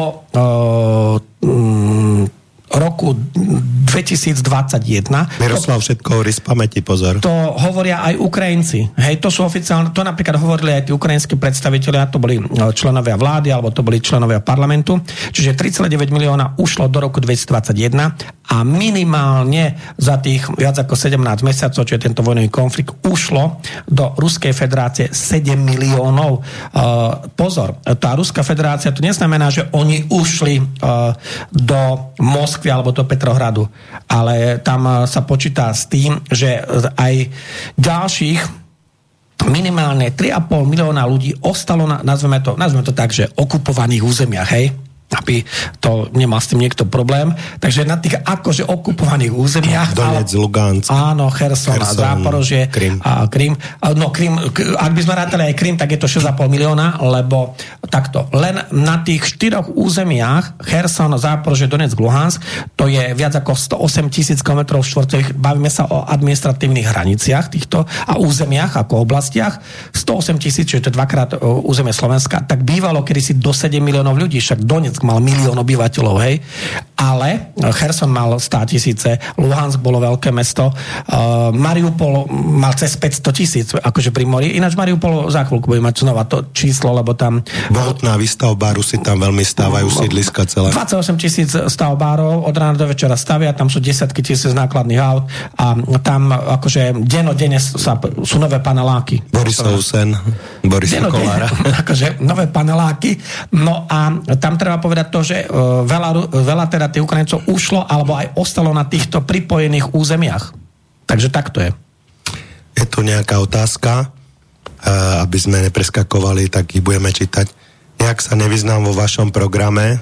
uh, roku dvetisícdvadsaťjeden. Miroslav, všetko hovorí z pamäti, pozor. To hovoria aj Ukrajinci. Hej, to sú oficiálne, to napríklad hovorili aj tí ukrajinskí predstavitelia, to boli členovia vlády, alebo to boli členovia parlamentu. Čiže tri celé deväť milióna ušlo do roku dvetisícdvadsaťjeden a minimálne za tých viac ako sedemnásť mesiacov, čo je tento vojnový konflikt, ušlo do Ruskej federácie sedem miliónov. Uh, pozor, tá Ruská federácia, to neznamená, že oni ušli uh, do Moskvy alebo do Petrohradu, ale tam sa počíta s tým, že aj ďalších minimálne tri a pol milióna ľudí ostalo na, nazveme to, nazveme to tak, že okupovaných územiach, hej? Aby to nemal s tým niekto problém. Takže na tých akože okupovaných územiach... Donec, Lugansk. Áno, Cherson, Cherson a Záporožie. Krym. A Krym. No, Krym, ak by sme rátali aj Krym, tak je to šesť a pol milióna, lebo takto, len na tých štyroch územiach Cherson, Záporožie, Donec, Luhansk, to je viac ako sto osem tisíc kilometrov štvorcových. Bavíme sa o administratívnych hraniciach týchto a územiach ako oblastiach. sto osem tisíc, čiže to je dvakrát územie Slovenska, tak bývalo kedysi do sedem miliónov ľudí, však Donec mal milión obyvateľov, hej. Ale Cherson mal sto tisíce, Luhansk bolo veľké mesto, uh, Mariupol mal cez päťsto tisíc, akože pri mori. Ináč Mariupol za chvíľku bude mať znova to číslo, lebo tam... Bohotná výstavba, Rusi tam veľmi stávajú sídliska celé. dvadsaťosem tisíc stavbárov od rána do večera stavia, tam sú desiatky tisíc nákladných aut a tam akože denodene sa, sú nové paneláky. Borisov sen, Boris Kolára. Akože nové paneláky. No a tam treba povedať to, že veľa, veľa teda tých Ukrajincov ušlo alebo aj ostalo na týchto pripojených územiach. Takže takto je. Je tu nejaká otázka, aby sme nepreskakovali, tak ich budeme čítať. Nejak sa nevyznám vo vašom programe.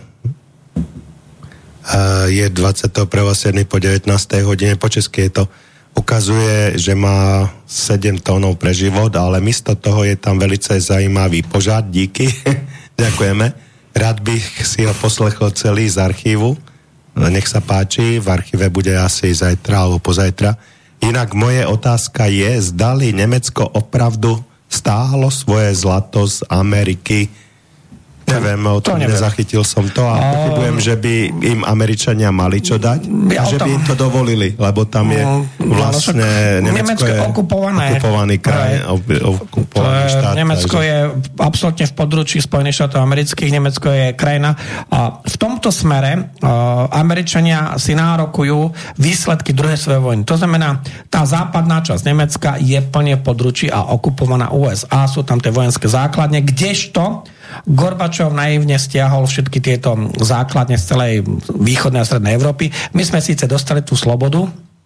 Je dvadsiateho prvého júla po devätnástej hodine, po česky je to. Ukazuje, že má sedem tónov pre život, ale místo toho je tam velice zajímavý požár. Díky. Ďakujeme. Rád bych si ho poslechol celý z archívu. Nech sa páči, v archíve bude asi zajtra alebo pozajtra. Inak moje otázka je, zdali Nemecko opravdu stáhlo svoje zlato z Ameriky. Neviem, o tom nezachytil som to a pochybujem, že by im Američania mali čo dať a že by im to dovolili, lebo tam je vlastne Nemecko je okupované. okupovaný kraj, okupovaný štát. Nemecko je absolútne v područí Spojených štátov amerických, Nemecko je krajina a v tomto smere Američania si nárokujú výsledky druhej svetovej vojny. To znamená, tá západná časť Nemecka je plne v područí a okupovaná ú es á, sú tam tie vojenské základne, kdežto Gorbačov naivne stiahol všetky tieto základne z celej východnej a strednej Európy. My sme síce dostali tú slobodu,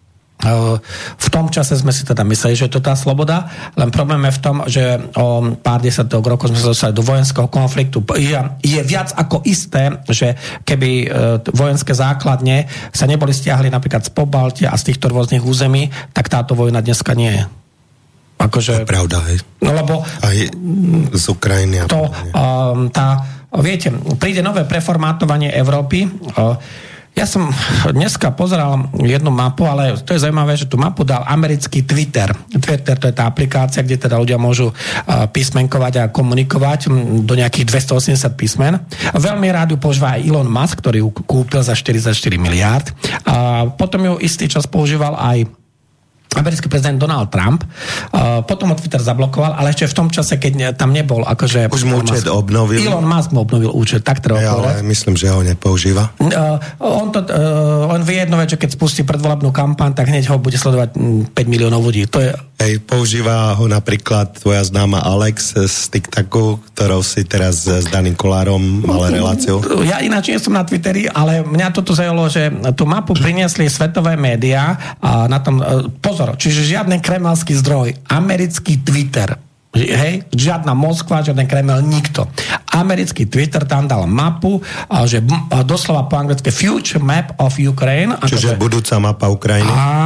v tom čase sme si teda mysleli, že je to tá sloboda, len problém je v tom, že o pár desiatok rokov sme sa dostali do vojenského konfliktu. Je, je viac ako isté, že keby vojenské základne sa neboli stiahli napríklad z Pobaltia a z týchto rôznych území, tak táto vojna dneska nie je. Akože, to je pravda, hej. No lebo... Aj z Ukrajiny. To, um, tá, viete, príde nové preformátovanie Európy. Uh, ja som dneska pozeral jednu mapu, ale to je zaujímavé, že tú mapu dal americký Twitter. Twitter to je tá aplikácia, kde teda ľudia môžu uh, písmenkovať a komunikovať do nejakých dvestoosemdesiat písmen. Veľmi rád ju používa aj Elon Musk, ktorý ju kúpil za štyridsaťštyri miliárd. A potom ju istý čas používal aj americký prezident Donald Trump, uh, potom ho Twitter zablokoval, ale ešte v tom čase, keď tam nebol, akože... Už mu účet obnovil. Elon Musk mu obnovil účet, tak treba ja, povedať. Ale myslím, že ho nepoužíva. Uh, on, to, uh, on vie jedno vec, že keď spustí predvolebnú kampaň, tak hneď ho bude sledovať päť miliónov ľudí. To je... Hej, používa ho napríklad tvoja známa Alex z TikToku, ktorou si teraz s Daným Kolárom mal reláciu. Ja ináč nie som na Twitteri, ale mňa toto zaujalo, že tú mapu priniesli svetové médiá a na tom... Uh, pozor, čiže žiadny kremelský zdroj, americký Twitter, hej, žiadna Moskva, žiaden Kreml, nikto. Americký Twitter tam dal mapu, a že a doslova po anglicky Future Map of Ukraine. Čiže akože, budúca mapa Ukrajiny. Áno,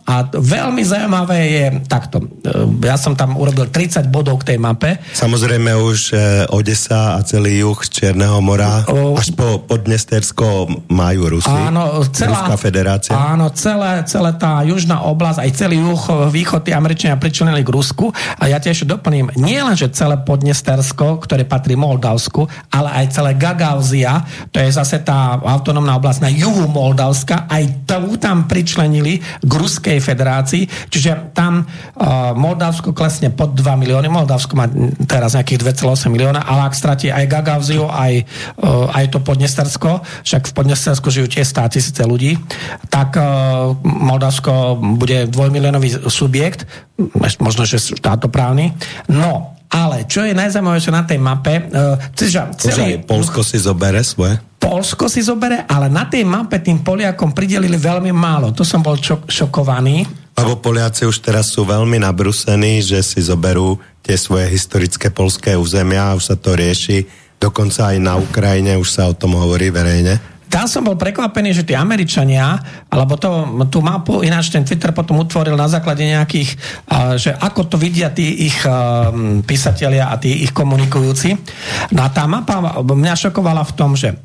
a veľmi zaujímavé je takto. Ja som tam urobil tridsať bodov k tej mape. Samozrejme už Odesa a celý juh z Čierneho mora o, až po Podnestersko majú Rusi. Áno, celá, Ruská federácia. Áno, celé, celé tá južná oblasť, aj celý juh, východ, tí Američania pričlenili k Rusku. A ja tiež doplním, nie len, že celé Podnestersko, ktoré patrí Moldavsku, ale aj celé Gagauzia, to je zase tá autonómna oblasť na juhu Moldavska, aj to tam pričlenili k Ruskej federácii, čiže tam uh, Moldavsko klesne pod dva milióny, Moldavsko má teraz nejakých dva celé osem milióna, ale ak stratí aj Gagauziu, aj, uh, aj to Podnestersko, však v Podnestersku žijú tie sto tisíce ľudí, tak uh, Moldavsko bude dvojmiliónový subjekt, možno, že štátoprávny. No, ale čo je najzaujímavejšie na tej mape, uh, čiže celý... Poľsko si zobere svoje? Poľsko si zobere, ale na tej mape tým Poliakom pridelili veľmi málo. To som bol čo, šokovaný. Lebo Poliaci už teraz sú veľmi nabrusení, že si zoberú tie svoje historické poľské územia, už sa to rieši. Dokonca aj na Ukrajine už sa o tom hovorí verejne. Tam som bol prekvapený, že tí Američania, alebo to, tú mapu, ináč ten Twitter potom utvoril na základe nejakých, uh, že ako to vidia tí ich uh, písatelia a tí ich komunikujúci. No a tá mapa mňa šokovala v tom, že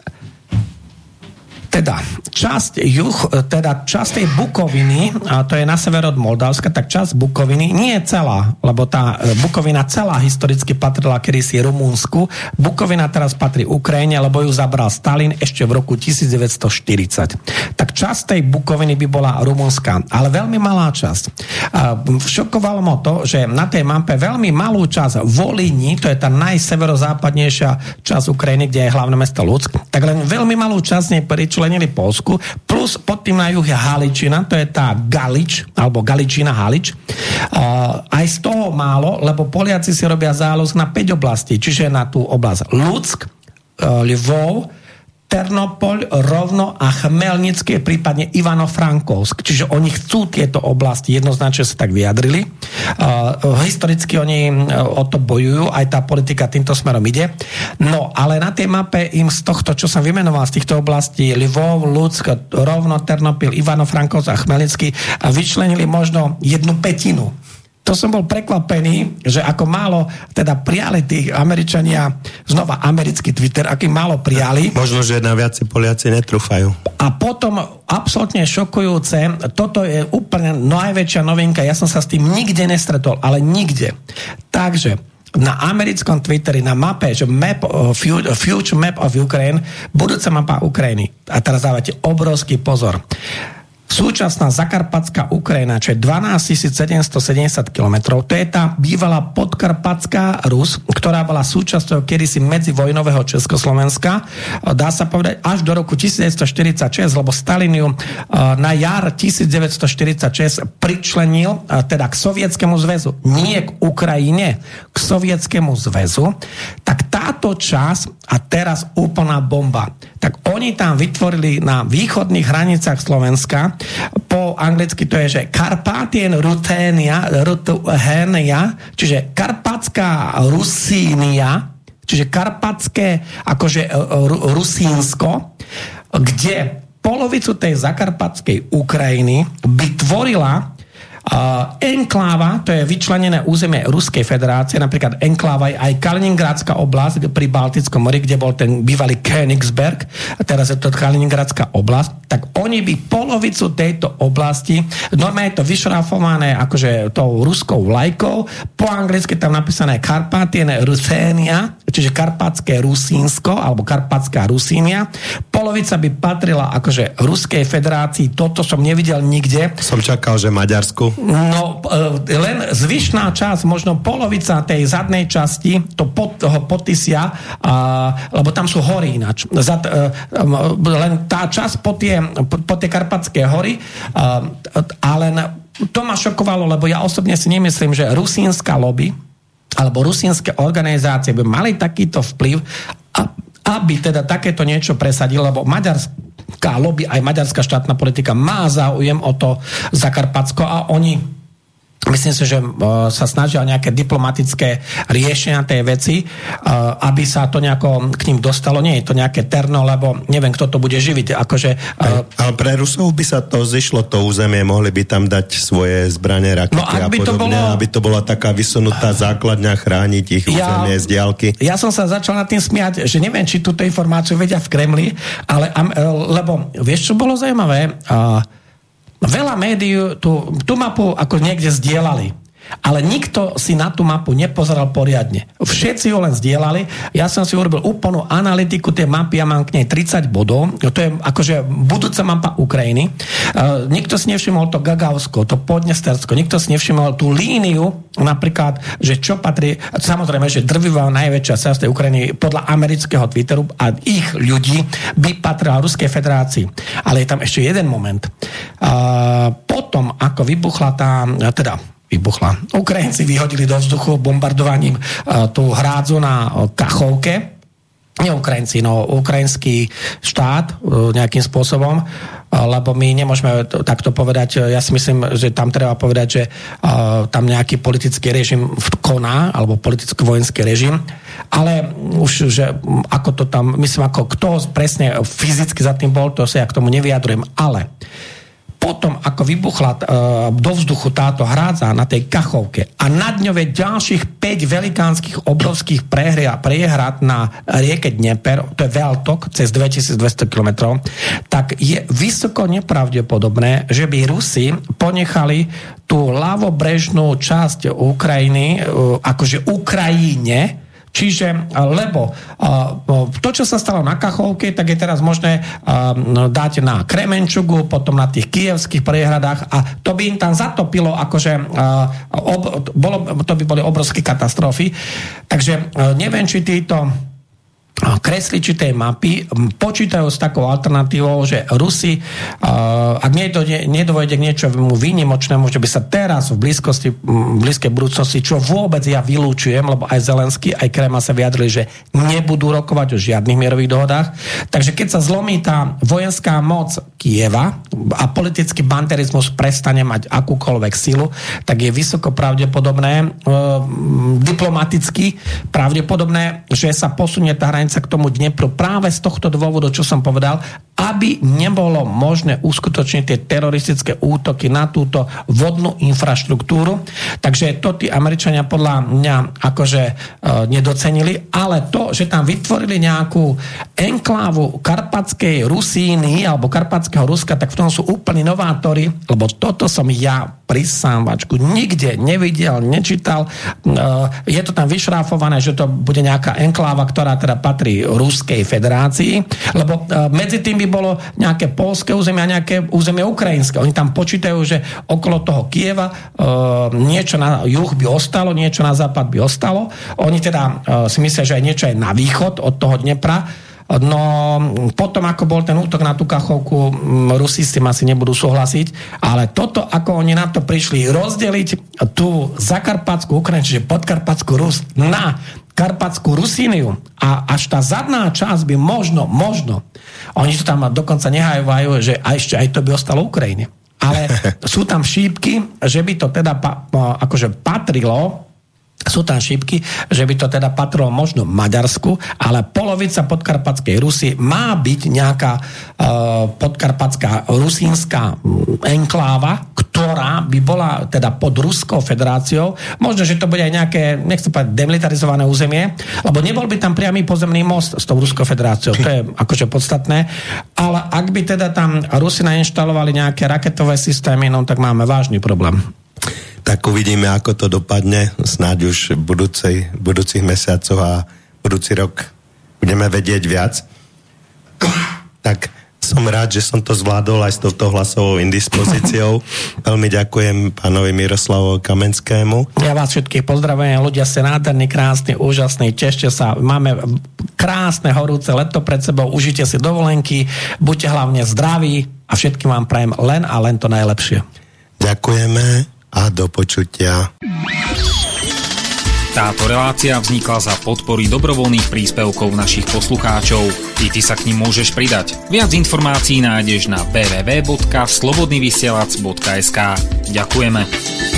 teda časť juh, teda časť tej Bukoviny, a to je na sever od Moldavska, tak časť Bukoviny nie je celá, lebo tá Bukovina celá historicky patrila kedysi Rumunsku. Bukovina teraz patrí Ukrajine, lebo ju zabral Stalin ešte v roku devätnásťstoštyridsať. Tak časť tej Bukoviny by bola rumunská, ale veľmi malá časť. A šokovalo ma to, že na tej mape veľmi malú časť Volíni, to je tá najseverozápadnejšia časť Ukrajiny, kde je hlavné mesto Lúck, tak len veľmi malú časť nej pričlenili Polsku, plus pod tým na juh je Haličina, to je tá Galič, alebo Galičina Halič. Uh, aj z toho málo, lebo Poliaci si robia záľuh na päť oblastí, čiže na tú oblasť Lúck, uh, Lvov, Ternopol, Rovno a Chmelnické, prípadne Ivano-Frankovsk. Čiže oni chcú tieto oblasti, jednoznačne sa tak vyjadrili. Uh, historicky oni uh, o to bojujú, aj tá politika týmto smerom ide. No, ale na tej mape im z tohto, čo som vymenoval, z týchto oblastí Lvov, Lúck, Rovno, Ternopil, Ivano-Frankovsk a Chmelnický vyčlenili možno jednu pätinu. To som bol prekvapený, že ako málo teda prijali tých Američania, znova americký Twitter, aký málo prijali. Možno, že na viac si Poliaci netrúfajú. A potom absolútne šokujúce, toto je úplne najväčšia novinka, ja som sa s tým nikde nestretol, ale nikde. Takže na americkom Twitteri, na mape, že map of, Future Map of Ukraine, budúca mapa Ukrajiny. A teraz dávate obrovský pozor. Súčasná Zakarpatská Ukrajina, čo je dvanásť sedemstosedemdesiat kilometrov, to je tá bývalá Podkarpatská Rus, ktorá bola súčasťou kedysi medzivojnového Československa, dá sa povedať až do roku devätnásťstoštyridsaťšesť, lebo Stalin ju na jar devätnásťstoštyridsaťšesť pričlenil teda k Sovietskému zväzu, nie k Ukrajine, k Sovietskému zväzu. Tak táto časť, a teraz úplná bomba, tak oni tam vytvorili na východných hranicách Slovenska, po anglicky to je, že Carpathian Ruthenia, Ruthenia, čiže Karpatská Rusínia, čiže karpatské akože Rusínsko, kde polovicu tej zakarpatskej Ukrajiny by tvorila Uh, enkláva, to je vyčlenené územie Ruskej federácie, napríklad enkláva je aj Kaliningradská oblasť pri Baltickom mori, kde bol ten bývalý Königsberg, a teraz je to Kaliningradská oblasť, tak oni by polovicu tejto oblasti, normálne je to vyšrafované akože tou ruskou vlajkou, po anglicky tam napísané Carpathian Ruthenia, čiže Karpatské Rusínsko, alebo Karpatská Rusínia, polovica by patrila akože Ruskej federácii, toto som nevidel nikde. Som čakal, že Maďarsku. No, len zvyšná časť, možno polovica tej zadnej časti, to pod, toho Potysia, lebo tam sú hory ináč. Zad, len tá časť po tie, po tie Karpatské hory, ale to ma šokovalo, lebo ja osobne si nemyslím, že rusínska lobby alebo rusínske organizácie by mali takýto vplyv, aby teda takéto niečo presadil, lebo maďarská lobby, aj maďarská štátna politika má záujem o to Zakarpatsko a oni Myslím si, že uh, sa snažia o nejaké diplomatické riešenia tej veci, uh, aby sa to nejako k ním dostalo. Nie je to nejaké terno, lebo neviem, kto to bude živiť. Akože, uh, ale pre Rusov by sa to zišlo, to územie, mohli by tam dať svoje zbrane, rakety no, a podobne, bolo, aby to bola taká vysunutá základňa chrániť ich ja, územie z diaľky. Ja som sa začal nad tým smiať, že neviem, či túto informáciu vedia v Kremli, ale lebo vieš, čo bolo zaujímavé? Uh, Veľa médií tú, tú mapu ako niekde zdieľali, ale nikto si na tú mapu nepozeral poriadne. Všetci ho len zdieľali. Ja som si urobil úplnú analytiku tej mapy, ja mám k nej tridsať bodov. To je akože budúca mapa Ukrajiny. Uh, nikto si nevšimol to Gagausko, to Podnestersko, nikto si nevšimol tú líniu, napríklad, že čo patrí, samozrejme, že drvivá najväčšia časť tej Ukrajiny podľa amerického Twitteru a ich ľudí by patrila Ruskej federácii. Ale je tam ešte jeden moment. Uh, potom, ako vybuchla tá, teda vybuchla. Ukrajinci vyhodili do vzduchu bombardovaním uh, tú hrádzu na uh, Kachovke. Nie Ukrajinci, no ukrajinský štát uh, nejakým spôsobom, uh, lebo my nemôžeme t- takto povedať. Ja si myslím, že tam treba povedať, že uh, tam nejaký politický režim koná, alebo politický-vojenský režim, ale už, že ako to tam, myslím, ako kto presne fyzicky za tým bol, to sa ja k tomu nevyjadrujem, ale potom, ako vybuchla uh, do vzduchu táto hrádza na tej Kachovke a nad ňou je ďalších päť velikánskych obrovských prehrad, prehrad na rieke Dnieper, to je veľtok, cez dvetisícdvesto kilometrov, tak je vysoko nepravdepodobné, že by Rusi ponechali tú ľavobrežnú časť Ukrajiny, uh, akože Ukrajine. Čiže, lebo to, čo sa stalo na Kachovke, tak je teraz možné dať na Kremenčugu, potom na tých kievských priehradách a to by im tam zatopilo, akože ob, bolo, to by boli obrovské katastrofy. Takže neviem, či títo kresliči tej mapy počítajú s takou alternatívou, že Rusi, ak nedovojde k niečomu výnimočnému, že by sa teraz v blízkosti, v blízkej budúcnosti, čo vôbec ja vylúčujem, lebo aj Zelenský, aj Kreml sa vyjadrili, že nebudú rokovať o žiadnych mierových dohodách. Takže keď sa zlomí tá vojenská moc Kieva a politický banderizmus prestane mať akúkoľvek silu, tak je vysoko pravdepodobné, e, diplomaticky pravdepodobné, že sa posunie tá hranica k tomu Dnepru práve z tohto dôvodu, čo som povedal, aby nebolo možné uskutočniť tie teroristické útoky na túto vodnú infraštruktúru. Takže to tí Američania podľa mňa akože e, nedocenili, ale to, že tam vytvorili nejakú enklávu karpatskej Rusíny alebo karpatského Ruska, tak v tom sú úplní novátori, lebo toto som ja pri sámvačku nikde nevidel, nečítal. E, je to tam vyšráfované, že to bude nejaká enkláva, ktorá teda patrí Ruskej federácii, lebo e, medzi tým by bolo nejaké poľské územie a nejaké územie ukrajinské. Oni tam počítajú, že okolo toho Kieva e, niečo na juh by ostalo, niečo na západ by ostalo. Oni teda e, si myslia, že aj niečo aj na východ od toho Dnepra. No potom, ako bol ten útok na tú Kachovku, Rusi s tým asi nebudú súhlasiť, ale toto, ako oni na to prišli rozdeliť tú zakarpatskú Ukrajinu, čiže podkarpatskú Rus na karpatskú Rusíniu a až tá zadná časť by možno, možno, oni to tam dokonca nehajú, že a ešte aj to by ostalo Ukrajine. Ale sú tam šípky, že by to teda pa, akože patrilo, sú tam šípky, že by to teda patrilo možno Maďarsku, ale polovica podkarpatskej Rusy má byť nejaká uh, podkarpatská rusínska enkláva, ktorá by bola teda pod Ruskou federáciou. Možno, že to bude aj nejaké, nechcem povedať, demilitarizované územie, lebo nebol by tam priamy pozemný most s tou Ruskou federáciou. To je akože podstatné. Ale ak by teda tam Rusi nainštalovali nejaké raketové systémy, no tak máme vážny problém. Tak uvidíme, ako to dopadne. Snáď už v budúcej, budúcich mesiacoch a budúci rok budeme vedieť viac. Tak som rád, že som to zvládol aj s touto hlasovou indispozíciou. Veľmi ďakujem pánovi Miroslavovi Kamenskému. Ja vás všetkých pozdravujem, ľudia ste nádherní, krásni, úžasní, tešte sa. Máme krásne horúce leto pred sebou, užite si dovolenky, buďte hlavne zdraví a všetkým vám prajem len a len to najlepšie. Ďakujeme a do počutia. Táto relácia vznikla za podpory dobrovoľných príspevkov našich poslucháčov. I ty sa k nim môžeš pridať. Viac informácií nájdeš na w w w bodka slobodnyvysielac bodka es ka. Ďakujeme.